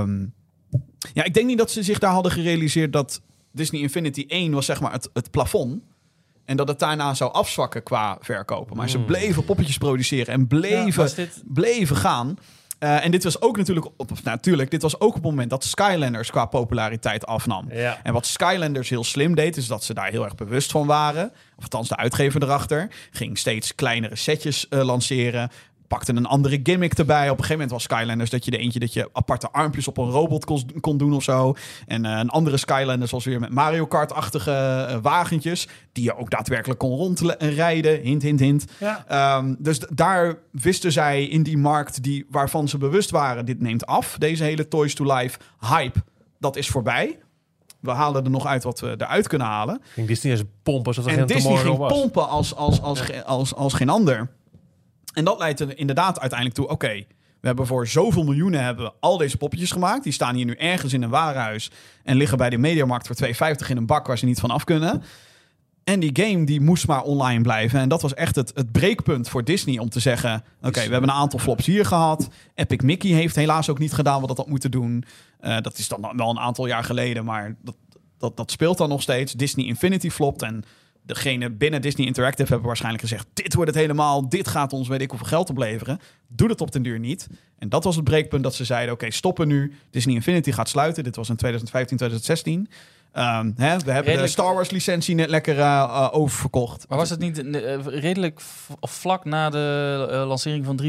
ik denk niet dat ze zich daar hadden gerealiseerd dat Disney Infinity 1 was zeg maar het plafond. En dat het daarna zou afzwakken qua verkopen. Maar ze bleven poppetjes produceren en bleven gaan. En dit was ook dit was ook op het moment dat Skylanders qua populariteit afnam. Ja. En wat Skylanders heel slim deed, is dat ze daar heel erg bewust van waren. Of althans de uitgever erachter. Ging steeds kleinere setjes lanceren. Pakte een andere gimmick erbij. Op een gegeven moment was Skylanders dat je aparte armpjes op een robot kon doen of zo. En een andere Skylanders was weer met Mario Kart-achtige wagentjes. Die je ook daadwerkelijk kon rondrijden. Hint, hint, hint. Ja. Dus daar wisten zij in die markt waarvan ze bewust waren. Dit neemt af. Deze hele Toys to Life hype. Dat is voorbij. We halen er nog uit wat we eruit kunnen halen. Ging Disney als pompen alsof er En geen Disney Tomorrow ging was. pompen als geen ander. En dat leidt er inderdaad uiteindelijk toe... Oké, we hebben voor zoveel miljoenen al deze poppetjes gemaakt. Die staan hier nu ergens in een warenhuis... en liggen bij de Mediamarkt voor $2,50 in een bak... waar ze niet van af kunnen. En die game die moest maar online blijven. En dat was echt het breekpunt voor Disney om te zeggen... Oké, we hebben een aantal flops hier gehad. Epic Mickey heeft helaas ook niet gedaan wat dat had moeten doen. Dat is dan wel een aantal jaar geleden... maar dat speelt dan nog steeds. Disney Infinity flopt en... Degene binnen Disney Interactive hebben waarschijnlijk gezegd... dit wordt het helemaal, dit gaat ons weet ik hoeveel geld opleveren. Doe het op den duur niet. En dat was het breekpunt dat ze zeiden... oké, stoppen nu. Disney Infinity gaat sluiten. Dit was in 2015, 2016. We hebben de Star Wars licentie net lekker oververkocht. Maar was het niet redelijk vlak na de lancering van 3.0?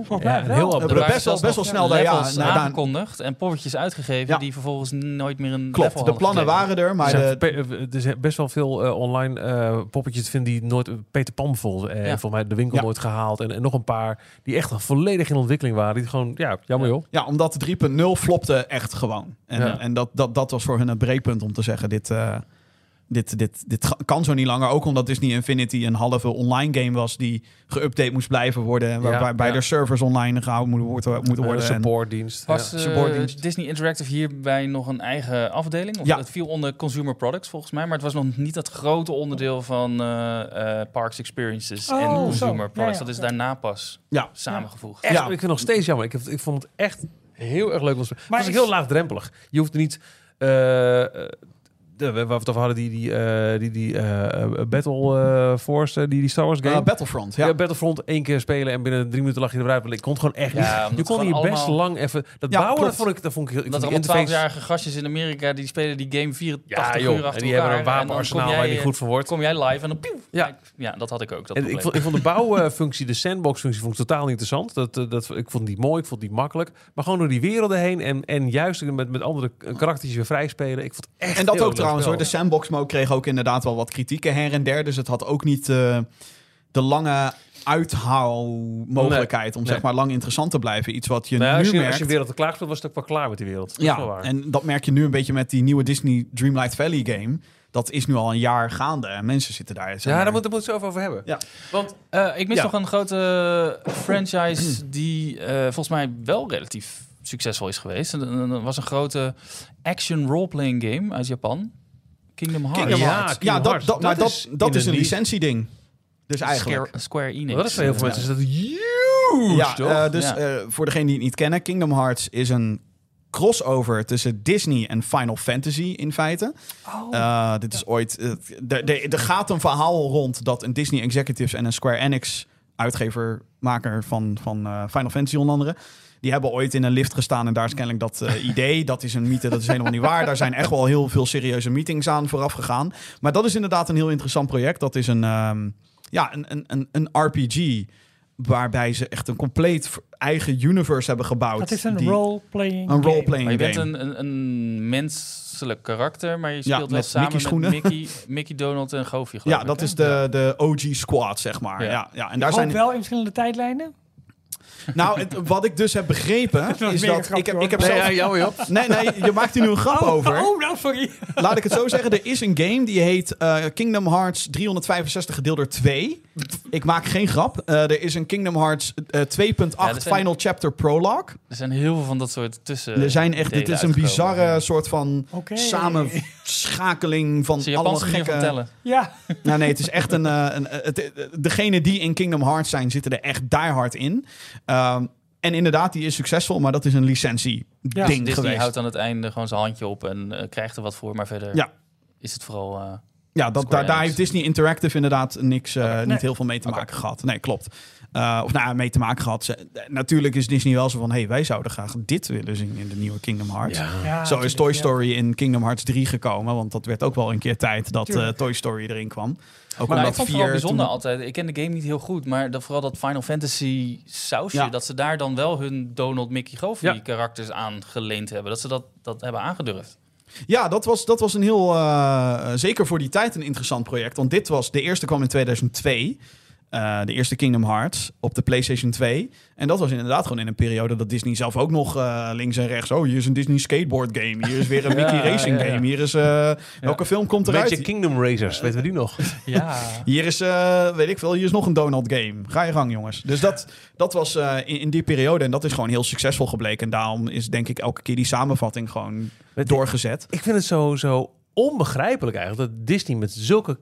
Best wel snel daar, levels aangekondigd en poppetjes uitgegeven die vervolgens nooit meer een level hadden. De plannen waren er, maar er zijn best wel veel online poppetjes te vinden die nooit Peter Pan volgens mij de winkel nooit gehaald en nog een paar die echt volledig in ontwikkeling waren. Die gewoon, jammer joh. Ja, omdat 3.0 flopte echt gewoon. En dat was voor hun een breekpunt om te zeggen, dit kan zo niet langer. Ook omdat Disney Infinity een halve online game was die geüpdate moest blijven worden. Waarbij de servers online gehouden moeten worden. Supportdienst. Was Disney Interactive hierbij nog een eigen afdeling? Of het viel onder Consumer Products volgens mij. Maar het was nog niet dat grote onderdeel van Parks Experiences en Consumer Products. Dat is daarna pas samengevoegd. Echt, ik vind het nog steeds jammer. Ik vond het echt heel erg leuk. Het was heel laagdrempelig. Je hoeft niet... waar we het over hadden, die Battle Force, die Star Wars game. Battlefront, Battlefront 1 keer spelen en binnen 3 minuten lag je eruit. Ik kon het gewoon echt niet. Je kon hier best lang even... Dat bouwen, dat vond ik dat er allemaal 12-jarige gastjes in Amerika, die spelen die game 84 uur achter en die hebben een wapenarsenaal waar je niet goed van wordt. Kom jij live en dan pieuw. Ja, dat had ik ook. Ik vond de bouwfunctie, de sandbox-functie, vond ik totaal niet interessant. Ik vond die mooi, ik vond die makkelijk. Maar gewoon door die werelden heen en juist met andere karakters weer vrij spelen. Ik vond het echt. En dat ook trouwens hoor. De sandbox mode kreeg ook inderdaad wel wat kritieken her en der. Dus het had ook niet de lange uithaalmogelijkheid om zeg maar lang interessant te blijven. Iets wat je nu merkt. Als je wereld te klaar speelt, was het ook wel klaar met die wereld. Dat ja, is wel waar. En dat merk je nu een beetje met die nieuwe Disney Dreamlight Valley game. Dat is nu al een jaar gaande en mensen zitten daar. Daar moeten we het zo over hebben. Ja. Want ik mis nog een grote franchise die volgens mij wel relatief succesvol is geweest. Er was een grote action role-playing game uit Japan. Kingdom Hearts. Dat is een licentieding. Dus eigenlijk. Square Enix. Dat is voor heel veel mensen is dat huge, toch? Voor degenen die het niet kennen, Kingdom Hearts is een crossover tussen Disney en Final Fantasy in feite. Dit is ooit... Er gaat een verhaal rond dat een Disney Executives en een Square Enix maker van Final Fantasy onder andere, die hebben ooit in een lift gestaan en daar is kennelijk dat idee. Dat is een mythe, dat is helemaal niet waar. Daar zijn echt wel heel veel serieuze meetings aan vooraf gegaan. Maar dat is inderdaad een heel interessant project. Dat is een RPG waarbij ze echt een compleet eigen universe hebben gebouwd. Dat is een role-playing game. Maar je bent een menselijk karakter, maar je speelt wel samen met Mickey, Donald en Goofy. Ja, dat is de OG squad, zeg maar. Ja. En daar zijn wel in verschillende tijdlijnen? Nou, wat ik dus heb begrepen is dat ik heb zelf... Nee, je maakt hier nu een grap over. Nou, sorry. Laat ik het zo zeggen. Er is een game die heet Kingdom Hearts 365 gedeeld door 2. Ik maak geen grap. Er is een Kingdom Hearts 2.8 Final Chapter Prologue. Er zijn heel veel van dat soort tussen. Er zijn echt. Dit is een bizarre soort van samenschakeling van allemaal gekke. Ja. Nou, nee, het is echt degene die in Kingdom Hearts zijn, zitten er echt diehard in. En inderdaad, die is succesvol, maar dat is een licentie-ding geweest. Disney houdt aan het einde gewoon zijn handje op en krijgt er wat voor, maar verder is het vooral... daar heeft Disney Interactive inderdaad niet heel veel mee te maken gehad. Nee, klopt. Mee te maken gehad. Natuurlijk is Disney wel zo van, wij zouden graag dit willen zien in de nieuwe Kingdom Hearts. Ja, zo is Toy Story in Kingdom Hearts 3 gekomen, want dat werd ook wel een keer tijd dat Toy Story erin kwam. Ook maar ik vond het wel bijzonder altijd. Ik ken de game niet heel goed, maar vooral dat Final Fantasy sausje, dat ze daar dan wel hun Donald, Mickey, Goofy karakters aan geleend hebben. Dat ze dat hebben aangedurfd. Ja, dat was een heel, zeker voor die tijd een interessant project. Want de eerste kwam in 2002. De eerste Kingdom Hearts op de PlayStation 2. En dat was inderdaad gewoon in een periode dat Disney zelf ook nog links en rechts... hier is een Disney skateboard game. Hier is weer een Mickey Racing game. Hier is... welke film komt eruit? Beetje Kingdom Racers, weten we die nog? Ja. Hier is, hier is nog een Donald game. Ga je gang, jongens. Dus dat was in die periode. En dat is gewoon heel succesvol gebleken. En daarom is denk ik elke keer die samenvatting gewoon doorgezet. Ik vind het zo onbegrijpelijk eigenlijk dat Disney met zulke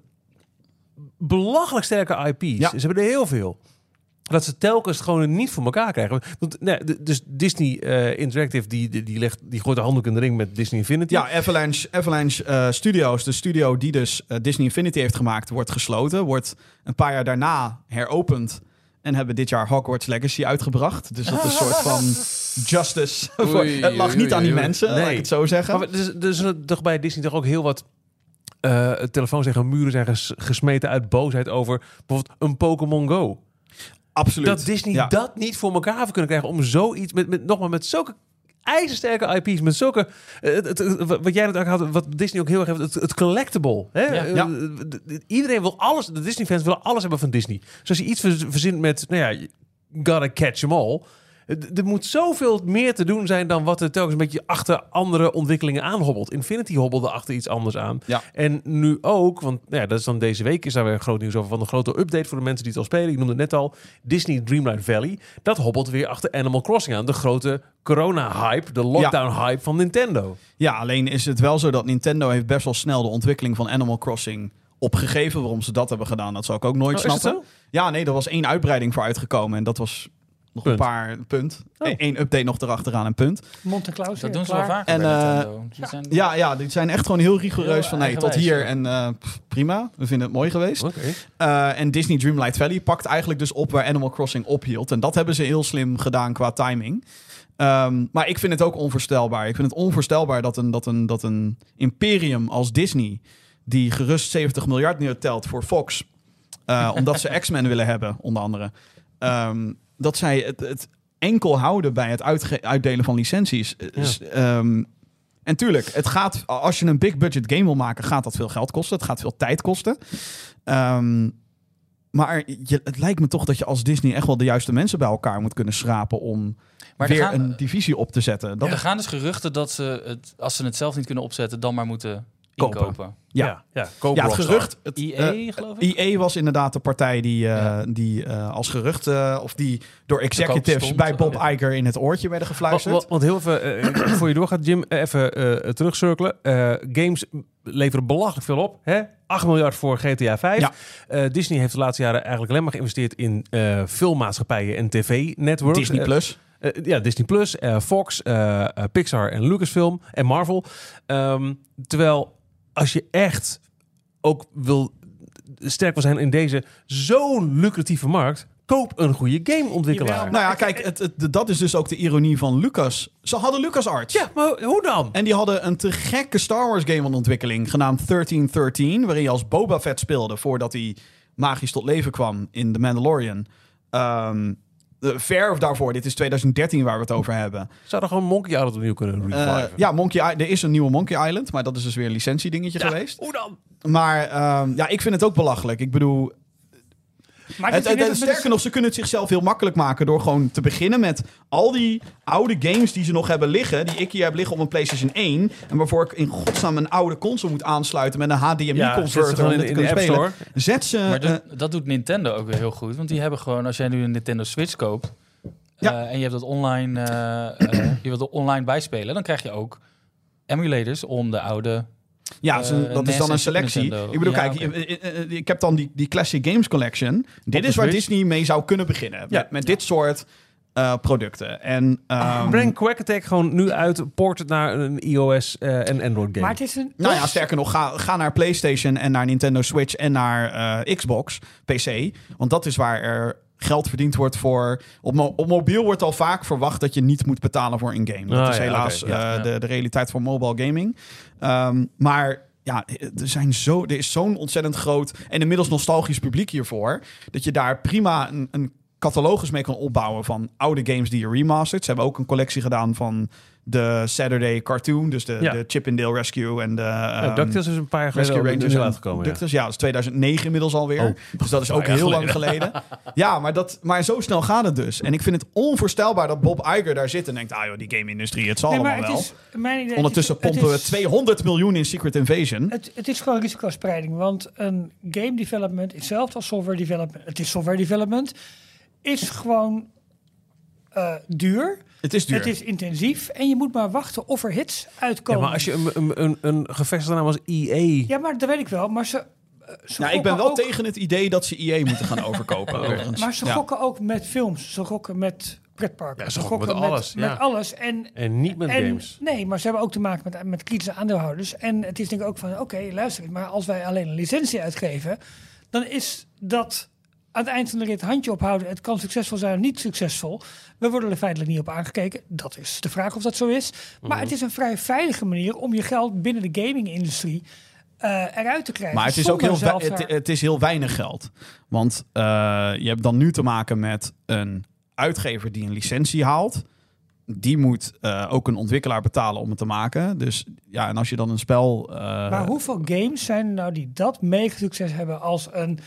belachelijk sterke IP's. Ze hebben er heel veel. Dat ze telkens het gewoon niet voor elkaar krijgen. Dus Disney Interactive die gooit de handdoek in de ring met Disney Infinity. Ja, Avalanche Studios, de studio die dus Disney Infinity heeft gemaakt, wordt gesloten. Wordt een paar jaar daarna heropend. En hebben dit jaar Hogwarts Legacy uitgebracht. Dus dat is een soort van justice. Het lag niet aan die mensen, laat ik het zo zeggen. Maar dus toch bij Disney toch ook heel wat telefoons tegen muren zijn gesmeten uit boosheid over bijvoorbeeld een Pokémon Go. Absoluut. Dat Disney dat niet voor elkaar heeft kunnen krijgen om zoiets met zulke ijzersterke IP's, met zulke wat jij net ook had, wat Disney ook heel erg heeft, het collectible. Hè? Iedereen wil alles. De Disney fans willen alles hebben van Disney. Dus als je iets verzint met, gotta catch them all. Er moet zoveel meer te doen zijn dan wat er telkens een beetje achter andere ontwikkelingen aanhobbelt. Infinity hobbelde achter iets anders aan. Ja. En nu ook, want dat is dan deze week, is daar weer groot nieuws over van een grote update voor de mensen die het al spelen. Ik noemde het net al, Disney Dreamlight Valley. Dat hobbelt weer achter Animal Crossing aan. De grote corona-hype, de lockdown-hype van Nintendo. Ja, alleen is het wel zo dat Nintendo heeft best wel snel de ontwikkeling van Animal Crossing opgegeven. Waarom ze dat hebben gedaan, dat zou ik ook nooit snappen. Is het zo? Ja, nee, er was 1 uitbreiding voor uitgekomen en dat was nog een paar punt. 1 update nog erachteraan en punt. Mont en Klaus. Dat doen ze wel vaak bij Nintendo. Die zijn echt gewoon heel rigoureus van tot hier en prima. We vinden het mooi geweest. En Disney Dreamlight Valley pakt eigenlijk dus op waar Animal Crossing ophield. En dat hebben ze heel slim gedaan qua timing. Maar ik vind het ook onvoorstelbaar. Ik vind het onvoorstelbaar dat een imperium als Disney, die gerust 70 miljard neertelt voor Fox, omdat ze X-Men willen hebben, onder andere, dat zij het enkel houden bij het uitdelen van licenties. En tuurlijk, het gaat, als je een big budget game wil maken, gaat dat veel geld kosten. Het gaat veel tijd kosten. Maar het lijkt me toch dat je als Disney echt wel de juiste mensen bij elkaar moet kunnen schrapen om een divisie op te zetten. Er gaan dus geruchten dat ze als ze het zelf niet kunnen opzetten, dan maar moeten inkopen. Ja, het gerucht. EA, geloof ik? EA was inderdaad de partij die als gerucht, of die door executives bij Bob Iger in het oortje werden gefluisterd. Want heel even, voor je doorgaat, Jim, even terugcirkelen. Games leveren belachelijk veel op. Hè? 8 miljard voor GTA 5. Ja. Disney heeft de laatste jaren eigenlijk alleen maar geïnvesteerd in filmmaatschappijen en tv-networks. Disney Plus. Disney Plus, Fox, Pixar en Lucasfilm en Marvel. Terwijl als je echt ook sterk wil zijn in deze zo'n lucratieve markt, koop een goede gameontwikkelaar. Jawel, Nou ja, kijk, dat is dus ook de ironie van Lucas. Ze hadden LucasArts. Ja, maar hoe dan? En die hadden een te gekke Star Wars game in ontwikkeling genaamd 1313, waarin je als Boba Fett speelde voordat hij magisch tot leven kwam in The Mandalorian. Ver daarvoor, dit is 2013 waar we het over hebben. Zouden gewoon Monkey Island opnieuw kunnen reviven? Ja, er is een nieuwe Monkey Island, maar dat is dus weer een licentiedingetje geweest. Hoe dan? Maar ik vind het ook belachelijk. Ik bedoel, Maar sterker nog, ze kunnen het zichzelf heel makkelijk maken door gewoon te beginnen met al die oude games die ze nog hebben liggen, die ik hier heb liggen op een PlayStation 1, en waarvoor ik in godsnaam een oude console moet aansluiten met een HDMI-converter om dit te kunnen spelen. Zet ze... Maar dat doet Nintendo ook weer heel goed, want die hebben gewoon, als jij nu een Nintendo Switch koopt, en je hebt dat online, je wilt er online bijspelen, dan krijg je ook emulators om de oude... Ja, dat is dan een selectie. Nintendo. Ik bedoel, Ja, kijk, ik heb dan die Classic Games Collection. Dit is waar Disney mee zou kunnen beginnen. Met dit soort producten. En, breng Quack Attack gewoon nu uit, port het naar een iOS en Android game. Maar het is een... nou ja, sterker nog, ga naar PlayStation en naar Nintendo Switch en naar Xbox, PC. Want dat is waar er geld verdiend wordt voor... Op mobiel wordt al vaak verwacht dat je niet moet betalen voor een game. Dat is helaas de realiteit voor mobile gaming. Maar ja, er is zo'n ontzettend groot en inmiddels nostalgisch publiek hiervoor, dat je daar prima een catalogus mee kan opbouwen van oude games die je remastert. Ze hebben ook een collectie gedaan van de Saturday Cartoon, dus de Chip 'n Dale Rescue en de... DuckTales is een paar jaar geleden Rescue Rangers uitgekomen. DuckTales, ja, dat is 2009 inmiddels alweer. Dus dat is ook heel lang geleden. Ja, maar zo snel gaat het dus. En ik vind het onvoorstelbaar dat Bob Iger daar zit en denkt, die game-industrie, het zal allemaal wel. Mijn idee, Ondertussen pompen we 200 miljoen in Secret Invasion. Het is gewoon risicospreiding, want een game development, hetzelfde als software development, het is software development, is gewoon duur. Het is duur. Het is intensief en je moet maar wachten of er hits uitkomen. Ja, maar als je een gevestigde naam als EA... Ja, maar dat weet ik wel. Maar ze ik ben wel ook, tegen het idee dat ze EA moeten gaan overkopen. Overigens. Maar ze gokken ook met films. Ze gokken met pretparken. Ja, ze gokken met alles. Met alles. En niet met games. Nee, maar ze hebben ook te maken met kritische aandeelhouders. En het is denk ik ook van, oké, luister eens. Maar als wij alleen een licentie uitgeven, dan is dat aan het eind van de rit handje ophouden. Het kan succesvol zijn of niet succesvol. We worden er feitelijk niet op aangekeken. Dat is de vraag of dat zo is. Maar het is een vrij veilige manier om je geld binnen de gaming-industrie eruit te krijgen. Maar het is ook het is heel weinig geld. Want je hebt dan nu te maken met een uitgever die een licentie haalt. Die moet ook een ontwikkelaar betalen om het te maken. Dus ja, en als je dan een spel... Maar hoeveel games zijn er nou die dat mega succes hebben als een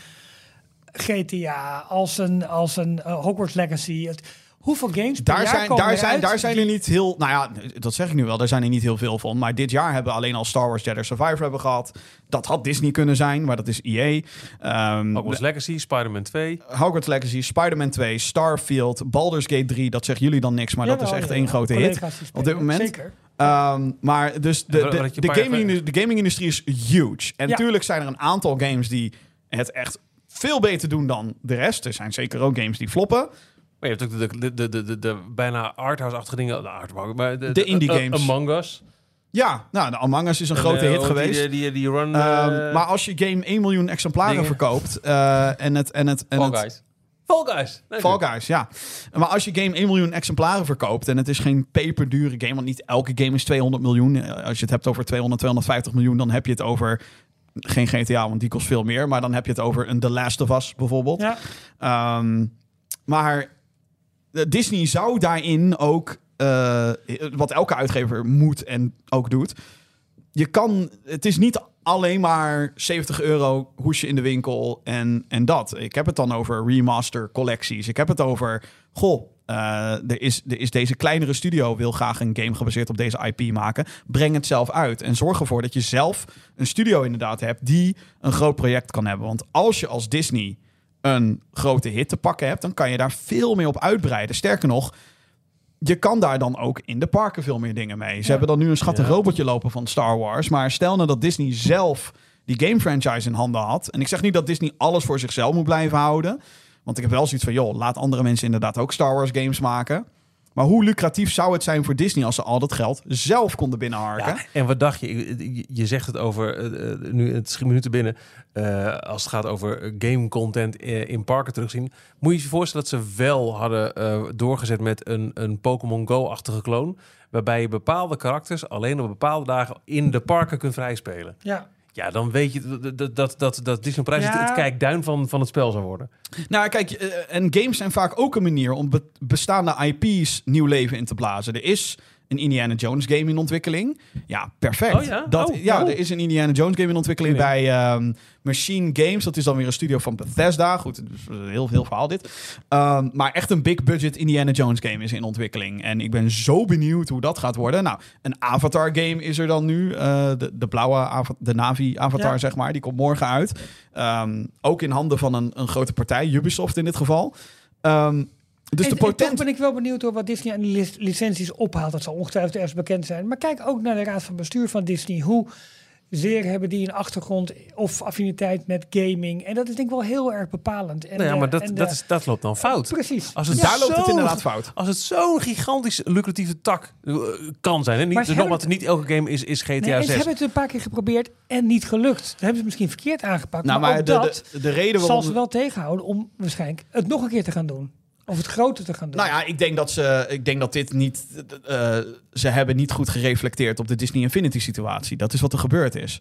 GTA, als een Hogwarts Legacy? Hoeveel games per jaar daar zijn er niet heel... Nou ja, dat zeg ik nu wel. Daar zijn er niet heel veel van. Maar dit jaar hebben we alleen al Star Wars Jedi Survivor hebben gehad. Dat had Disney kunnen zijn, maar dat is EA. Hogwarts Legacy, Spider-Man 2. Hogwarts Legacy, Spider-Man 2, Starfield, Baldur's Gate 3. Dat zeggen jullie dan niks, maar dat is echt één grote hit op dit moment. Zeker. Maar dus de gaming-industrie is huge. En natuurlijk zijn er een aantal games die het echt veel beter doen dan de rest. Er zijn zeker ook games die floppen. Maar je hebt ook de bijna arthouse-achtige dingen. Maar de indie games. Among Us. Ja, nou, de Among Us is een grote hit geweest. Die run... maar als je game 1 miljoen exemplaren verkoopt... Fall Guys, ja. Maar als je game 1 miljoen exemplaren verkoopt... en het is geen peperdure game... want niet elke game is 200 miljoen. Als je het hebt over 250 miljoen... dan heb je het over... geen GTA, want die kost veel meer. Maar dan heb je het over een The Last of Us bijvoorbeeld. Ja. Maar Disney zou daarin ook... wat elke uitgever moet en ook doet... Het is niet alleen maar €70 hoesje in de winkel en dat. Ik heb het dan over remaster collecties. Ik heb het over... er is deze kleinere studio wil graag een game gebaseerd op deze IP maken. Breng het zelf uit en zorg ervoor dat je zelf een studio inderdaad hebt die een groot project kan hebben. Want als je als Disney een grote hit te pakken hebt, dan kan je daar veel meer op uitbreiden. Sterker nog, je kan daar dan ook in de parken veel meer dingen mee. Ze hebben dan nu een schattig robotje lopen van Star Wars. Maar stel nou dat Disney zelf die game franchise in handen had. En ik zeg niet dat Disney alles voor zichzelf moet blijven houden. Want ik heb wel zoiets van, laat andere mensen inderdaad ook Star Wars games maken. Maar hoe lucratief zou het zijn voor Disney als ze al dat geld zelf konden binnenharken? Ja, en wat dacht je? Je zegt het over, nu het schiet minuten binnen, als het gaat over game content in parken terugzien. Moet je je voorstellen dat ze wel hadden doorgezet met een Pokémon Go-achtige kloon, waarbij je bepaalde karakters alleen op bepaalde dagen in de parken kunt vrijspelen. Ja. Ja, dan weet je dat Disney Prijs het kijkduin van het spel zou worden. Nou, kijk, en games zijn vaak ook een manier om bestaande IP's nieuw leven in te blazen. Er is een Indiana Jones game in ontwikkeling. Ja, perfect. Oh ja? Er is een Indiana Jones game in ontwikkeling bij Machine Games. Dat is dan weer een studio van Bethesda. Goed, dus heel veel verhaal dit. Maar echt een big budget Indiana Jones game is in ontwikkeling. En ik ben zo benieuwd hoe dat gaat worden. Nou, een Avatar game is er dan nu. De blauwe, de Navi-avatar, zeg maar. Die komt morgen uit. Ook in handen van een grote partij, Ubisoft in dit geval. Dus en toch ben ik wel benieuwd door wat Disney aan die licenties ophaalt. Dat zal ongetwijfeld ergens bekend zijn. Maar kijk ook naar de raad van bestuur van Disney. Hoe zeer hebben die een achtergrond of affiniteit met gaming? En dat is denk ik wel heel erg bepalend. En, maar dat loopt dan fout. Precies. Daar loopt het inderdaad fout. Als het zo'n gigantisch lucratieve tak kan zijn. Hè? Niet elke game is GTA 6. Ze hebben het een paar keer geprobeerd en niet gelukt. Dat hebben ze misschien verkeerd aangepakt. Nou, maar de reden zal ze wel tegenhouden om waarschijnlijk het nog een keer te gaan doen. Of het groter te gaan doen. Nou ja, ik denk dat dit niet... ze hebben niet goed gereflecteerd op de Disney Infinity situatie. Dat is wat er gebeurd is.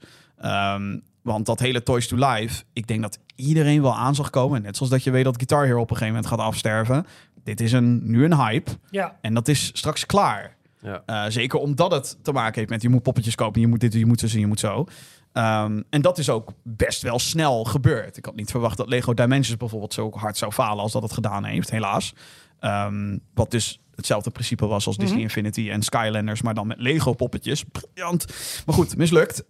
Want dat hele Toys to Life... Ik denk dat iedereen wel aan zag komen. Net zoals dat je weet dat Guitar Hero op een gegeven moment gaat afsterven. Dit is nu een hype. Ja. En dat is straks klaar. Ja. Zeker omdat het te maken heeft met... Je moet poppetjes kopen, je moet dit, je moet zo, je moet zo. En dat is ook best wel snel gebeurd. Ik had niet verwacht dat Lego Dimensions bijvoorbeeld zo hard zou falen als dat het gedaan heeft, helaas. Wat dus hetzelfde principe was als Disney Infinity en Skylanders, maar dan met Lego poppetjes. Briljant. Maar goed, mislukt.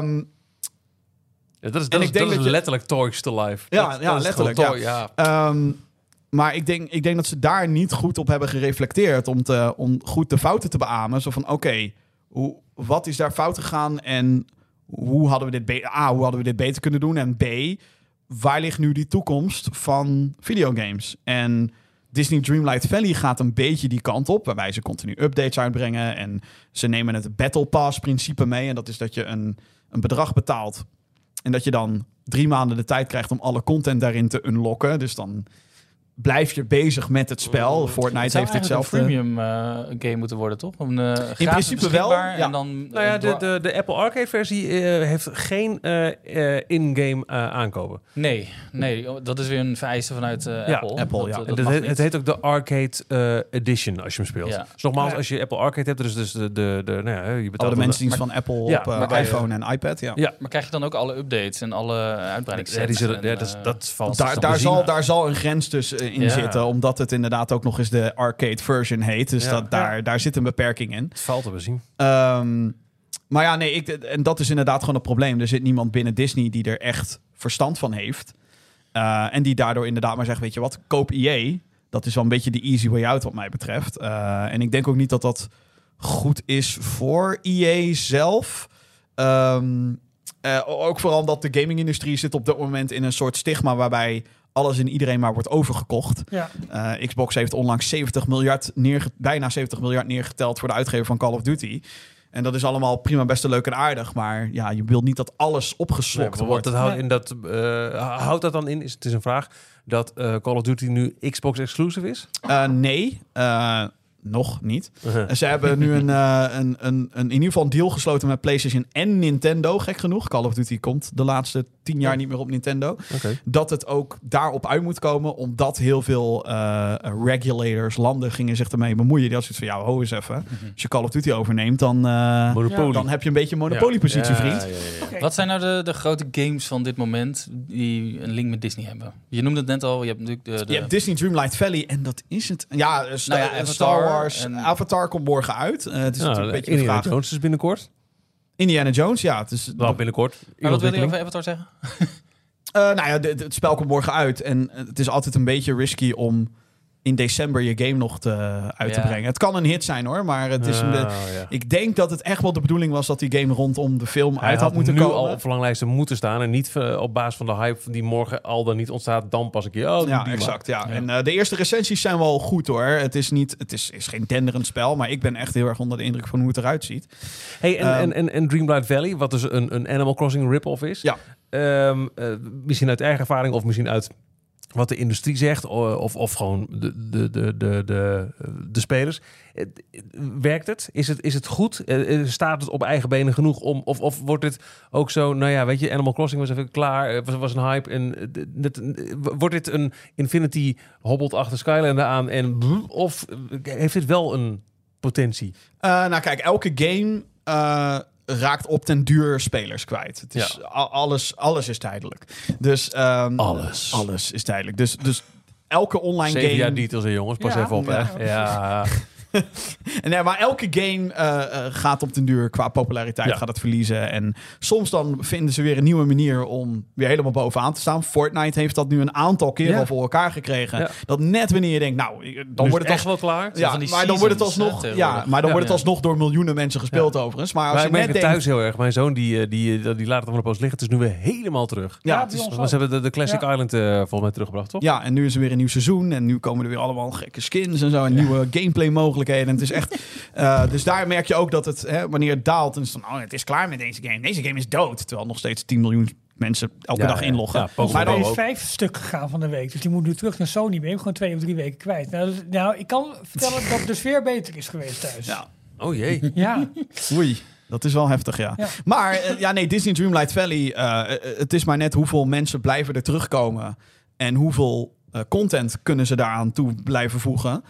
Dat is letterlijk Toys to Life. Ja, letterlijk. Maar ik denk dat ze daar niet goed op hebben gereflecteerd om goed de fouten te beamen. Zo van, oké, wat is daar fout gegaan en... Hoe hadden we dit beter kunnen doen? En B, waar ligt nu die toekomst van videogames? En Disney Dreamlight Valley gaat een beetje die kant op, waarbij ze continu updates uitbrengen. En ze nemen het Battle Pass principe mee. En dat is dat je een bedrag betaalt. En dat je dan 3 maanden de tijd krijgt om alle content daarin te unlocken. Dus dan blijf je bezig met het spel. Fortnite heeft dit zelf. Het zou een premium game moeten worden, toch? In principe wel. Ja. En dan, de Apple Arcade versie heeft geen in-game aankopen. Nee, dat is weer een vereiste vanuit Apple. Het heet ook de Arcade Edition als je hem speelt. Ja. Dus nogmaals, als je Apple Arcade hebt, dus je betaalt de mensendienst van Apple op iPhone en iPad. Ja. Maar krijg je dan ook alle updates en alle uitbreidingssets? Dat valt daar zal een grens tussen in zitten, omdat het inderdaad ook nog eens de arcade version heet. Dus daar zit een beperking in. Het valt te bezien. Maar ja, en dat is inderdaad gewoon een probleem. Er zit niemand binnen Disney die er echt verstand van heeft. En die daardoor inderdaad maar zegt, weet je wat, koop EA. Dat is wel een beetje de easy way out wat mij betreft. En ik denk ook niet dat dat goed is voor EA zelf. Ook vooral omdat de gaming-industrie zit op dit moment in een soort stigma waarbij alles en iedereen maar wordt overgekocht. Ja. Xbox heeft onlangs bijna 70 miljard neergeteld voor de uitgever van Call of Duty. En dat is allemaal prima, best leuk en aardig. Maar ja, je wilt niet dat alles opgeslokt wordt. Houdt dat dan in, het is een vraag, dat Call of Duty nu Xbox exclusive is? Nee, nog niet. Ze hebben nu in ieder geval een deal gesloten met PlayStation en Nintendo, gek genoeg. Call of Duty komt de laatste 10 jaar niet meer op Nintendo. Okay. Dat het ook daarop uit moet komen, omdat heel veel regulators, landen gingen zich ermee bemoeien. Die hadden zoiets van, ho eens even. Als je Call of Duty overneemt, dan heb je een beetje een monopoliepositie, vriend. Ja. Okay. Wat zijn nou de grote games van dit moment die een link met Disney hebben? Je noemde het net al, je hebt natuurlijk Je hebt Disney Dreamlight Valley en dat is het. Ja, Star Wars. Avatar komt morgen uit. Het is natuurlijk een beetje Indiana Jones is binnenkort. Indiana Jones, ja. Het is wel binnenkort. Maar wat wil je over Avatar zeggen? Het spel komt morgen uit. En het is altijd een beetje risky om in december je game nog uit te brengen. Het kan een hit zijn hoor, maar het is ik denk dat het echt wel de bedoeling was dat die game rondom de film uit had moeten komen. Hij had nu al op verlanglijsten moeten staan en niet op basis van de hype die morgen al dan niet ontstaat, dan pas een keer. Ja, exact. Ja. En de eerste recensies zijn wel goed hoor. Het is geen denderend spel, maar ik ben echt heel erg onder de indruk van hoe het eruit ziet. Hey, en Dreamlight Valley, wat dus een Animal Crossing rip-off is. Ja. Misschien uit eigen ervaring of misschien uit wat de industrie zegt of gewoon de spelers. Werkt het? Is het goed? Staat het op eigen benen genoeg om? Of wordt het ook zo, nou ja, weet je, Animal Crossing was even klaar, was een hype en wordt dit een Infinity hobbelt achter Skylander aan of heeft dit wel een potentie? Nou kijk, elke game raakt op den duur spelers kwijt. Het is alles is tijdelijk. Dus alles is tijdelijk. Dus elke online 7 game. jaar details, hè, jongens. Pas even op, hè. Ja. Nee, maar elke game gaat op den duur qua populariteit gaat het verliezen. En soms dan vinden ze weer een nieuwe manier om weer helemaal bovenaan te staan. Fortnite heeft dat nu een aantal keren al voor elkaar gekregen. Ja. Dat net wanneer je denkt, nou, dan wordt het echt wel klaar. Ja, maar dan wordt het alsnog. Wordt het alsnog door miljoenen mensen gespeeld overigens. Maar als je net denkt, thuis heel erg. Mijn zoon die laat het allemaal pas liggen. Het is nu weer helemaal terug. Ja, maar ze hebben de Classic Island volgens mij teruggebracht, toch? Ja, en nu is er weer een nieuw seizoen. En nu komen er weer allemaal gekke skins en zo. En nieuwe gameplay mogelijkheden. En het is echt. Dus daar merk je ook dat het, wanneer het daalt, dan is het, het is klaar met deze game. Deze game is dood. Terwijl nog steeds 10 miljoen mensen elke dag inloggen. Ja, maar er is 5 stuk gegaan van de week. Dus die moet nu terug naar Sony. Ben je gewoon 2 of 3 weken kwijt. Nou, ik kan vertellen dat de sfeer beter is geweest thuis. Ja. Oh jee. Ja. Oei. Dat is wel heftig, ja. Maar Disney Dreamlight Valley. Het is maar net hoeveel mensen blijven er terugkomen. En hoeveel content kunnen ze daaraan toe blijven voegen.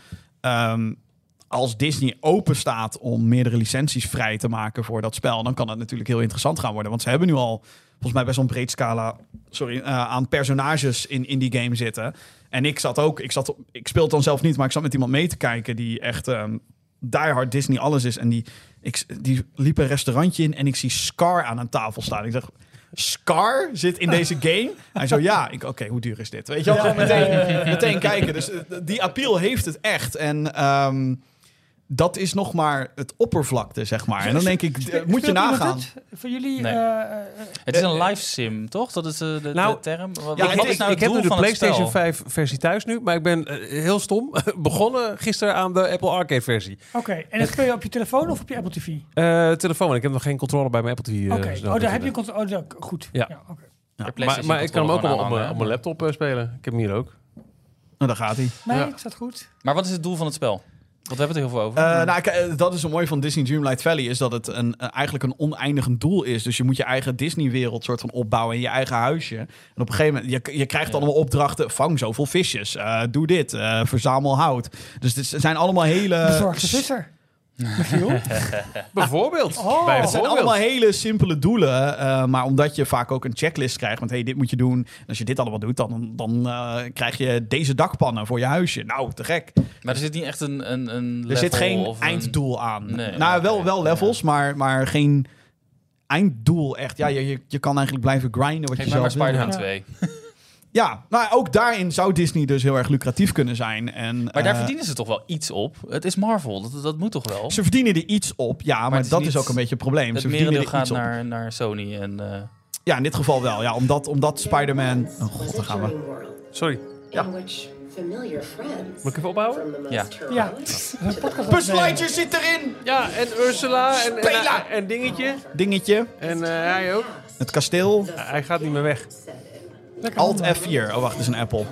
Als Disney open staat om meerdere licenties vrij te maken voor dat spel, dan kan het natuurlijk heel interessant gaan worden. Want ze hebben nu al volgens mij best wel een breed scala aan personages in die game zitten. En ik speel het dan zelf niet, maar ik zat met iemand mee te kijken die echt diehard Disney alles is. En die liep een restaurantje in en ik zie Scar aan een tafel staan. Ik dacht, Scar zit in deze game? Hij zo, oké, hoe duur is dit? Weet je wel, meteen kijken. Dus die appeal heeft het echt. En dat is nog maar het oppervlakte, zeg maar. En dan denk ik, moet je nagaan. Voor jullie? Nee. Het is een live sim, toch? Dat is de term. Ik heb nu de PlayStation 5 versie thuis nu, maar ik ben heel stom begonnen gisteren aan de Apple Arcade versie. Oké, en dat speel je op je telefoon of op je Apple TV? Telefoon. Ik heb nog geen controller bij mijn Apple TV. Oké, daar heb je controller. Goed. Ja. Maar ik kan hem ook op mijn laptop spelen. Ik heb hem hier ook. Nou, daar gaat hij. Nee, het staat goed. Maar wat is het doel van het spel? Want we hebben het er heel veel over. Dat is het mooie van Disney Dreamlight Valley, is dat het eigenlijk een oneindigend doel is. Dus je moet je eigen Disney-wereld soort van opbouwen in je eigen huisje. En op een gegeven moment, je krijgt allemaal opdrachten. Vang zoveel visjes, doe dit, verzamel hout. Dus het zijn allemaal hele... Bezorg de visser. Bijvoorbeeld. Het zijn allemaal hele simpele doelen. Maar omdat je vaak ook een checklist krijgt met dit moet je doen. En als je dit allemaal doet, dan krijg je deze dakpannen voor je huisje. Nou, te gek. Maar er zit niet echt een level. Er zit geen einddoel aan. Nee, wel levels, maar geen einddoel echt. Ja, je kan eigenlijk blijven grinden wat je zelf wil. Spider-Man 2. Ja, maar ook daarin zou Disney dus heel erg lucratief kunnen zijn. Maar daar verdienen ze toch wel iets op? Het is Marvel, dat moet toch wel? Ze verdienen er iets op, ja, maar dat is ook een beetje het probleem. Het merendeel gaat naar Sony. Ja, in dit geval wel. Ja, omdat Spider-Man... Oh god, daar gaan we. Sorry. Ja. Moet ik even ophouden? Ja. Buzz Lightyear zit erin! Ja, en Ursula en Dingetje. En hij ook. Het kasteel. Hij gaat niet meer weg. Alt F4. Oh, wacht, dat is een Apple.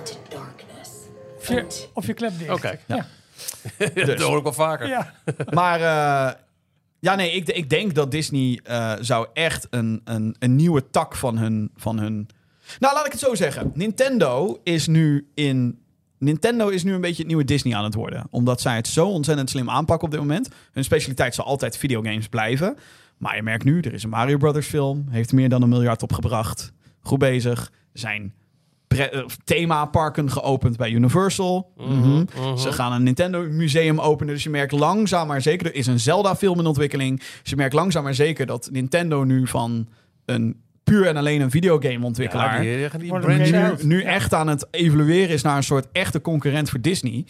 Of je klep dicht. Oké. Ja. Dat hoor ik wel vaker. Ja. Maar ik denk dat Disney zou echt een nieuwe tak van hun... Nou, laat ik het zo zeggen. Nintendo is nu een beetje het nieuwe Disney aan het worden. Omdat zij het zo ontzettend slim aanpakken op dit moment. Hun specialiteit zal altijd videogames blijven. Maar je merkt nu, er is een Mario Brothers film. Heeft meer dan $1 miljard opgebracht. Goed bezig. Er zijn themaparken geopend bij Universal. Ze gaan een Nintendo museum openen. Dus je merkt langzaam maar zeker... Er is een Zelda film in ontwikkeling. Dus je merkt langzaam maar zeker dat Nintendo nu van een puur en alleen een videogameontwikkelaar. die Wordt branch een out. nu echt aan het evalueren is naar een soort echte concurrent voor Disney.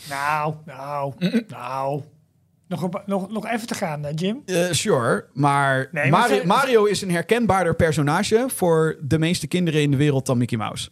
Nou. Nog even te gaan, Jim. Sure, maar, Nee, maar Mario is een herkenbaarder personage voor de meeste kinderen in de wereld dan Mickey Mouse.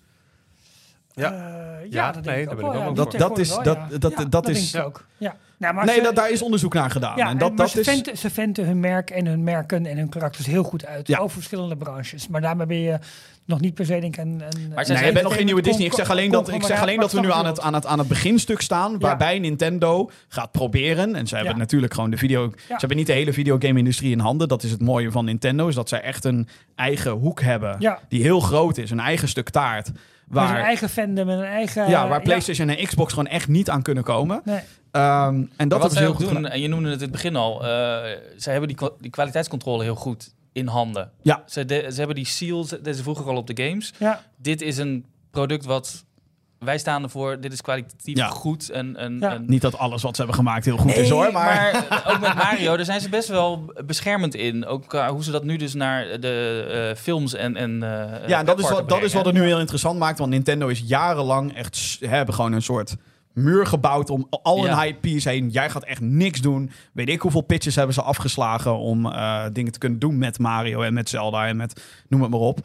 Dat denk ik ook wel. Ja, Dat denk is. ik ook. Ja. Nou, maar Daar is onderzoek naar gedaan. Ja, en maar ze venten hun merk en hun merken en hun karakters heel goed uit. Ja. Over verschillende branches. Maar daarmee ben je nog niet per se denk ik je bent nog geen nieuwe Disney. Ik zeg alleen dat we nu aan het beginstuk staan. Waarbij Nintendo gaat proberen. En ze hebben natuurlijk gewoon Ze hebben niet de hele videogame-industrie in handen. Dat is het mooie van Nintendo. Is dat zij echt een eigen hoek hebben. Ja. Die heel groot is. Een eigen stuk taart. Met een eigen fandom en een eigen... waar PlayStation en Xbox gewoon echt niet aan kunnen komen. Nee. En dat wat is zij heel ook goed doen, gedaan. en je noemde het in het begin al, zij hebben die kwaliteitscontrole heel goed in handen. Ja. Ze hebben die seals, deden ze vroeger al op de games. Ja. Dit is een product wat wij staan ervoor, dit is kwalitatief goed. En Niet dat alles wat ze hebben gemaakt heel goed is hoor. Maar ook met Mario, daar zijn ze best wel beschermend in. Ook hoe ze dat nu dus naar de films en dat is wat het nu heel interessant maakt. Want Nintendo is jarenlang echt... hebben gewoon een soort muur gebouwd om al hun IP's heen. Jij gaat echt niks doen. Weet ik hoeveel pitches hebben ze afgeslagen om dingen te kunnen doen met Mario en met Zelda en met noem het maar op.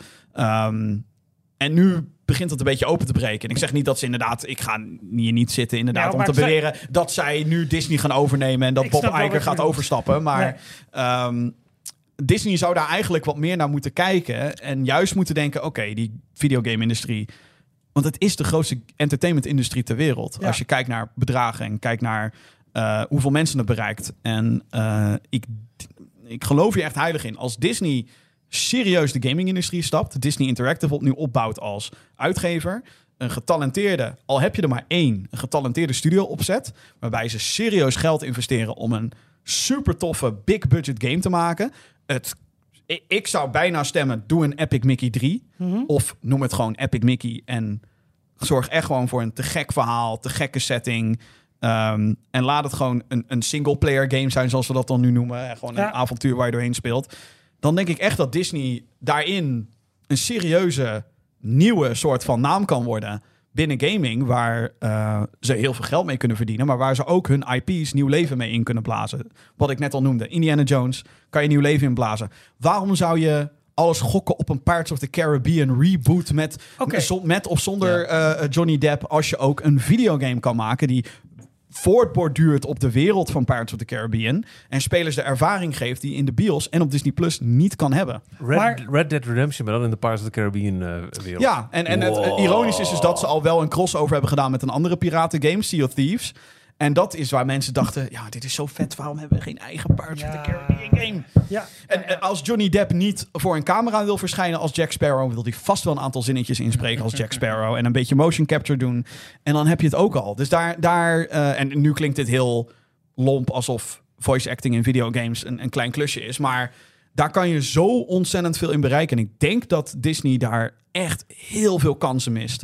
En nu begint het een beetje open te breken. En ik zeg niet dat ze inderdaad... Ik ga hier niet zitten inderdaad om te beweren dat zij nu Disney gaan overnemen en dat Bob Iger gaat overstappen. Maar Disney zou daar eigenlijk wat meer naar moeten kijken en juist moeten denken, oké, die videogame-industrie... Want het is de grootste entertainment-industrie ter wereld. Ja. Als je kijkt naar bedragen en kijkt naar hoeveel mensen het bereikt. En ik geloof hier echt heilig in. Als Disney serieus de gaming-industrie stapt, Disney Interactive nu opbouwt als uitgever, een getalenteerde, al heb je er maar één, een getalenteerde studio opzet, waarbij ze serieus geld investeren om een super toffe big-budget game te maken. Ik zou bijna stemmen, doe een Epic Mickey 3. Mm-hmm. Of noem het gewoon Epic Mickey. En zorg echt gewoon voor een te gek verhaal, te gekke setting. En laat het gewoon een single-player game zijn, zoals we dat dan nu noemen. Gewoon een avontuur waar je doorheen speelt. Dan denk ik echt dat Disney daarin een serieuze, nieuwe soort van naam kan worden binnen gaming, waar ze heel veel geld mee kunnen verdienen, maar waar ze ook hun IP's nieuw leven mee in kunnen blazen. Wat ik net al noemde, Indiana Jones, kan je nieuw leven inblazen. Waarom zou je alles gokken op een Pirates of the Caribbean reboot met of zonder Johnny Depp, als je ook een videogame kan maken die voortborduurt op de wereld van Pirates of the Caribbean en spelers de ervaring geeft die in de bios en op Disney Plus niet kan hebben. Red Dead Redemption, maar dan in de Pirates of the Caribbean wereld. Ja, en het ironisch is dus dat ze al wel een crossover hebben gedaan met een andere piratengame, Sea of Thieves. En dat is waar mensen dachten, ja, dit is zo vet, waarom hebben we geen eigen Pirates of the Caribbean game? Ja. En als Johnny Depp niet voor een camera wil verschijnen als Jack Sparrow, wil hij vast wel een aantal zinnetjes inspreken als Jack Sparrow en een beetje motion capture doen. En dan heb je het ook al. Dus en nu klinkt dit heel lomp, alsof voice acting in videogames een klein klusje is, maar daar kan je zo ontzettend veel in bereiken. En ik denk dat Disney daar echt heel veel kansen mist.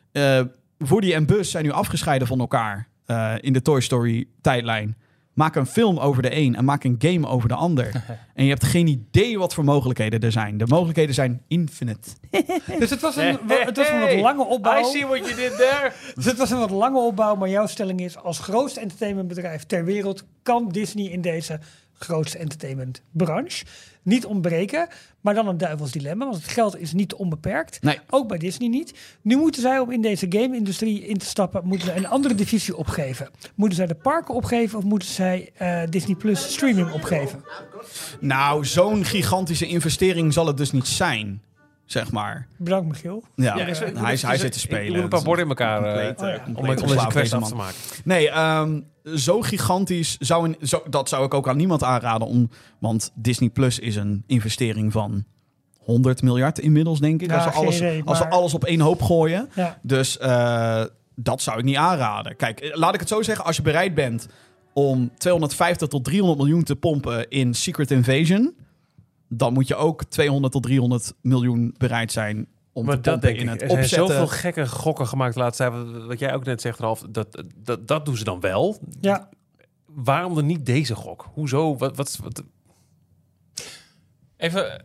Woody en Buzz zijn nu afgescheiden van elkaar in de Toy Story tijdlijn. Maak een film over de een en maak een game over de ander. En je hebt geen idee wat voor mogelijkheden er zijn. De mogelijkheden zijn infinite. Dus het was een wat lange opbouw. I see what you did there. Dus het was een wat lange opbouw, maar jouw stelling is, als grootste entertainmentbedrijf ter wereld kan Disney in deze grootste entertainmentbranche niet ontbreken, maar dan een duivels dilemma, want het geld is niet onbeperkt. Nee. Ook bij Disney niet. Nu moeten zij, om in deze game-industrie in te stappen, moeten ze een andere divisie opgeven. Moeten zij de parken opgeven of moeten zij Disney Plus streaming opgeven? Nou, zo'n gigantische investering zal het dus niet zijn, zeg maar. Bedankt, Michiel. Ja, hij zit te spelen. Je moet een paar borden in elkaar om deze quest af te maken. Nee, zo gigantisch dat zou ik ook aan niemand aanraden. Want Disney Plus is een investering van 100 miljard inmiddels, denk ik. Ja, als we alles op één hoop gooien. Ja. Dus dat zou ik niet aanraden. Kijk, laat ik het zo zeggen. Als je bereid bent om 250 tot 300 miljoen te pompen in Secret Invasion, dan moet je ook 200 tot 300 miljoen bereid zijn om te pompen in het opzetten. Er zijn zoveel gekke gokken gemaakt de laatste tijd. Wat jij ook net zegt, Ralf, dat doen ze dan wel. Ja. Waarom dan niet deze gok? Hoezo? Wat? Even,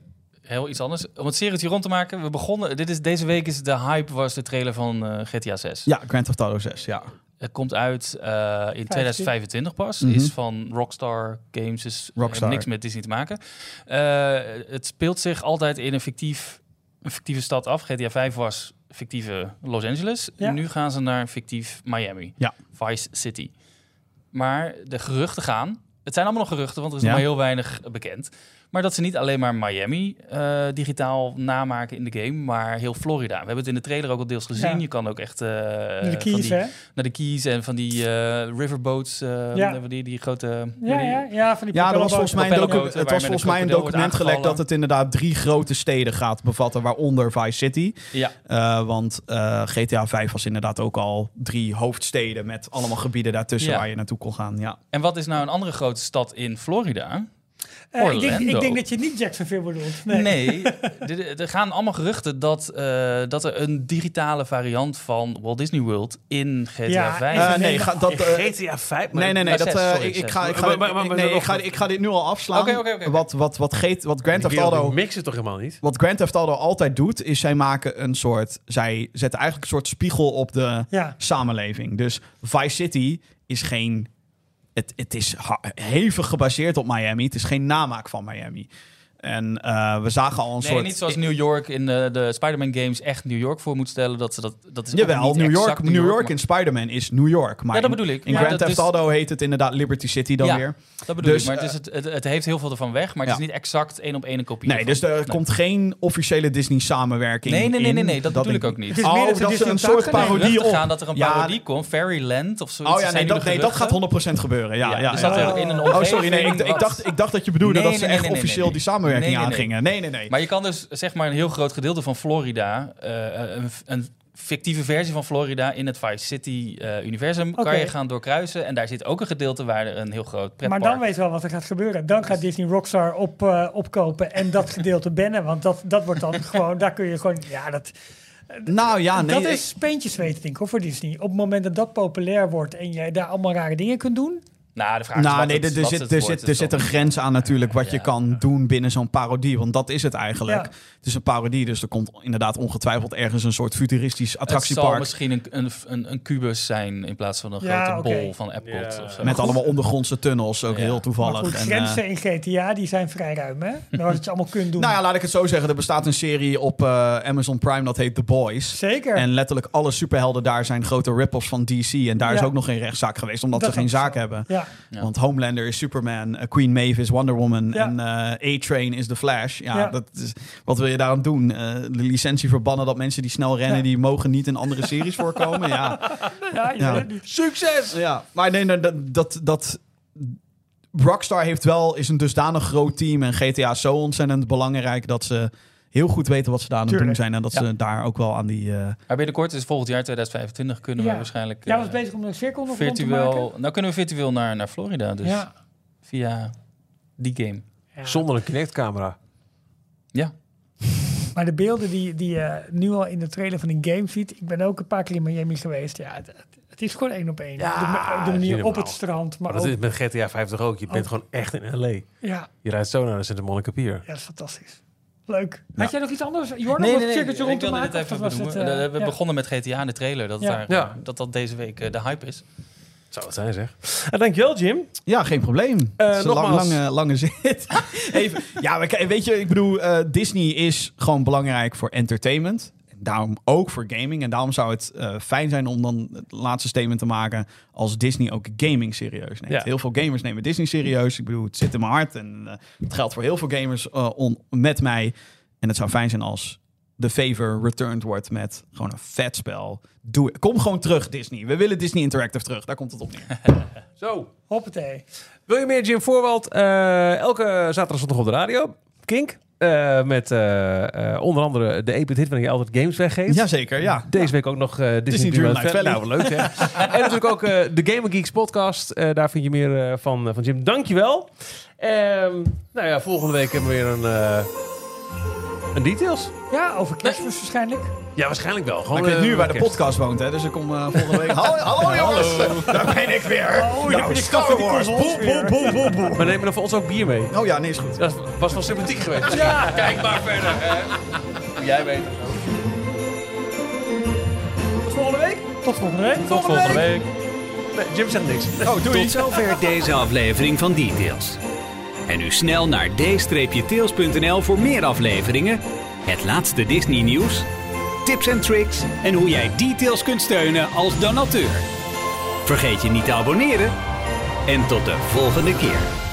heel iets anders. Om het serietje rond te maken, we begonnen... Deze week is de hype, was de trailer van GTA 6. Ja, Grand Theft Auto 6, ja. Het komt uit in 2025 pas. Mhm. Is van Rockstar Games. Dus Rockstar. niks met Disney te maken. Het speelt zich altijd in een fictieve stad af. GTA 5 was fictieve Los Angeles. Ja. Nu gaan ze naar fictief Miami. Ja. Vice City. Maar de geruchten gaan... Het zijn allemaal nog geruchten, want er is nog Ja. maar heel weinig bekend. Maar dat ze niet alleen maar Miami digitaal namaken in de game, maar heel Florida. We hebben het in de trailer ook al deels gezien. Ja. Je kan ook echt De keys, hè? naar de keys en van die riverboats, Ja. die grote... Ja, van die Ja, er was volgens mij een, Propellerboten het waar was je met volgens een mij een krokodil wordt document gelekt aangevallen. dat het inderdaad 3 grote steden gaat bevatten, waaronder Vice City. Ja. Want GTA 5 was inderdaad ook al 3 hoofdsteden met allemaal gebieden daartussen Ja. waar je naartoe kon gaan. Ja. En wat is nou een andere grote stad in Florida? Ik Orlando. denk dat je niet Jacksonville bedoelt. Nee, er gaan allemaal geruchten dat er een digitale variant van Walt Disney World in GTA Ja, 5... Nee, GTA 5? Nee, Maar dat, 6, sorry, ik 6. ga dit nu al afslaan. Oké. Wat Grand Theft Auto... mix het toch helemaal niet? Wat Grand Theft Auto altijd doet, is zij zetten eigenlijk een soort spiegel op de Ja. samenleving. Dus Vice City is geen... Het is hevig gebaseerd op Miami. Het is geen namaak van Miami. En we zagen al een soort... niet zoals New York in de Spider-Man games echt New York voor moet stellen. Dat is Jawel, ook niet New exact York in Spider-Man is New York. Maar Ja, dat bedoel ik. In Ja, Grand dat Theft is- Auto heet het inderdaad Liberty City dan Ja, weer. Dat bedoel Dus, ik, maar het heeft heel veel ervan weg. Maar het ja. is niet exact 1 op 1 een kopie. Nee, ervan. dus er komt geen officiële Disney-samenwerking Nee, in. dat bedoel ik ook niet. Het is meer dat ze dat Disney ze een op soort takken nemen. parodie op... gaan dat er een Ja, parodie komt. Fairyland of zoiets. Oh ja, Zijn nee, nu de dat gaat geruchten. 100% gebeuren. Ja, Dus ja. dat er in een Oh, sorry, nee, omgeving ik dacht dat je bedoelde Nee, dat ze nee, echt nee, officieel nee. die samenwerking Nee. aangingen. Nee. Maar je kan dus zeg maar een heel groot gedeelte van Florida, een fictieve versie van Florida in het Vice City universum Oké. kan je gaan doorkruisen. En daar zit ook een gedeelte waar er een heel groot pretpark... Maar dan weet je wel wat er gaat gebeuren. Dan gaat Disney Rockstar opkopen en dat gedeelte bannen. Want dat wordt dan gewoon... Daar kun je gewoon... Ja, Nou ja, nee. dat is speentjes weten, denk ik, hoor, voor Disney. Op het moment dat dat populair wordt en jij daar allall rare dingen kunt doen... Nou, de vraag is wat het- wat het wordt. er zit een grens aan natuurlijk wat je Ja. kan doen binnen zo'n parodie. Want dat is het eigenlijk. Ja. Het is een parodie, dus er komt inderdaad ongetwijfeld ergens een soort futuristisch Het zal attractiepark. misschien een kubus zijn in plaats van een Ja, grote oké. bol van Epcot Ja. of zo. Met allemaal ondergrondse tunnels, ook Ja. heel Maar toevallig. goed, En, grenzen in GTA, die zijn vrij ruim, hè? Wat je allemaal kunt doen. nou ja, laat ik het zo zeggen. Er bestaat een serie op Amazon Prime, dat heet The Boys. Zeker. En letterlijk alle superhelden daar zijn grote rip-offs van DC. En daar is Ja. ook nog geen rechtszaak geweest, omdat Dat ze geen ook zaak zo. hebben. Ja. Ja. Want Homelander is Superman, Queen Maeve is Wonder Woman Ja. en A-Train is The Flash. Ja, Ja. Dat is, wat wil je daaraan doen? De licentie verbannen dat mensen die snel rennen, Ja. die mogen niet in andere series voorkomen. Ja, Ja, je Ja. weet het niet. Succes! ja. Maar nee, dat Rockstar is een dusdanig groot team en GTA is zo ontzettend belangrijk dat ze heel goed weten wat ze daar aan het doen Tuurlijk. zijn. En dat Ja. ze daar ook wel aan die... Maar binnenkort, is volgend jaar 2025, kunnen we Ja. waarschijnlijk Jij was bezig om een cirkel nog rond te virtueel... maken. Nou kunnen we virtueel naar Florida, dus Ja. via die game. Ja. Zonder een Kinect-camera. Ja. Maar de beelden die je nu al in de trailer van die game ziet... Ik ben ook een paar keer in Miami geweest. Ja, het is gewoon 1 op 1. Ja, de dat is manier niet op normaal. het strand. Maar Maar dat ook, is met GTA 5 toch ook? Je bent ook- gewoon echt in L.A. ja, Je rijdt zo naar de Santa Monica Pier. ja, dat is fantastisch. Leuk. Ja. Had jij nog iets anders? Jorn, nog een cirkeltje rond ik te wilde maken? dit Of dat even was benoemen. het, We ja. begonnen met GTA in de trailer, dat Ja. dat deze week de hype is. Zou het zijn, zeg. Dankjewel, Jim. Ja, geen probleem. Het is een nogmaals. lange zit. Even, ja, maar weet je, ik bedoel, Disney is gewoon belangrijk voor entertainment. Daarom ook voor gaming. En daarom zou het fijn zijn om dan het laatste statement te maken als Disney ook gaming serieus neemt. Ja. Heel veel gamers nemen Disney serieus. Ik bedoel, het zit in mijn hart. En het geldt voor heel veel gamers met mij. En het zou fijn zijn als The Favor returned wordt met gewoon een vet spel. Doe het. Kom gewoon terug, Disney. We willen Disney Interactive terug. Daar komt het op neer. Zo. Hoppatee. Wil je meer Jim Voorwald? Elke zaterdag zondag op de radio. Kink. Met onder andere de 8-bit hit waarin je altijd games weggeeft. Jazeker, ja. Deze week ook nog Disney Dreamlight Dreamlight Valley. Nou, leuk zeg. En natuurlijk ook de Gamer Geeks podcast. Daar vind je meer van Jim. Dankjewel. Nou ja, volgende week hebben we weer een Details. Ja, over kerstmis waarschijnlijk. Ja, waarschijnlijk wel. Gewoon, Maar ik weet nu waar de kerst. podcast woont, hè? Dus ik kom volgende week. Hallo jongens, daar ben ik weer. Nou, Star Wars. Boem. Maar neem dan voor ons ook bier mee. Oh ja, nee, is goed. Dat was wel sympathiek geweest. Ja, kijk maar verder. Jij weet het. Tot volgende week. Tot volgende week. Tot volgende week. Nee, Jim zegt niks. Oh, doei. Tot zover deze aflevering van Details. En nu snel naar d-tails.nl voor meer afleveringen, het laatste Disney nieuws, tips en tricks en hoe jij Details kunt steunen als donateur. Vergeet je niet te abonneren en tot de volgende keer.